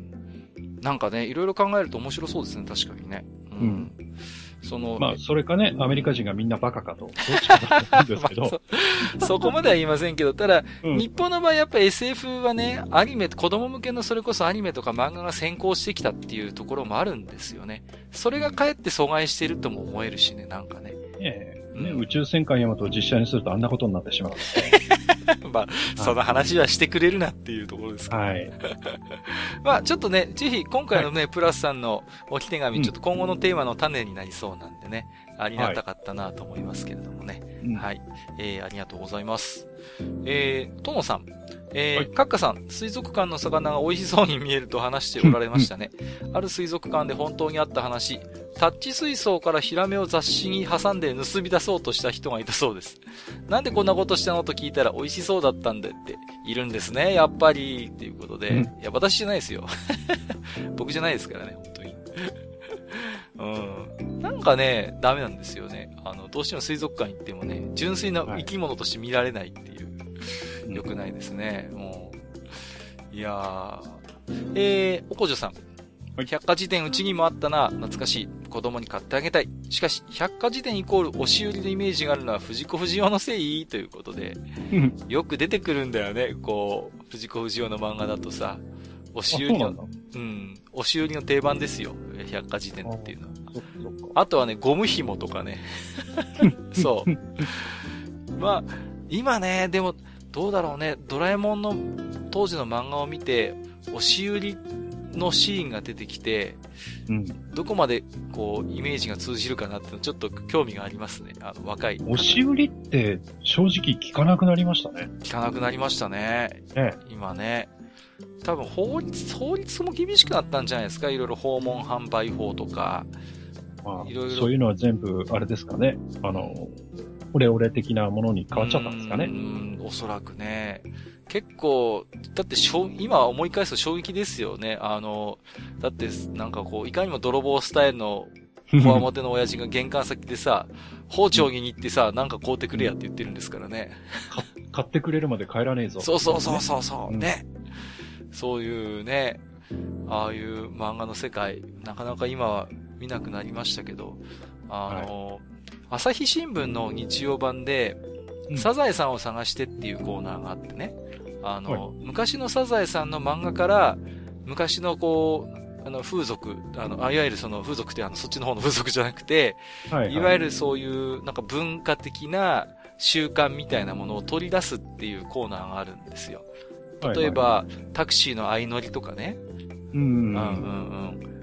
Speaker 1: なんかね、いろいろ考えると面白そうですね、確かにね。うん。うん、
Speaker 2: その、まあ、それかね、アメリカ人がみんなバカかと、どっちかだと思うんですけど。ま
Speaker 1: あ、そ, そこまでは言いませんけど、ただ、うん、日本の場合やっぱ エスエフ はね、アニメ、子供向けのそれこそアニメとか漫画が先行してきたっていうところもあるんですよね。それがかえって阻害してるとも思えるしね、なんかね。
Speaker 2: ええね、うん、宇宙戦艦ヤマトを実写にするとあんなことになってしまう。
Speaker 1: まあ、その話はしてくれるなっていうところですか、ね。はい。まあ、ちょっとね、ぜひ今回のね、はい、プラスさんの置き手紙、ちょっと今後のテーマの種になりそうなんでね、うん、ありがたかったなと思いますけれどもね。はい。はい、えー、ありがとうございます。えー、とのさん。えー、はい、カッカさん、水族館の魚が美味しそうに見えると話しておられましたね。ある水族館で本当にあった話、タッチ水槽からヒラメを雑誌に挟んで盗み出そうとした人がいたそうです。なんでこんなことしたのと聞いたら美味しそうだったんでっているんですね、やっぱり。っていうことで。いや、私じゃないですよ。僕じゃないですからね、本当に。うん。なんかね、ダメなんですよね。あの、どうしても水族館行ってもね、純粋な生き物として見られないっていう。はい、よくないですね。もう。いやー。えー、おこじょさん。百科事典うちにもあったな、懐かしい。子供に買ってあげたい。しかし、百科事典イコール押し売りのイメージがあるのは藤子不二雄のせいということで、よく出てくるんだよね、こう、藤子不二雄の漫画だとさ、押し売りの、うん、押し売りの定番ですよ、百科事典っていうのは。あ, あとはね、ゴム紐とかね。そう。まあ、今ね、でも、どうだろうね、ドラえもんの当時の漫画を見て、押し売りのシーンが出てきて、うん、どこまでこうイメージが通じるかなってちょっと興味がありますね。あの若い。
Speaker 2: 押し売りって正直聞かなくなりましたね。
Speaker 1: 聞かなくなりましたね。ね今ね。多分法律法律も厳しくなったんじゃないですか。いろいろ訪問販売法とか。
Speaker 2: まあ、いろいろそういうのは全部あれですかね。あのオレオレ的なものに変わっちゃったんですかね。
Speaker 1: うん、おそらくね。結構、だって今思い返すと衝撃ですよね。あの、だってなんかこう、いかにも泥棒スタイルのこわもての親父が玄関先でさ、包丁に行ってさ、なんか買うてくれやって言ってるんですからね。
Speaker 2: 買ってくれるまで帰らねえぞ。
Speaker 1: そうそうそうそうそう、うん、ね。そういうね、ああいう漫画の世界、なかなか今は見なくなりましたけど、あの、はい、朝日新聞の日曜版で、うん、サザエさんを探してっていうコーナーがあってね。あの、はい、昔のサザエさんの漫画から、昔のこう、あの、風俗、あの、あいわゆるその風俗ってあの、そっちの方の風俗じゃなくて、はいはい、いわゆるそういう、なんか文化的な、 習慣みたいなものを取り出すっていうコーナーがあるんですよ。例えば、はいはい、タクシーの相乗りとかね。
Speaker 2: うんうんうん。
Speaker 1: うんうんうん。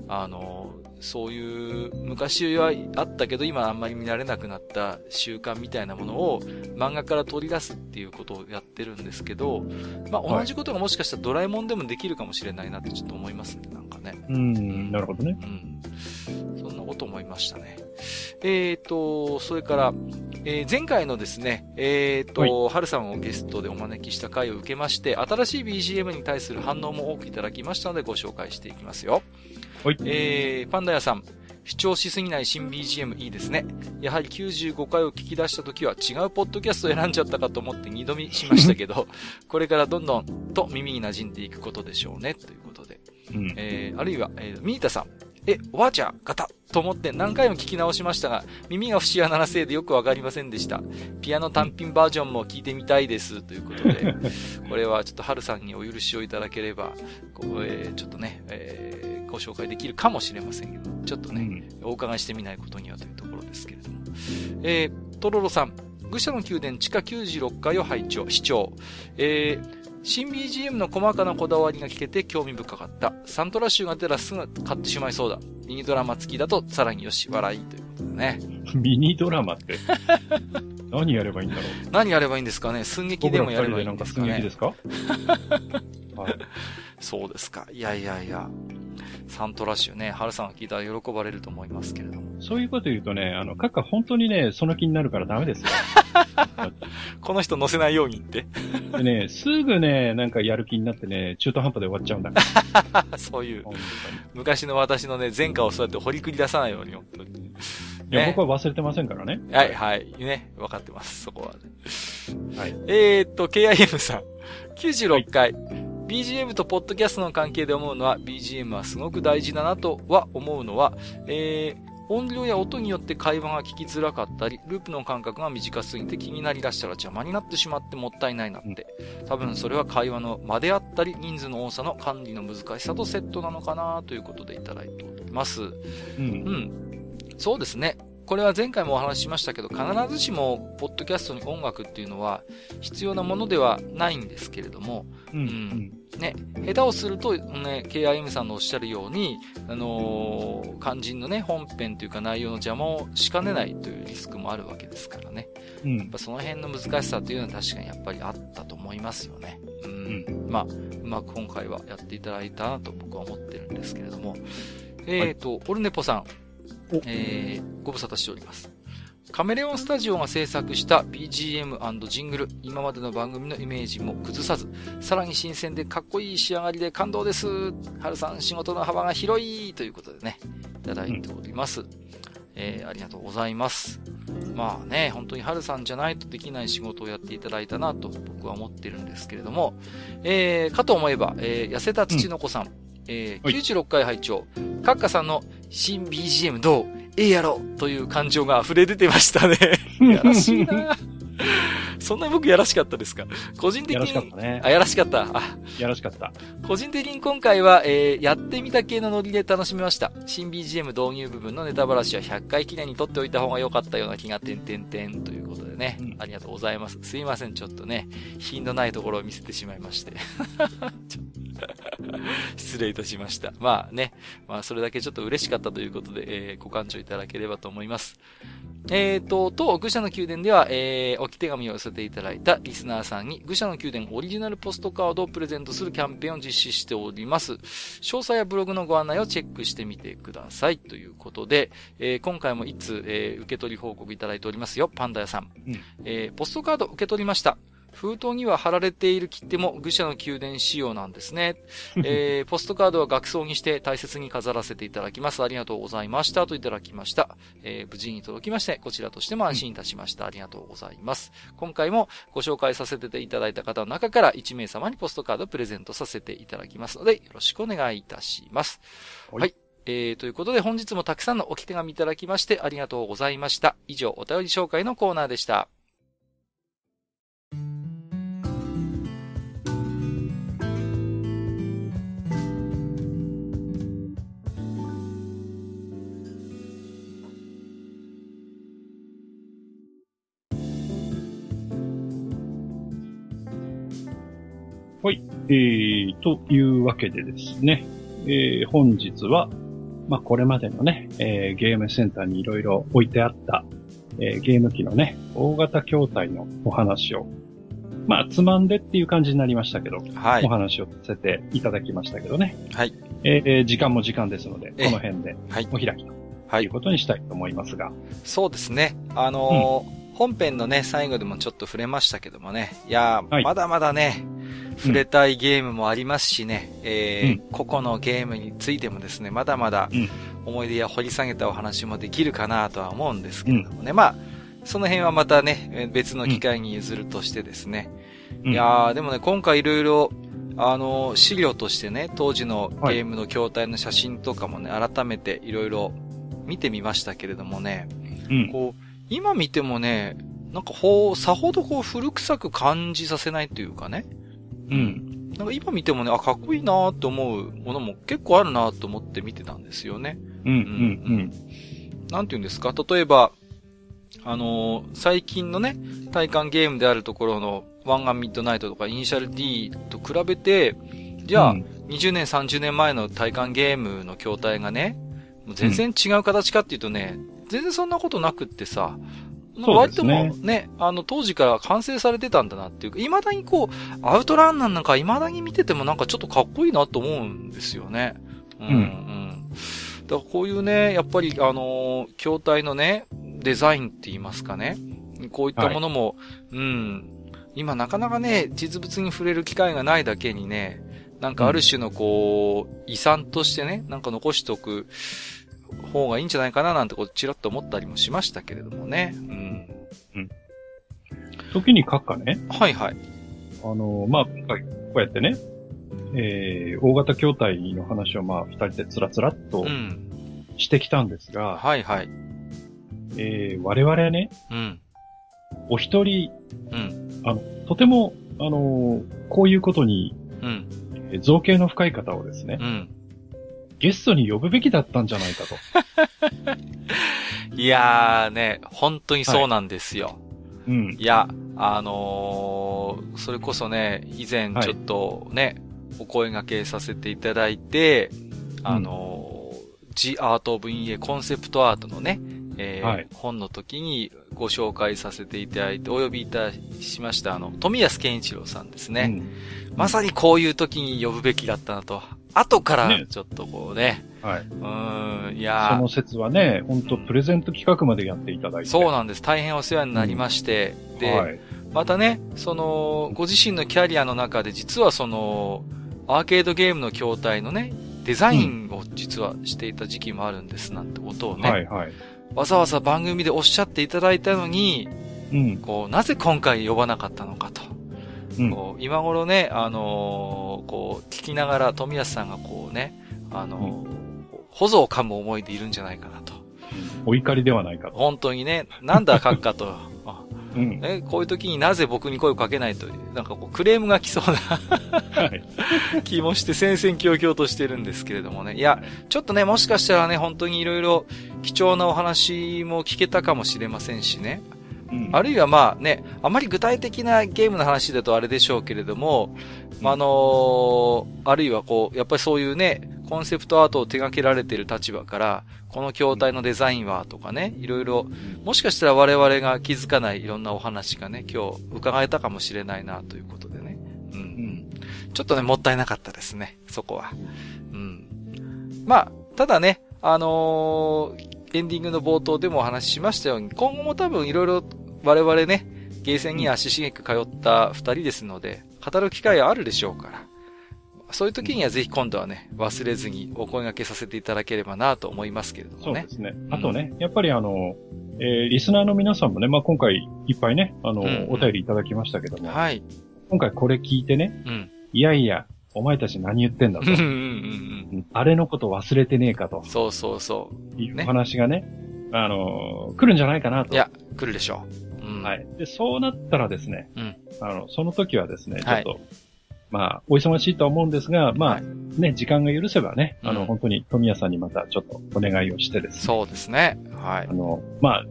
Speaker 1: あの、そういう、昔はあったけど、今あんまり見られなくなった習慣みたいなものを漫画から取り出すっていうことをやってるんですけど、まあ同じことがもしかしたらドラえもんでもできるかもしれないなってちょっと思いますね、なんかね。
Speaker 2: うん、なるほどね。
Speaker 1: うん。そんなこと思いましたね。えーと、それから、えー、前回のですね、えーと、はるさんをゲストでお招きした回を受けまして、新しい ビージーエム に対する反応も多くいただきましたのでご紹介していきますよ。
Speaker 2: はい。
Speaker 1: えー、パンダ屋さん、主張しすぎない新 ビージーエム いいですね。やはりきゅうじゅうごかいを聞き出した時は違うポッドキャストを選んじゃったかと思って二度見しましたけど、これからどんどんと耳に馴染んでいくことでしょうね、ということで。うん、えー、あるいは、えー、ミータさん、え、おばあちゃん、ガタと思って何回も聞き直しましたが、耳が節穴なせいでよくわかりませんでした。ピアノ単品バージョンも聞いてみたいです、ということで、これはちょっとハルさんにお許しをいただければ、こうえー、ちょっとね、えー、ご紹介できるかもしれませんけど、ちょっとね、うん、お伺いしてみないことにはというところですけれども。えー、トロロさん、愚者の宮殿地下きゅうじゅうろっかいを拝聴、視聴。えー新 ビージーエム の細かなこだわりが聞けて興味深かった。サントラ集が出たらすぐ買ってしまいそうだ。ミニドラマ付きだとさらによし、笑いということでね。
Speaker 2: ミニドラマって何やればいいんだろう。
Speaker 1: 何やればいいんですかね。寸劇でもやればいいんですかね。
Speaker 2: 寸劇ですか
Speaker 1: はい、そうですか。いやいやいや。サントラ集ね、ハルさんが聞いたら喜ばれると思いますけれども。
Speaker 2: そういうこと言うとね、あの、カッカ本当にね、その気になるからダメですよ。
Speaker 1: この人乗せないようにって。
Speaker 2: でね、すぐね、なんかやる気になってね、中途半端で終わっちゃうんだ
Speaker 1: から。そういう。昔の私のね、前科をそうやって掘りくり出さないように、本当に。ね、
Speaker 2: いや、僕は忘れてませんからね。
Speaker 1: はい、はい。ね、分かってます、そこはね。
Speaker 2: はい。
Speaker 1: えーっと、ケーアイエム さん。きゅうじゅうろっかい。はい、ビージーエム とポッドキャストの関係で思うのは ビージーエム はすごく大事だなとは思うのは、えー、音量や音によって会話が聞きづらかったり、ループの間隔が短すぎて気になりだしたら邪魔になってしまってもったいないなって。多分それは会話の間であったり、人数の多さの管理の難しさとセットなのかなということでいただいております。うん。うん。そうですね。これは前回もお話ししましたけど、必ずしもポッドキャストに音楽っていうのは必要なものではないんですけれども、うん、うん、ね、下手をするとね、ケーアイエム さんのおっしゃるように、あのー、肝心のね、本編というか内容の邪魔をしかねないというリスクもあるわけですからね。うん、やっぱその辺の難しさというのは確かにやっぱりあったと思いますよね。うん。うん、まあ、うまく今回はやっていただいたなと僕は思ってるんですけれども、えーと、はい、オルネポさん。えー、ご無沙汰しております。カメレオンスタジオが制作した ビージーエム& ジングル、今までの番組のイメージも崩さず、さらに新鮮でかっこいい仕上がりで感動です。はるさん仕事の幅が広いということでね、いただいております。うん、えー、ありがとうございます。まあね、本当にはるさんじゃないとできない仕事をやっていただいたなと僕は思ってるんですけれども、えー、かと思えば、えー、痩せた土の子さん、うん、えー、きゅうじゅうろっかい拝聴、カッカさんの新 ビージーエム どうええやろという感情が溢れ出てましたね。やらしいな。そんなに僕やらしかったですか？個人的に。
Speaker 2: やらしかったね。
Speaker 1: あ、やらしかった。あ、
Speaker 2: やらしかった。
Speaker 1: 個人的に今回は、えー、やってみた系のノリで楽しみました。新 ビージーエム 導入部分のネタばらしはひゃっかい記念に撮っておいた方が良かったような気がてんてんてんということでね、うん。ありがとうございます。すいません、ちょっとね、品のないところを見せてしまいまして。失礼いたしました。まあね、まあそれだけちょっと嬉しかったということで、えー、ご感情いただければと思います。えーと、当愚者の宮殿では、えー、置き手紙を寄せていただいたリスナーさんに愚者の宮殿オリジナルポストカードをプレゼントするキャンペーンを実施しております。詳細やブログのご案内をチェックしてみてください。ということで、えー、今回もいつ、えー、受け取り報告いただいておりますよ。パンダ屋さん。うん、えー、ポストカード受け取りました。封筒には貼られている切手も愚者の宮殿仕様なんですね。えー、ポストカードは額装にして大切に飾らせていただきます。ありがとうございました。といただきました。えー、無事に届きまして、こちらとしても安心いたしました。ありがとうございます。今回もご紹介させていただいた方の中からいち名様にポストカードをプレゼントさせていただきますので、よろしくお願いいたします。はい。はい、えー、ということで本日もたくさんの置き手紙いただきましてありがとうございました。以上、お便り紹介のコーナーでした。
Speaker 2: はい。えー、というわけでですね、えー、本日は、まあ、これまでのね、えー、ゲームセンターにいろいろ置いてあった、えー、ゲーム機のね、大型筐体のお話を、まあ、つまんでっていう感じになりましたけど、はい。お話をさせていただきましたけどね。
Speaker 1: はい。
Speaker 2: えー、時間も時間ですので、この辺で、お開きと、はい。いうことにしたいと思いますが。
Speaker 1: そうですね。あのーうん本編のね、最後でもちょっと触れましたけどもね。いやー、はい、まだまだね、触れたいゲームもありますしね、うん、えー、個々のゲームについてもですね、まだまだ思い出や掘り下げたお話もできるかなとは思うんですけれどもね。うん、まあ、その辺はまたね、別の機会に譲るとしてですね。うん、いやー、でもね、今回いろいろ、あのー、資料としてね、当時のゲームの筐体の写真とかもね、改めていろいろ見てみましたけれどもね、うん、こう、今見てもね、なんかほう、さほどこう古臭く感じさせないというかね。うん。なんか今見てもね、あ、かっこいいなーって思うものも結構あるなーと思って見てたんですよね。うん、うん、うん。なんて言うんですか、例えば、あのー、最近のね、体感ゲームであるところのワンガンミッドナイトとかイニシャル D と比べて、じゃあ、うん、にじゅうねん、さんじゅうねんまえの体感ゲームの筐体がね、もう全然違う形かっていうとね、うん全然そんなことなくってさ、割ともね、ね、あの当時から完成されてたんだなっていうか、未だにこう、アウトランナーなんか未だに見ててもなんかちょっとかっこいいなと思うんですよね。うん、うん、うん。だからこういうね、やっぱりあの、筐体のね、デザインって言いますかね。こういったものも、はい、うん、今なかなかね、実物に触れる機会がないだけにね、なんかある種のこう、遺産としてね、なんか残しておく、方がいいんじゃないかななんてことちらっと思ったりもしましたけれどもね。うん。うん。
Speaker 2: 時に閣下ね。
Speaker 1: はいはい。
Speaker 2: あの、まあ、今回こうやってね、えー、大型筐体の話をまあ、二人でつらつらっとしてきたんですが、うん、
Speaker 1: はいはい。
Speaker 2: えー、我々ね、うん。お一人、うん。あの、とても、あの、こういうことに、うん。造形の深い方をですね、うん。ゲストに呼ぶべきだったんじゃないかと。
Speaker 1: いやーね、本当にそうなんですよ。はい、うん。いや、あのー、それこそね、以前ちょっとね、はい、お声掛けさせていただいて、あのー、うん、The Art of インエー コンセプトアートのね、えーはい、本の時にご紹介させていただいて、お呼びいたしました、あの、富安健一郎さんですね。うん、まさにこういう時に呼ぶべきだったなと。後からちょっとこうね。ねはい。うん、いや
Speaker 2: その説はね、本当プレゼント企画までやっていただいて。
Speaker 1: そうなんです。大変お世話になりまして。うん、で、はい、またね、その、ご自身のキャリアの中で実はその、アーケードゲームの筐体のね、デザインを実はしていた時期もあるんですなんてことをね。はいはい。わざわざ番組でおっしゃっていただいたのに、うん、こう、なぜ今回呼ばなかったのかと。うん、こう今頃ね、あのー、こう、聞きながら富安さんがこうね、あのー、うん、ほぞを噛む思いでいるんじゃないかなと。
Speaker 2: お怒りではないかと。
Speaker 1: 本当にね、なんだ閣下と。うん、えこういう時になぜ僕に声をかけないと、なんかこうクレームが来そうなはい、気もして戦々恐々としてるんですけれどもね。いや、ちょっとね、もしかしたらね、本当にいろいろ貴重なお話も聞けたかもしれませんしね。うん、あるいはまあね、あまり具体的なゲームの話だとあれでしょうけれども、うん、あのー、あるいはこう、やっぱりそういうね、コンセプトアートを手掛けられている立場から、この筐体のデザインはとかね、いろいろ、もしかしたら我々が気づかないいろんなお話がね、今日伺えたかもしれないなということでね。うん。うん、ちょっとね、もったいなかったですね、そこは。うん。まあ、ただね、あのー、エンディングの冒頭でもお話ししましたように、今後も多分いろいろ我々ね、ゲーセンに足しげく通った二人ですので、語る機会はあるでしょうから。そういう時にはぜひ今度はね、忘れずにお声掛けさせていただければなと思いますけれどもね。
Speaker 2: そうですね。あとね、うん、やっぱりあの、えー、リスナーの皆さんもね、まあ、今回いっぱいね、あの、うんうん、お便りいただきましたけども、はい。今回これ聞いてね、うん、いやいや、お前たち何言ってんだと。うんうんうんうん、あれのこと忘れてねえかと。
Speaker 1: そうそうそう。
Speaker 2: いう話がね、ねあの、来るんじゃないかなと。
Speaker 1: いや、来るでしょう。
Speaker 2: うん、はい。で、そうなったらですね、うん、あの、その時はですね、ちょっと、はい、まあ、お忙しいとは思うんですが、まあ、はい、ね、時間が許せばね、あの、うん、本当に富谷さんにまたちょっとお願いをしてですね。
Speaker 1: そうですね。はい。
Speaker 2: あの、まあ、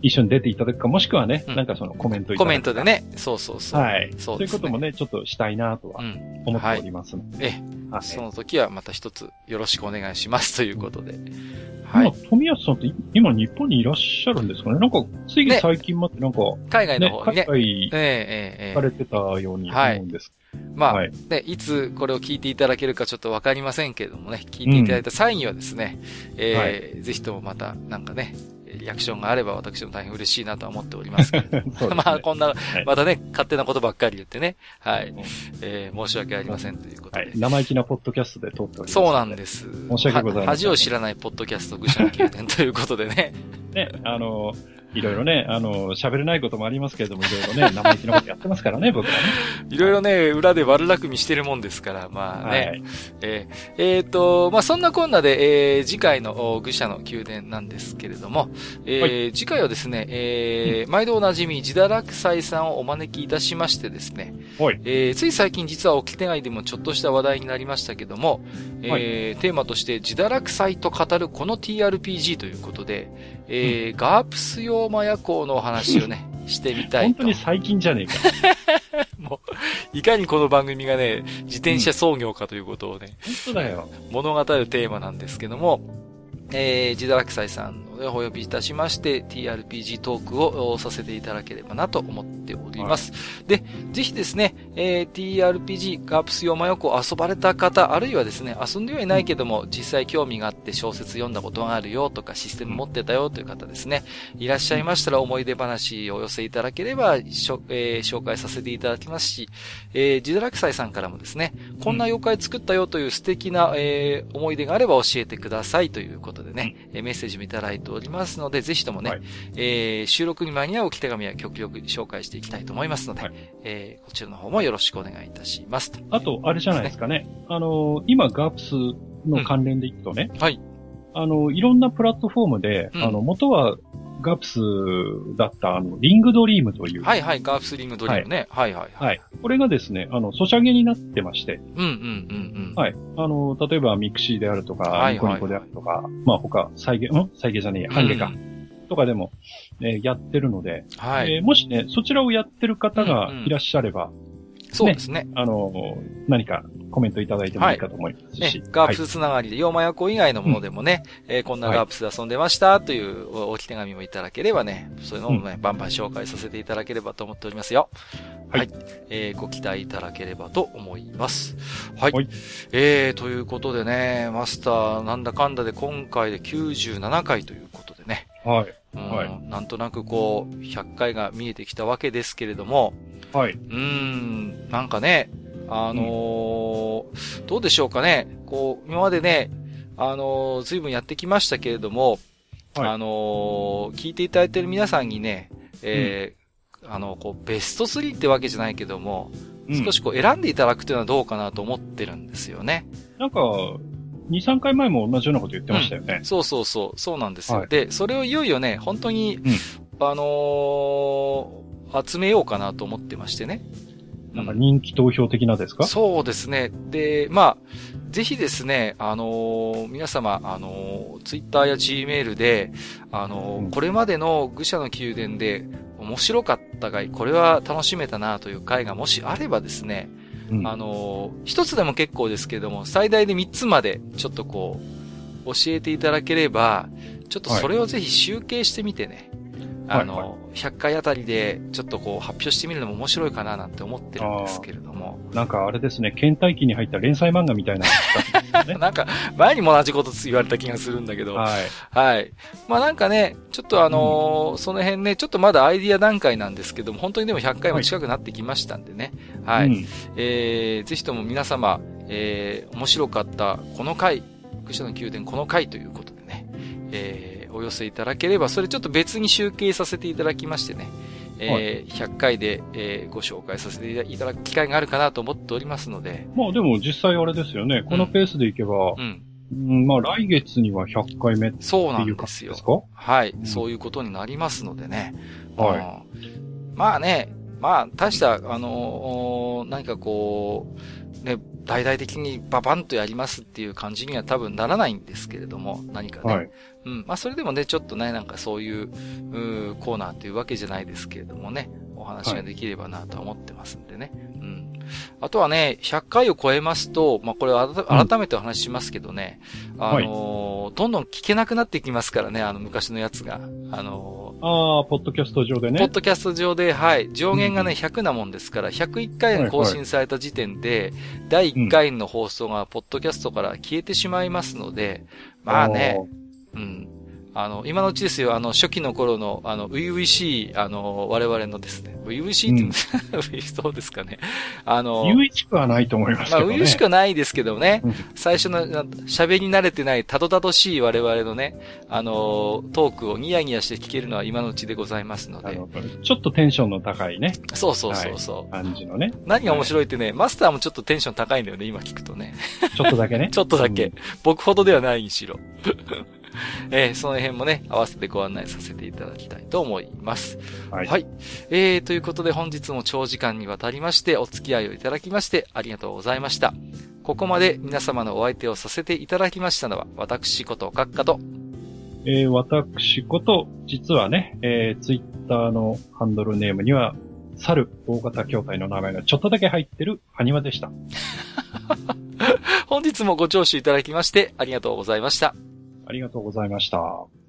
Speaker 2: 一緒に出ていただくか、もしくはね、うん、なんかそのコメントいただくか。
Speaker 1: コメントでね。そうそうそう。
Speaker 2: はい。そうですね。そういうこともね、ちょっとしたいなとは思っておりますので。
Speaker 1: うんはい、ええ、はい。その時はまた一つよろしくお願いしますということで。
Speaker 2: はい。今、富安さんって今日本にいらっしゃるんですかねなんか、つい最近までなんか、ね、
Speaker 1: 海外の方にね。
Speaker 2: 海外、ええ、行かれてたように思うんです。
Speaker 1: はい、まあ、はい、ね、いつこれを聞いていただけるかちょっとわかりませんけれどもね、聞いていただいた際にはですね、うん、えーはい、ぜひともまた、なんかね、リアクションがあれば私も大変嬉しいなとは思っておりますけど。ね、まあ、こんな、またね、勝手なことばっかり言ってね。はい。えー、申し訳ありませんということで。はい。
Speaker 2: 生意気なポッドキャストで撮っております。
Speaker 1: そうなんです。
Speaker 2: 申し訳ございません。
Speaker 1: 恥を知らないポッドキャスト愚者の宮殿ということでね。
Speaker 2: ね、あの、いろいろね、あの、喋れないこともありますけれども、いろいろね、生意気なことやってますからね、僕らね。
Speaker 1: いろいろね、裏で悪巧みしてるもんですから、まあね。はい、えー、えー、と、まあそんなこんなで、えー、次回の愚者の宮殿なんですけれども、えーはい、次回はですね、えー、毎度おなじみ、自堕落斎さんをお招きいたしましてですね、はい、えー、つい最近実は沖手外でもちょっとした話題になりましたけども、えーはい、テーマとして自堕落斎と語るこの ティーアールピージー ということで、えーうん、ガープス用麻薬港のお話をね、してみたいと。
Speaker 2: 本当に最近じゃねえか。
Speaker 1: もう、いかにこの番組がね、自転車操業かということをね、
Speaker 2: うん、本当だよ。
Speaker 1: 物語るテーマなんですけども、えー、自堕落斎さんをお呼びいたしまして、ティーアールピージー トークをさせていただければなと思っております。はい、で、ぜひですね、えー、ティーアールピージー ガープス用麻薬を遊ばれた方、あるいはですね、遊んではいないけども、実際興味があって小説読んだことがあるよとか、システム持ってたよという方ですね、いらっしゃいましたら思い出話をお寄せいただければ、しょえー、紹介させていただきますし、えー、自堕落斎さんからもですね、こんな妖怪作ったよという素敵な、えー、思い出があれば教えてくださいということでね、メッセージもいただいておりますので、ぜひともね、はい、えー、収録に間に合う置き手紙は極力紹介していきたいと思いますので、はい、えー、こちらの方もよろしくお願いいたしますと。
Speaker 2: あと、あれじゃないですかね。あの、今、ガープスの関連でいくとね、うん、はい。あの、いろんなプラットフォームで、うん、あの、元は、ガープスだった、あの、リングドリームという。
Speaker 1: はいはい、ガープスリングドリームね。はい、はい、はい。はい。
Speaker 2: これがですね、あの、ソシャゲになってまして。
Speaker 1: うんうんうんうん。
Speaker 2: はい。あの、例えばミクシーであるとか、はいはいはい、ニコニコであるとか、まあ他、再現、ん再現じゃねえや、半ゲか。とかでも、えー、やってるので、はい。えー、もしね、そちらをやってる方がいらっしゃれば、うんうんね、
Speaker 1: そうですね。
Speaker 2: あの、何かコメントいただいてもいいかと思いますし。
Speaker 1: はいね、ガープスつながりで、妖魔薬以外のものでもね、うん、えー、こんなガープスで遊んでましたという置き手紙もいただければね、そういうのもね、うん、バンバン紹介させていただければと思っておりますよ。はい。はい、えー、ご期待いただければと思います。はい。はい、えー、ということでね、マスターなんだかんだで今回できゅうじゅうななかいということでね。はい。うんはい、なんとなくこう、ひゃっかいが見えてきたわけですけれども、はい。うーん、なんかね、あのーうん、どうでしょうかね。こう、今までね、あのー、随分やってきましたけれども、はい、あのー、聞いていただいている皆さんにね、えー、うん、あの、こう、ベストスリーってわけじゃないけども、うん、少しこう、選んでいただくというのはどうかなと思ってるんですよね。
Speaker 2: なんか、に、さんかいまえも同じようなこと言ってましたよね。
Speaker 1: うん、そうそうそう、そうなんですよ。はい、で、それをいよいよね、本当に、うん、あのー、集めようかなと思ってましてね。
Speaker 2: なんか人気投票的なですか？
Speaker 1: そうですね。で、まあ、ぜひですね、あのー、皆様、あのー、ツイッターや Gmail で、あのーうん、これまでの愚者の宮殿で面白かった回、これは楽しめたなという回がもしあればですね、うん、あのー、一つでも結構ですけれども、最大で三つまでちょっとこう、教えていただければ、ちょっとそれをぜひ集計してみてね、はい、あの、はいはい、ひゃっかいあたりでちょっとこう発表してみるのも面白いかななんて思ってるんですけれども。
Speaker 2: なんかあれですね、倦怠期に入った連載漫画みたいな、
Speaker 1: ね。なんか前にも同じこと言われた気がするんだけど。はい。はい。まあなんかね、ちょっとあのーうん、その辺ね、ちょっとまだアイディア段階なんですけども、本当にでもひゃっかいも近くなってきましたんでね。はい。はい、えー、ぜひとも皆様、えー、面白かったこの回、愚者の宮殿この回ということでね、えーお寄せいただければ、それちょっと別に集計させていただきましてね、えーはい、ひゃっかいで、えー、ご紹介させていただく機会があるかなと思っておりますので。
Speaker 2: まあでも実際あれですよね、このペースでいけば、うん。うん、まあ来月にはひゃっかいめっていう感じですか？そうなんですよ。
Speaker 1: はい、うん。そういうことになりますのでね。はい。まあね、 まあ、大した、あのー、何かこう、ね、大々的にババンとやりますっていう感じには多分ならないんですけれども、何かね。はい、うん。まあ、それでもね、ちょっとね、なんかそういう、うコーナーというわけじゃないですけれどもね、お話ができればなと思ってますんでね。はい、うん。あとはね、ひゃっかいを超えますと、まあ、これは改めてお話ししますけどね、うん、あのー、どんどん聞けなくなってきますからね、あの昔のやつが。あのー
Speaker 2: ああ、ポッドキャスト上でね。
Speaker 1: ポッドキャスト上で、はい。上限がね、ひゃくなもんですから、ひゃくいっかいが更新された時点で、はいはい、だいいっかいの放送がポッドキャストから消えてしまいますので、まあね、うん。あの、今のうちですよ、あの、初期の頃の、あの、初々しい、あの、我々のですね、初々しいって言うんですか、うん、そうですかね。あの、
Speaker 2: 初々しくはないと思いますけどね。
Speaker 1: まあ、初々しくはないですけどね、うん、最初の喋り慣れてないたどたどしい我々のね、あの、トークをニヤニヤして聞けるのは今のうちでございますので。
Speaker 2: ちょっとテンションの高いね。
Speaker 1: そうそうそうそう。
Speaker 2: はい、感じのね。
Speaker 1: 何が面白いってね、はい、マスターもちょっとテンション高いんだよね、今聞くとね。
Speaker 2: ちょっとだけね。
Speaker 1: ちょっとだけ。うん、僕ほどではないにしろ。えー、その辺もね、合わせてご案内させていただきたいと思います。はい。はい。えー、ということで本日も長時間にわたりましてお付き合いをいただきましてありがとうございました。ここまで皆様のお相手をさせていただきましたのは、私こと閣下と、
Speaker 2: えー、私こと、実はね、えー、ツイッターのハンドルネームには、猿大型筐体の名前がちょっとだけ入ってるハニワでした。
Speaker 1: 本日もご聴取いただきましてありがとうございました。
Speaker 2: ありがとうございました。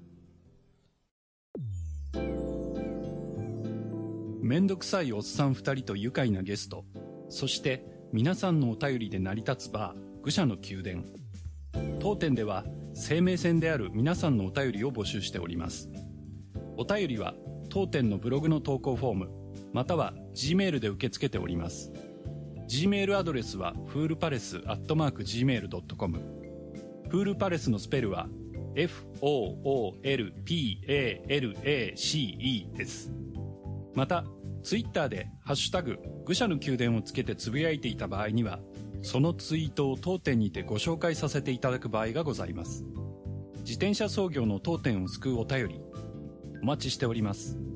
Speaker 3: めんどくさいおっさん二人と愉快なゲスト、そして皆さんのお便りで成り立つバー、愚者の宮殿。当店では生命線である皆さんのお便りを募集しております。お便りは当店のブログの投稿フォーム、または G メールで受け付けております。G メールアドレスはフールパレスアットマークジーメールドットコム。フールパレスのスペルはエフオーオーエルピーエーエルエーシーイー です。また、ツイッターでハッシュタグ、愚者の宮殿をつけてつぶやいていた場合には、そのツイートを当店にてご紹介させていただく場合がございます。自転車操業の当店を救うお便り、お待ちしております。